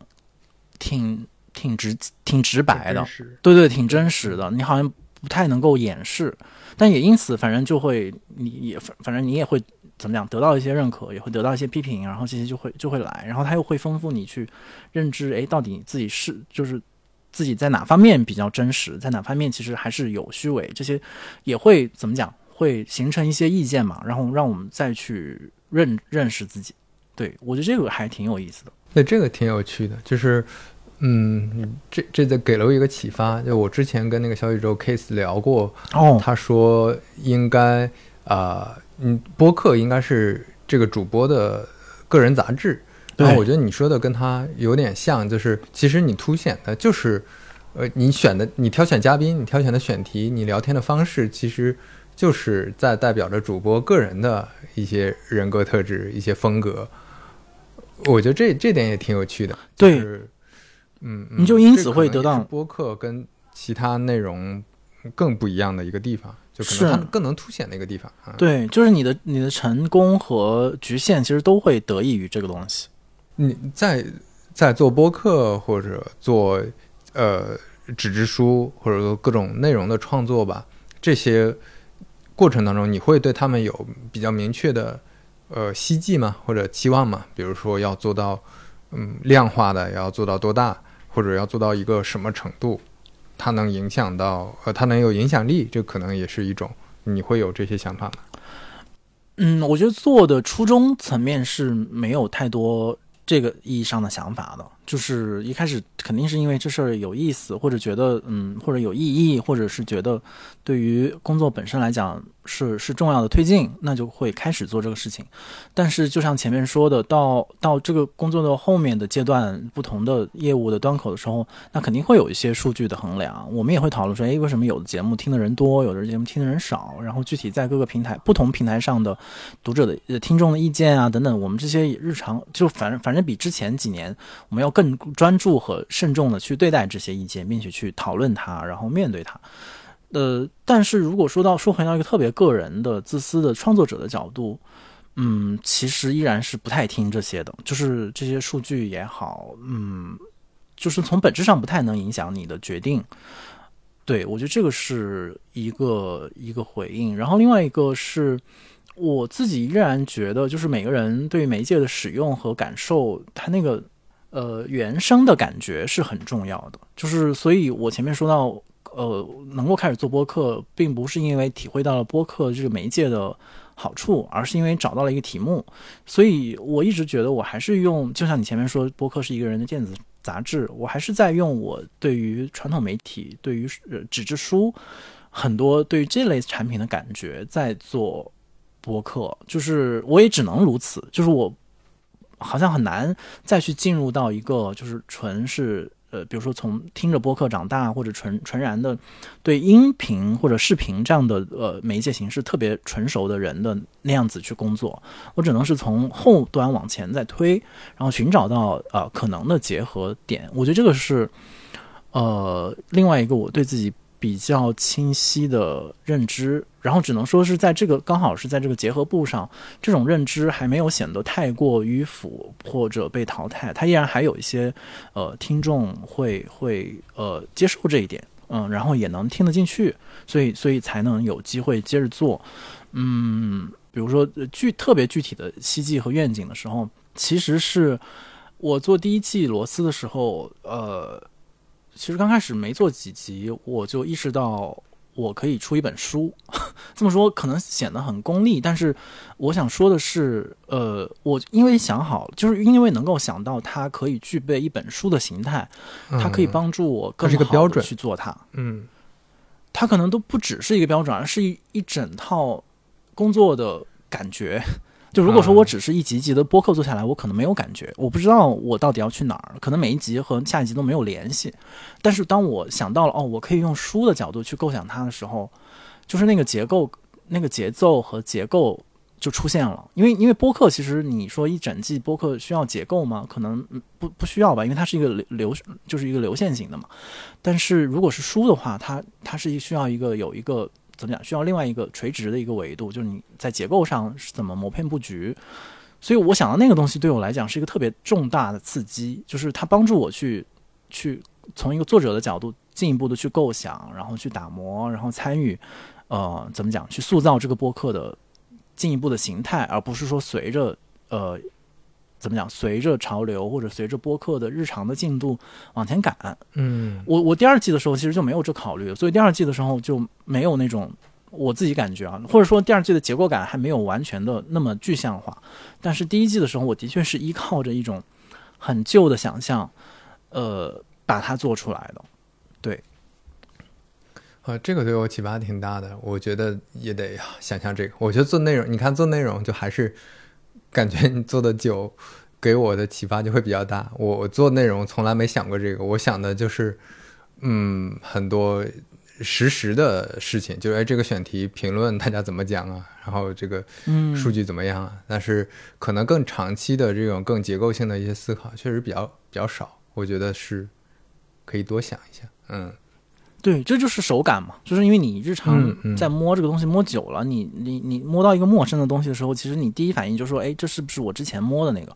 直白的，对，挺真实的，你好像不太能够掩饰，但也因此反正就会反正你也会怎么讲得到一些认可，也会得到一些批评，然后这些就会来，然后他又会丰富你去认知，到底自己是就是自己在哪方面比较真实，在哪方面其实还是有虚伪，这些也会怎么讲会形成一些意见嘛，然后让我们再去认识自己。对，我觉得这个还挺有意思的。 对，这个挺有趣的，就是这给了我一个启发。就我之前跟那个小宇宙 Case 聊过，他说应该播客应该是这个主播的个人杂志。然后我觉得你说的跟他有点像，就是其实你凸显的就是你挑选嘉宾，你挑选的选题，你聊天的方式，其实就是在代表着主播个人的一些人格特质，一些风格。我觉得这点也挺有趣的。 对， 就是你就因此会得到播客跟其他内容更不一样的一个地方，就可能它更能凸显的一个地方。 对，就是你的成功和局限其实都会得益于这个东西。 你在做播客或者做纸质书或者说各种内容的创作吧，这些过程当中，你会对他们有比较明确的希冀吗？或者期望吗？比如说要做到量化的，要做到多大，或者要做到一个什么程度，它能影响到它能有影响力，这可能也是一种，你会有这些想法吗？ 我觉得做的初衷层面是没有太多这个意义上的想法的，就是一开始肯定是因为这事儿有意思，或者觉得或者有意义，或者是觉得对于工作本身来讲是重要的推进，那就会开始做这个事情。但是就像前面说的，到这个工作的后面的阶段，不同的业务的端口的时候，那肯定会有一些数据的衡量。我们也会讨论说，为什么有的节目听的人多，有的节目听的人少，然后具体在各个平台不同平台上的读者的听众的意见啊等等，我们这些日常就反正比之前几年我们要更专注和慎重的去对待这些意见，并且去讨论它，然后面对它。但是如果说回到一个特别个人的自私的创作者的角度，其实依然是不太听这些的，就是这些数据也好，就是从本质上不太能影响你的决定。对，我觉得这个是一个回应。然后另外一个是我自己依然觉得，就是每个人对媒介的使用和感受，它那个原生的感觉是很重要的。就是所以我前面说到能够开始做播客，并不是因为体会到了播客这个媒介的好处，而是因为找到了一个题目。所以我一直觉得我还是用，就像你前面说播客是一个人的电子杂志，我还是在用我对于传统媒体，对于纸质书很多对于这类产品的感觉在做播客。就是我也只能如此，就是我好像很难再去进入到一个就是纯是比如说从听着播客长大，或者纯然的对音频或者视频这样的媒介形式特别纯熟的人的那样子去工作。我只能是从后端往前再推，然后寻找到可能的结合点。我觉得这个是另外一个我对自己比较清晰的认知，然后只能说是在这个刚好是在这个结合部上，这种认知还没有显得太过迂腐或者被淘汰，它依然还有一些听众会接受这一点，然后也能听得进去，所以才能有机会接着做。比如说特别具体的希冀和愿景的时候，其实是我做第一季螺丝的时候，其实刚开始没做几集，我就意识到我可以出一本书。这么说可能显得很功利，但是我想说的是，我因为想好，就是因为能够想到它可以具备一本书的形态，它可以帮助我更好的去做它。它可能都不只是一个标准，而是一整套工作的感觉。就如果说我只是一集集的播客做下来，我可能没有感觉，我不知道我到底要去哪儿，可能每一集和下一集都没有联系。但是当我想到了我可以用书的角度去构想它的时候，就是那个节奏和结构就出现了。因为播客其实你说一整季播客需要结构吗？可能不需要吧，因为它是一个就是一个流线型的嘛。但是如果是书的话，它是需要有一个怎么讲，需要另外一个垂直的一个维度，就是你在结构上是怎么谋篇布局。所以我想到那个东西对我来讲是一个特别重大的刺激，就是它帮助我去从一个作者的角度进一步的去构想，然后去打磨，然后参与怎么讲，去塑造这个播客的进一步的形态，而不是说随着怎么讲，随着潮流或者随着播客的日常的进度往前赶。我第二季的时候其实就没有这考虑，所以第二季的时候就没有那种，我自己感觉或者说第二季的结构感还没有完全的那么具象化。但是第一季的时候，我的确是依靠着一种很旧的想象把它做出来的。对， 这个对我启发挺大的。我觉得也得想象这个，我觉得做内容，你看做内容就还是感觉你做的久，给我的启发就会比较大。我做内容从来没想过这个，我想的就是很多实时的事情，就是这个选题评论大家怎么讲啊，然后这个数据怎么样啊。但是可能更长期的这种更结构性的一些思考确实比较少，我觉得是可以多想一下。 对，这就是手感嘛，就是因为你日常在摸这个东西摸久了，你摸到一个陌生的东西的时候，其实你第一反应就是说，这是不是我之前摸的那个？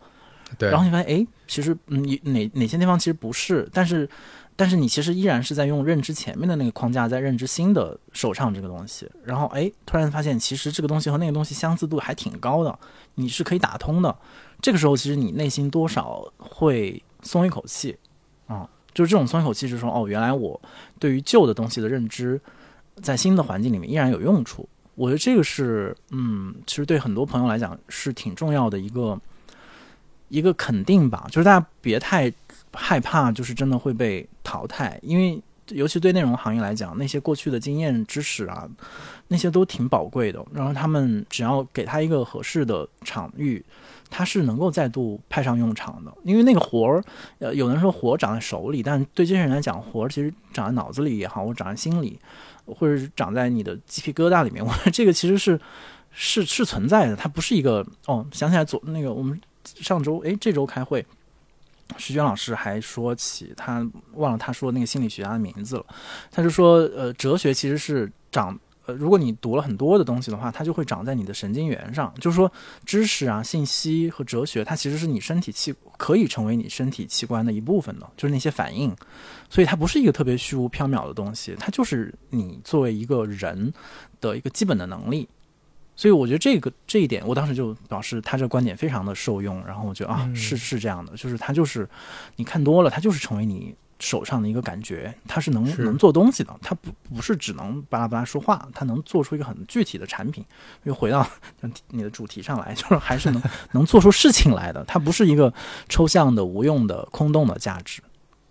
对， 然后你发现哎，其实哪些地方其实不是，但是你其实依然是在用认知前面的那个框架在认知新的手唱这个东西，然后哎，突然发现其实这个东西和那个东西相似度还挺高的，你是可以打通的。这个时候其实你内心多少会松一口气就是这种松一口气是说哦，原来我对于旧的东西的认知在新的环境里面依然有用处。我觉得这个是其实对很多朋友来讲是挺重要的一个肯定吧，就是大家别太害怕就是真的会被淘汰，因为尤其对内容行业来讲，那些过去的经验知识啊，那些都挺宝贵的，然后他们只要给他一个合适的场域，他是能够再度派上用场的。因为那个活儿有人说活长在手里，但对这些人来讲，活儿其实长在脑子里也好，或者长在心里，或者是长在你的鸡皮疙瘩里面，我这个其实是存在的，它不是一个想起来那个我们上周这周开会，徐娟老师还说起他忘了他说那个心理学家的名字了，他就说哲学其实是如果你读了很多的东西的话，它就会长在你的神经元上，就是说知识啊、信息和哲学，它其实是你身体可以成为你身体器官的一部分的，就是那些反应，所以它不是一个特别虚无缥缈的东西，它就是你作为一个人的一个基本的能力。所以我觉得这一点，我当时就表示他这个观点非常的受用，然后我觉得是这样的，就是他就是你看多了，他就是成为你手上的一个感觉，他是能做东西的，他不是只能巴拉巴拉说话，他能做出一个很具体的产品。又回到你的主题上来，就是还是能做出事情来的，它不是一个抽象的、无用的、空洞的价值。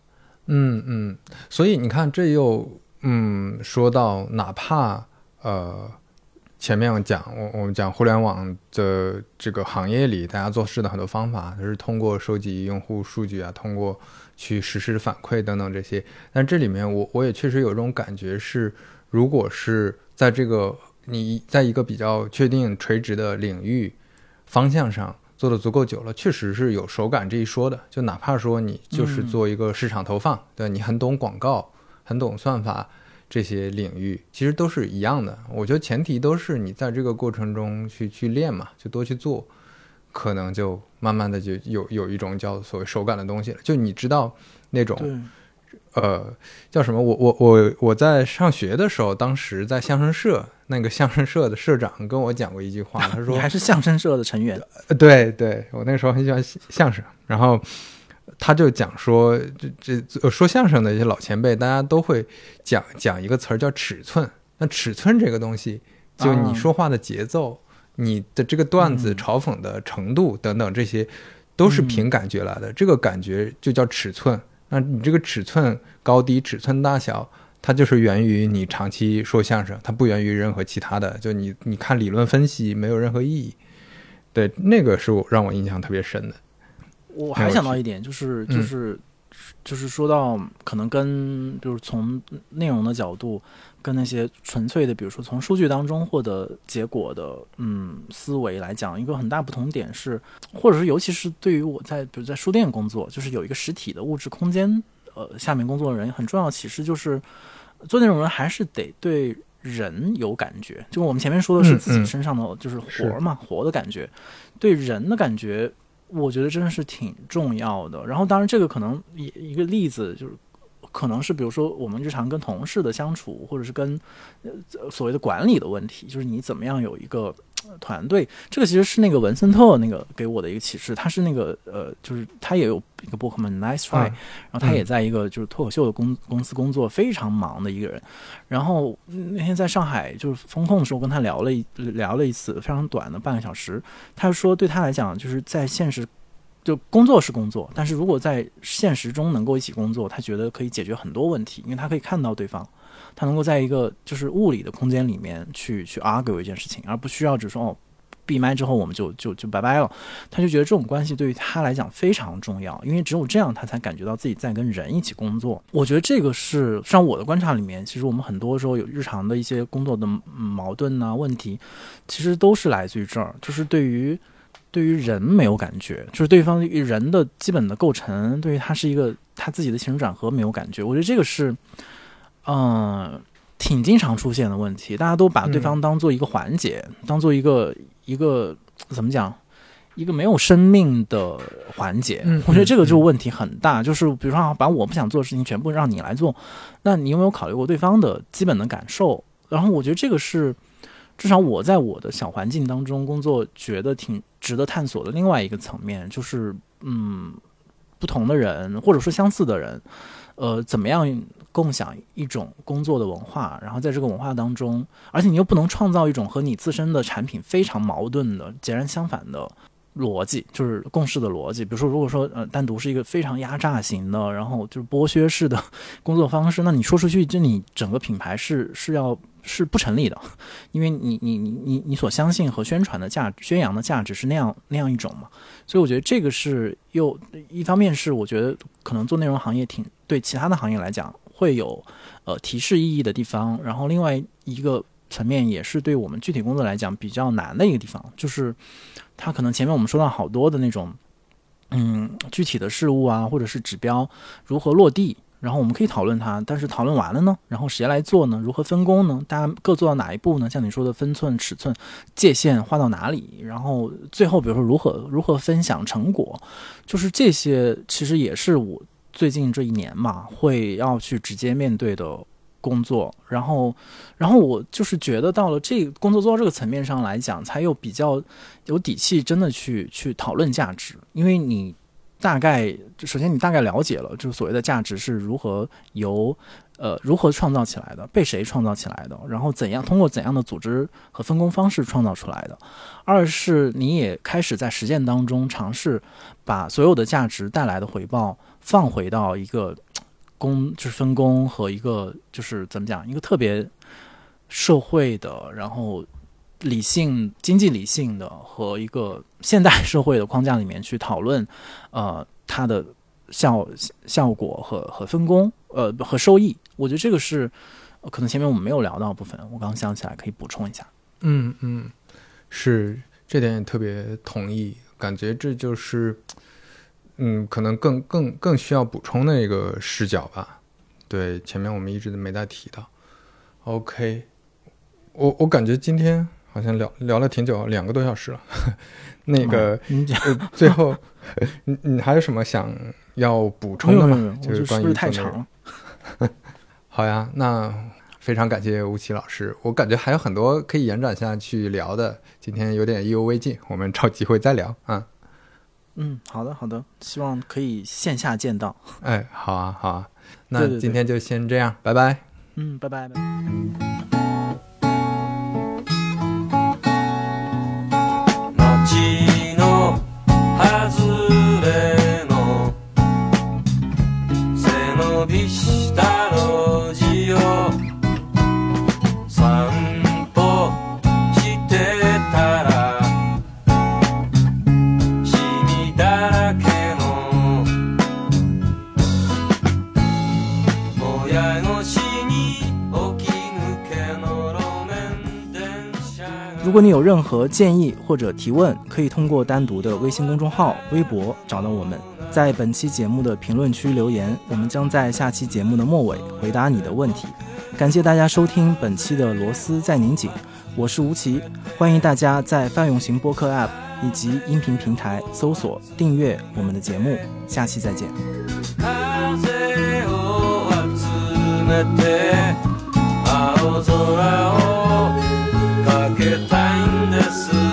所以你看，这又说到哪怕前面我们讲互联网的这个行业里，大家做事的很多方法，它是通过收集用户数据啊，通过去实时反馈等等这些。但这里面我也确实有这种感觉是，如果是在你在一个比较确定垂直的领域方向上做的足够久了，确实是有手感这一说的。就哪怕说你就是做一个市场投放，对，你很懂广告，很懂算法。这些领域其实都是一样的，我觉得前提都是你在这个过程中去练嘛，就多去做，可能就慢慢的就有一种叫所谓手感的东西了。就你知道那种叫什么？我在上学的时候，当时在相声社，那个相声社的社长跟我讲过一句话，他说你还是相声社的成员？ 对，我那个时候很喜欢相声，然后他就讲说，说相声的一些老前辈，大家都会讲一个词儿叫尺寸。那尺寸这个东西，就你说话的节奏，你的这个段子嘲讽的程度等等，这些都是凭感觉来的。这个感觉就叫尺寸。那你这个尺寸高低、尺寸大小，它就是源于你长期说相声，它不源于任何其他的。就你看理论分析没有任何意义。对，那个是让我印象特别深的。 我还想到一点，就是说到可能跟就是从内容的角度，跟那些纯粹的，比如说从数据当中获得结果的思维来讲，一个很大不同点是，或者是尤其是对于我比如在书店工作，就是有一个实体的物质空间下面工作的人，很重要的启示就是做内容人还是得对人有感觉。就我们前面说的是自己身上的就是活嘛，活的感觉，对人的感觉我觉得真的是挺重要的。然后当然这个可能一个例子就是可能是比如说我们日常跟同事的相处，或者是跟所谓的管理的问题，就是你怎么样有一个团队。这个其实是那个文森特那个给我的一个启示，他是那个就是他也有一个播客嘛 Nice Try， 然后他也在一个就是脱口秀的公司工作，非常忙的一个人。然后那天在上海就是封控的时候跟他聊了一次非常短的半个小时，他说对他来讲就是在现实就工作是工作，但是如果在现实中能够一起工作，他觉得可以解决很多问题，因为他可以看到对方，他能够在一个就是物理的空间里面去 argue 一件事情，而不需要只说闭麦之后我们就拜拜了。他就觉得这种关系对于他来讲非常重要，因为只有这样他才感觉到自己在跟人一起工作。我觉得这个是像我的观察里面，其实我们很多时候有日常的一些工作的矛盾啊问题，其实都是来自于这儿，就是对于人没有感觉，就是对方人的基本的构成，对于他是一个他自己的情绪转合没有感觉。我觉得这个是挺经常出现的问题，大家都把对方当做一个环节，当做一个怎么讲， 一个没有生命的环节。我觉得这个就问题很大，就是比如说把我不想做的事情全部让你来做，那你有没有考虑过对方的基本的感受？然后我觉得这个是至少我在我的小环境当中工作觉得挺值得探索的另外一个层面，就是不同的人或者说相似的人怎么样共享一种工作的文化，然后在这个文化当中，而且你又不能创造一种和你自身的产品非常矛盾的截然相反的逻辑，就是共识的逻辑。比如说如果说单独是一个非常压榨型的，然后就是剥削式的工作方式，那你说出去就你整个品牌是不成立的，因为你所相信和宣传的宣扬的价值是那样一种嘛。所以我觉得这个是又一方面是我觉得可能做内容行业对其他的行业来讲会有提示意义的地方，然后另外一个层面也是对我们具体工作来讲比较难的一个地方，就是它可能前面我们说到好多的那种具体的事物啊或者是指标如何落地，然后我们可以讨论它，但是讨论完了呢，然后谁来做呢？如何分工呢？大家各做到哪一步呢？像你说的分寸、尺寸、界限画到哪里？然后最后比如说如何分享成果，就是这些其实也是我最近这一年嘛会要去直接面对的工作。然后我就是觉得到了这个工作做到这个层面上来讲，才有比较有底气真的去讨论价值，因为你首先你大概了解了，就是所谓的价值是如何创造起来的，被谁创造起来的，然后通过怎样的组织和分工方式创造出来的。二是你也开始在实践当中尝试把所有的价值带来的回报放回到一个就是分工和一个就是怎么讲一个特别社会的，然后经济理性的和一个现代社会的框架里面去讨论它的效果和分工和收益。我觉得这个是可能前面我们没有聊到的部分，我刚想起来可以补充一下。 是，这点也特别同意，感觉这就是可能更需要补充的一个视角吧。对，前面我们一直没再提到。OK， 我感觉今天好像聊了挺久，2个多小时了。那个最后你还有什么想要补充的吗？就是关于是太长了。 好呀，那非常感谢吴奇老师，我感觉还有很多可以延展下去聊的，今天有点意犹未尽，我们找机会再聊啊。 好的，希望可以线下见到。 哎，好啊，那今天就先这样，拜拜。 拜拜。如果你有任何建议或者提问，可以通过单独的微信公众号、微博找到我们，在本期节目的评论区留言，我们将在下期节目的末尾回答你的问题。感谢大家收听本期的螺丝在拧紧，我是吴奇，欢迎大家在泛用型播客 App 以及音频平台搜索订阅我们的節目，下期再見。風を集めて青空をかけたいんです